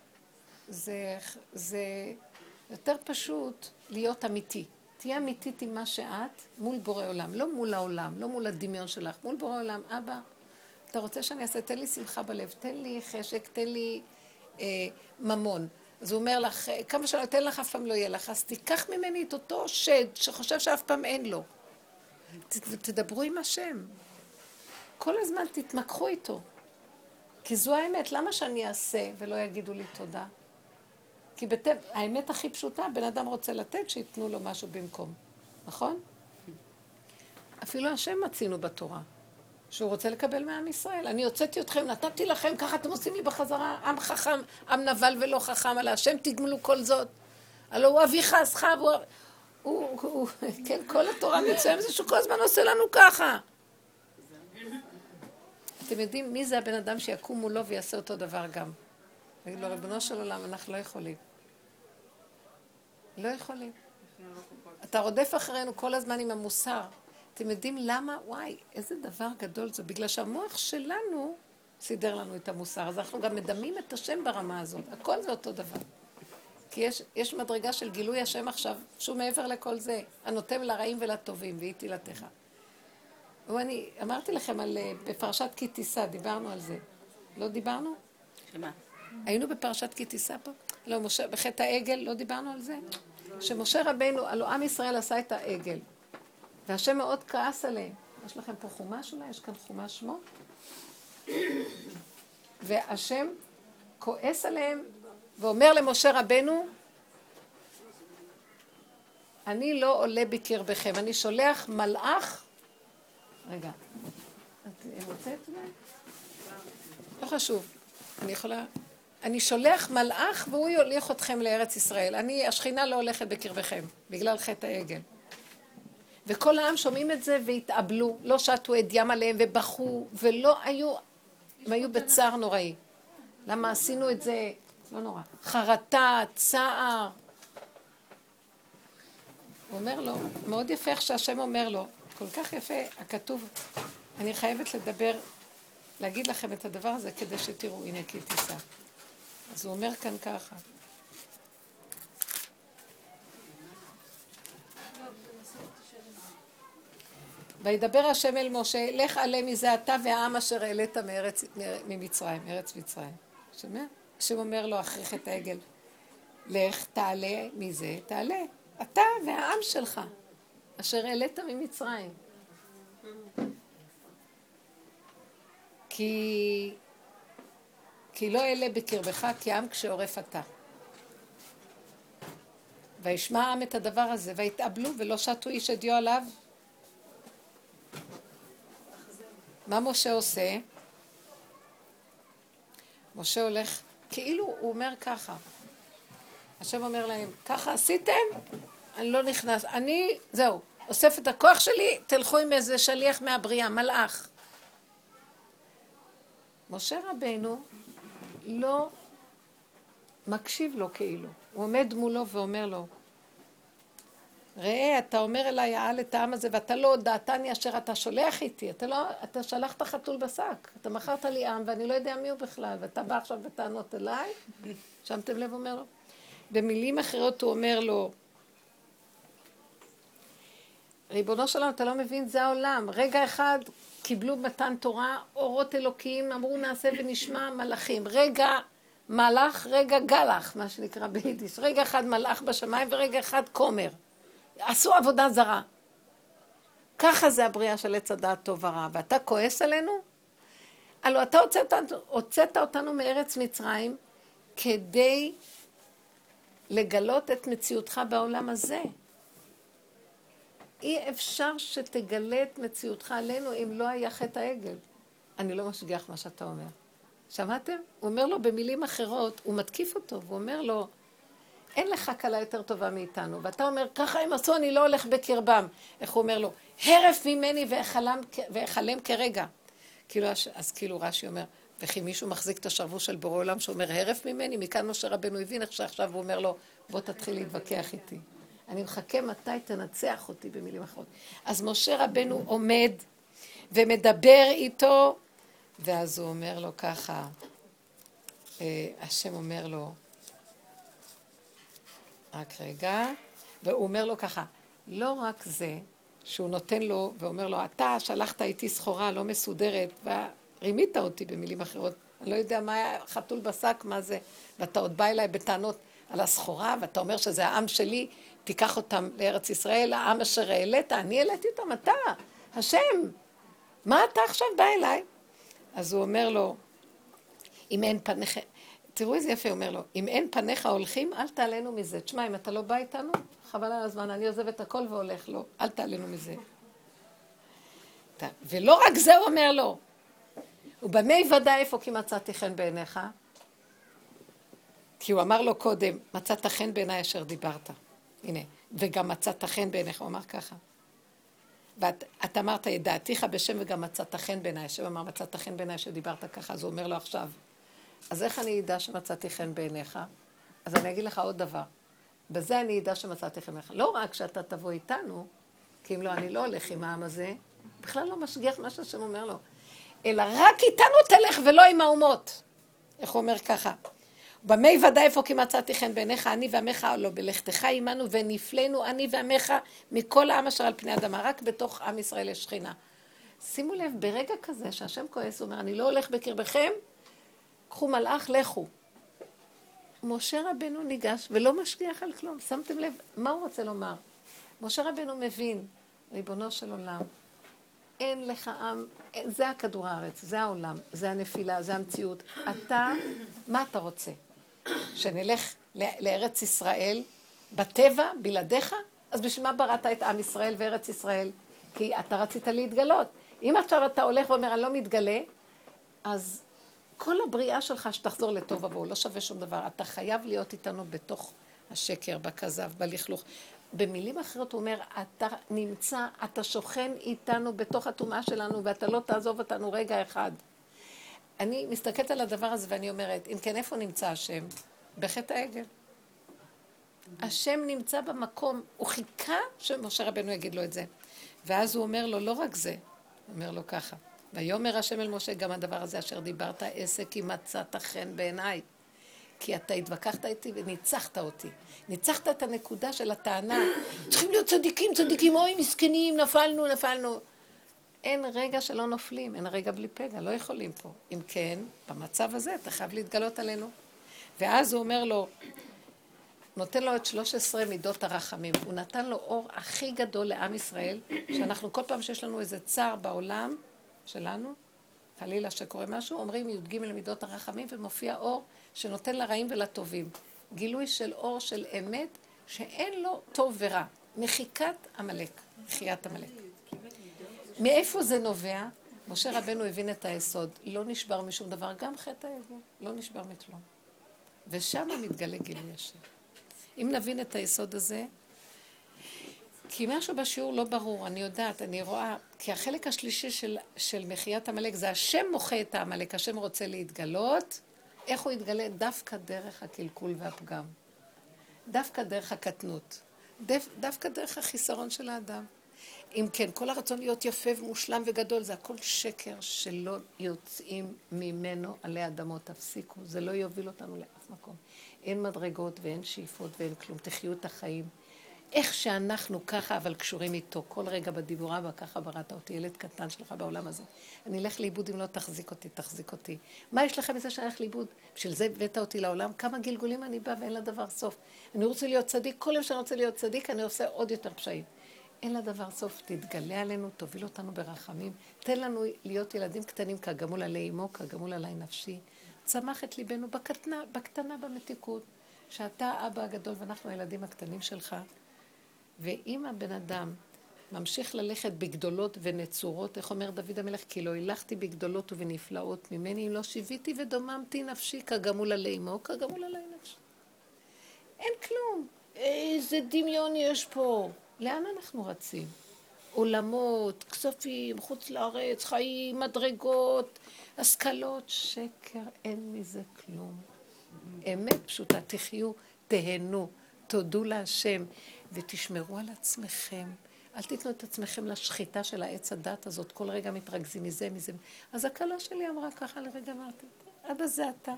זה יותר פשוט להיות אמיתי. תהיה אמיתית עם מה שאת מול בורא עולם, לא מול העולם, לא מול הדמיון שלך, מול בורא עולם. אבא, אתה רוצה שאני אעשה, תן לי שמחה בלב, תן לי חשק, תן לי ממון. אז הוא אומר לך, כמה שאני אתן לך אף פעם לא יהיה לך, אז תיקח ממני את אותו שד שחושב שאף פעם אין לו. תדברו עם השם. כל הזמן תתמקחו איתו. כי זו האמת, למה שאני אעשה ולא יגידו לי תודה? כי האמת הכי פשוטה, בן אדם רוצה לתת שיתנו לו משהו במקום. נכון? אפילו השם מצינו בתורה, שהוא רוצה לקבל מעם ישראל. אני הוצאתי אתכם, נתתי לכם, ככה אתם עושים לי בחזרה, עם חכם, עם נבל ולא חכם, על השם תגמלו כל זאת. הלוא הוא אביך אסחב, כן, כל התורה מצוין זה שהוא כל הזמן עושה לנו ככה. אתם יודעים מי זה הבן אדם שיקום מולו ויעשה אותו דבר גם? נגיד לו, רבנו של עולם, אנחנו לא יכולים. לא יכולים. אתה רודף אחרינו כל הזמן עם המוסר. אתם יודעים למה? וואי, איזה דבר גדול זה. בגלל שהמוח שלנו סידר לנו את המוסר. אז אנחנו גם מדמים את השם ברמה הזאת. הכל זה אותו דבר. כי יש מדרגה של גילוי השם עכשיו, שהוא מעבר לכל זה. הנוטם לרעים ולטובים, והיא תהילתך. ואני אמרתי לכם בפרשת כי תישא, דיברנו על זה. לא דיברנו? שמה? היינו בפרשת כי תישא פה? לא, בחטא העגל, לא דיברנו על זה? שמשה רבינו, הלוא עם ישראל עשה את העגל. והשם מאוד כעס עליהם. יש לכם פה חומש אולי? יש כאן חומש שמו? והשם כועס עליהם ואומר למשה רבינו, אני לא עולה בקרבכם, אני שולח מלאך. רגע, את מוצאת אולי? לא חשוב, אני שולח מלאך והוא יוליך אתכם לארץ ישראל. השכינה לא הולכת בקרבכם, בגלל חטא העגל. וכל העם שומעים את זה והתאבלו, לא שטו את ים עליהם ובכו, ולא היו, הם היו בצער נוראי. למה עשינו את זה? לא נורא. חרטה, צער. הוא אומר לו, מאוד יפה איך שהשם אומר לו, כל כך יפה, הכתוב, אני חייבת לדבר, להגיד לכם את הדבר הזה כדי שתראו, הנה כי תישא. אז הוא אומר כאן ככה. וידבר השם אל משה, לך עלה מזה אתה והעם אשר העלית ממצרים, מארץ מצרים. שומע? השם אומר לו, הכריח את העגל. לך, תעלה, מי זה? תעלה. אתה והעם שלך, אשר העלית ממצרים. כי לא אעלה בקרבך, כי העם כשעורף אתה. וישמע העם את הדבר הזה, והתאבלו ולא שתו איש את דיו עליו. מה משה עושה? משה הולך, כאילו הוא אומר ככה. השם אומר להם, ככה עשיתם? אני לא נכנס, זהו, אוסף את הכוח שלי, תלכו עם איזה שליח מהבריאה, מלאך. משה רבנו לא מקשיב לו כאילו. הוא עומד מולו ואומר לו, ראה, אתה אומר אליי, העל את העם הזה, ואתה לא הודעתני אשר אתה שולח איתי. אתה שלחת חתול בשק. אתה מכרת לי עם, ואני לא יודע מי הוא בכלל, ואתה בא עכשיו בטענות אליי. שמתם לב, אומר לו. במילים אחרות הוא אומר לו, ריבונו שלנו, אתה לא מבין, זה העולם. רגע אחד קיבלו מתן תורה, אורות אלוקים, אמרו נעשה ונשמע מלאכים. רגע מלאך, רגע גלח, מה שנקרא ביידיש. רגע אחד מלאך בשמיים ורגע אחד כומר. עשו עבודה זרה. ככה זה הבריאה של עץ הדעת טוב ורע. ואתה כועס עלינו? הלוא אתה הוצאת אותנו מארץ מצרים כדי לגלות את מציאותך בעולם הזה. אי אפשר שתגלה את מציאותך עלינו אם לא היה חטא העגל. אני לא משגיח מה שאתה אומר. שמעתם? הוא אומר לו במילים אחרות, הוא מתקיף אותו, והוא אומר לו, אין לך קלה יותר טובה מאיתנו. ואתה אומר, ככה הם עשו, אני לא הולך בקרבם. איך הוא אומר לו? הרף ממני ואכלם כרגע. אז כאילו רש"י אומר, וכי מישהו מחזיק את השרוול של בורא עולם שאומר, הרף ממני, מכאן משה רבנו הבין איך שעכשיו הוא אומר לו, בוא תתחיל להתווכח איתי. אני מחכה מתי תנצח אותי במילים אחרות. אז משה רבנו עומד ומדבר איתו, ואז הוא אומר לו ככה, השם אומר לו, רק רגע, והוא אומר לו ככה, לא רק זה שהוא נותן לו ואומר לו, אתה שלחת איתי סחורה לא מסודרת, ורימית אותי במילים אחרות, אני לא יודע מה היה חתול בשק, מה זה, ואתה עוד בא אליי בטענות על הסחורה, ואתה אומר שזה העם שלי, תיקח אותם לארץ ישראל, העם אשר העלית, אני העליתי אותם, אתה, השם, מה אתה עכשיו בא אליי? אז הוא אומר לו, אם אין פניך, תראו איזה יפה, הוא אומר לו, אם אין פניך הולכים, אל תעלינו מזה. תשמע, אם אתה לא בא איתנו, חבל על הזמן, אני עוזב את הכל והולך לו, אל תעלינו מזה. ולא רק זה הוא אומר לו, ובמי ודאי איפה כי מצאתי חן בעיניך? כי הוא אמר לו קודם, מצאת חן בעיניי אשר דיברת. הנה, וגם מצאת חן בעיניך, הוא אמר ככה. ואתה אמרת, ידעתיך בשם וגם מצאת חן בעיניי, השם אמר מצאת חן בעיניי שדיברת ככה, אז הוא אומר לו עכשיו, אז איך אני אדע שמצאתי חן בעיניך? אז אני אגיד לך עוד דבר. בזה אני אדע שמצאתי חן בעיניך. לא רק שאתה תבוא איתנו, כי אם לא, אני לא הולך עם העם הזה, בכלל לא משגיח מה שהשם אומר לו, אלא רק איתנו תלך ולא עם האומות. איך הוא אומר ככה? במי ודאי איפה כי מצאתי חן בעיניך, אני ועמך, לא בלכתך עמנו ונפלנו אני ועמך מכל העם אשר על פני אדמה, רק בתוך עם ישראל יש שכינה. שימו לב, ברגע כזה שהשם כועס, הוא אומר, אני לא הולך בקרבכם, קחו מלאך, לכו. משה רבנו ניגש ולא משגיח על כלום. שמתם לב, מה הוא רוצה לומר? משה רבנו מבין, ריבונו של עולם, אין לך עם, זה הכדור הארץ, זה העולם, זה הנפילה, זה המציאות. אתה, מה אתה רוצה? שנלך לארץ ישראל בטבע, בלעדיך? אז בשביל מה בראת את עם ישראל וארץ ישראל? כי אתה רצית להתגלות. אם עכשיו אתה הולך ואומר, אני לא מתגלה, אז כל הבריאה שלך שתחזור לטוב ובוא, לא שווה שום דבר. אתה חייב להיות איתנו בתוך השקר, בכזב, בלכלוך. במילים אחרות הוא אומר, אתה נמצא, אתה שוכן איתנו בתוך הטומאה שלנו, ואתה לא תעזוב אותנו רגע אחד. אני מסתכלת על הדבר הזה ואני אומרת, אם כן, איפה נמצא השם? בחטא העגל. השם נמצא במקום, הוא חיכה שמשה רבנו יגיד לו את זה. ואז הוא אומר לו, לא רק זה, הוא אומר לו ככה, ויאמר השם אל משה, גם הדבר הזה אשר דיברת עשה כי מצאת חן בעיניי. כי אתה התווכחת איתי וניצחת אותי. ניצחת את הנקודה של הטענה. צריכים להיות צדיקים, אוי מסכנים, נפלנו. אין רגע שלא נופלים, אין רגע בלי פגע, לא יכולים פה. אם כן, במצב הזה אתה חייב להתגלות עלינו. ואז הוא אומר לו, נותן לו את 13 מידות הרחמים. הוא נתן לו אור הכי גדול לעם ישראל, שאנחנו כל פעם שיש לנו איזה צער בעולם שלנו, חלילה שקורה משהו, אומרים י"ג מידות הרחמים, ומופיע אור שנותן לרעים ולטובים. גילוי של אור של אמת, שאין לו טוב ורע. מחיקת עמלק, מחיית עמלק. מאיפה זה נובע? משה רבנו הבין את היסוד, לא נשבר משום דבר, גם חטא היבוא, לא נשבר מכלום. ושם מתגלה גילוי השם. אם נבין את היסוד הזה, כי משהו בשיעור לא ברור, אני יודעת, אני רואה, כי החלק השלישי של מחיית עמלק זה השם מוחה את העמלק, השם רוצה להתגלות, איך הוא יתגלה? דווקא דרך הקלקול והפגם, דווקא דרך הקטנות, דווקא דרך החיסרון של האדם. אם כן, כל הרצון להיות יפה ומושלם וגדול, זה הכל שקר שלא יוצאים ממנו עלי אדמות, תפסיקו, זה לא יוביל אותנו לאף מקום. אין מדרגות ואין שאיפות ואין כלום, תחיו את החיים. איך שאנחנו ככה, אבל קשורים איתו, כל רגע בדיבורה בה, ככה בראת אותי, ילד קטן שלך בעולם הזה. אני אלך לאיבוד אם לא תחזיק אותי, תחזיק אותי. מה יש לכם מזה שאני הולך לאיבוד? בשביל זה הבאת אותי לעולם, כמה גלגולים אני באה ואין לה דבר סוף. אני רוצה להיות צדיק, כל יום שאני רוצה להיות צדיק, אני עושה עוד יותר פשעים. אין לה דבר סוף, תתגלה עלינו, תוביל אותנו ברחמים, תן לנו להיות ילדים קטנים כגמול עלי אמו, כגמול עלי נפשי. צמח את ליבנו בקטנה במתיקות, שאתה האבא הגדול ואנחנו הילדים הקטנים שלך. ואם הבן אדם ממשיך ללכת בגדולות ונצורות, איך אומר דוד המלך? כי לא הלכתי בגדולות ובנפלאות ממני, לא שיוויתי ודוממתי נפשי כגמול עלי אמו, כגמול עלי נפשי. אין כלום. איזה דמיון יש פה. לאן אנחנו רצים? עולמות, כספים, חוץ לארץ, חיים, מדרגות, השכלות, שקר, אין מזה כלום. אמת פשוטה, תחיו, תהנו, תודו להשם ותשמרו על עצמכם. אל תיתנו את עצמכם לשחיטה של העץ הדת הזאת, כל רגע מתרכזים מזה. אז הקלה שלי אמרה ככה לרגע, אמרתי, אבא זה אתה.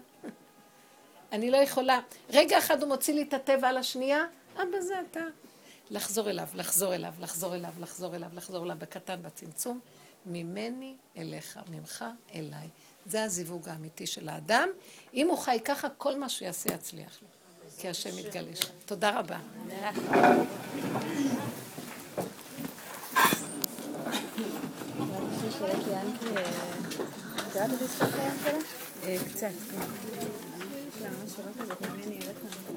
אני לא יכולה. רגע אחד הוא מוציא לי את הטבע על השנייה, אבא זה אתה. לחזור אליו, לחזור אליו, לחזור אליו, לחזור אליו, לחזור אליו בקטן, בצמצום, ממני אליך, ממך אליי. זה הזיווג האמיתי של האדם. אם הוא חי ככה, כל מה שהוא יעשה יצליח לו. כי השם יתגלה שם. תודה רבה. קצת, כן.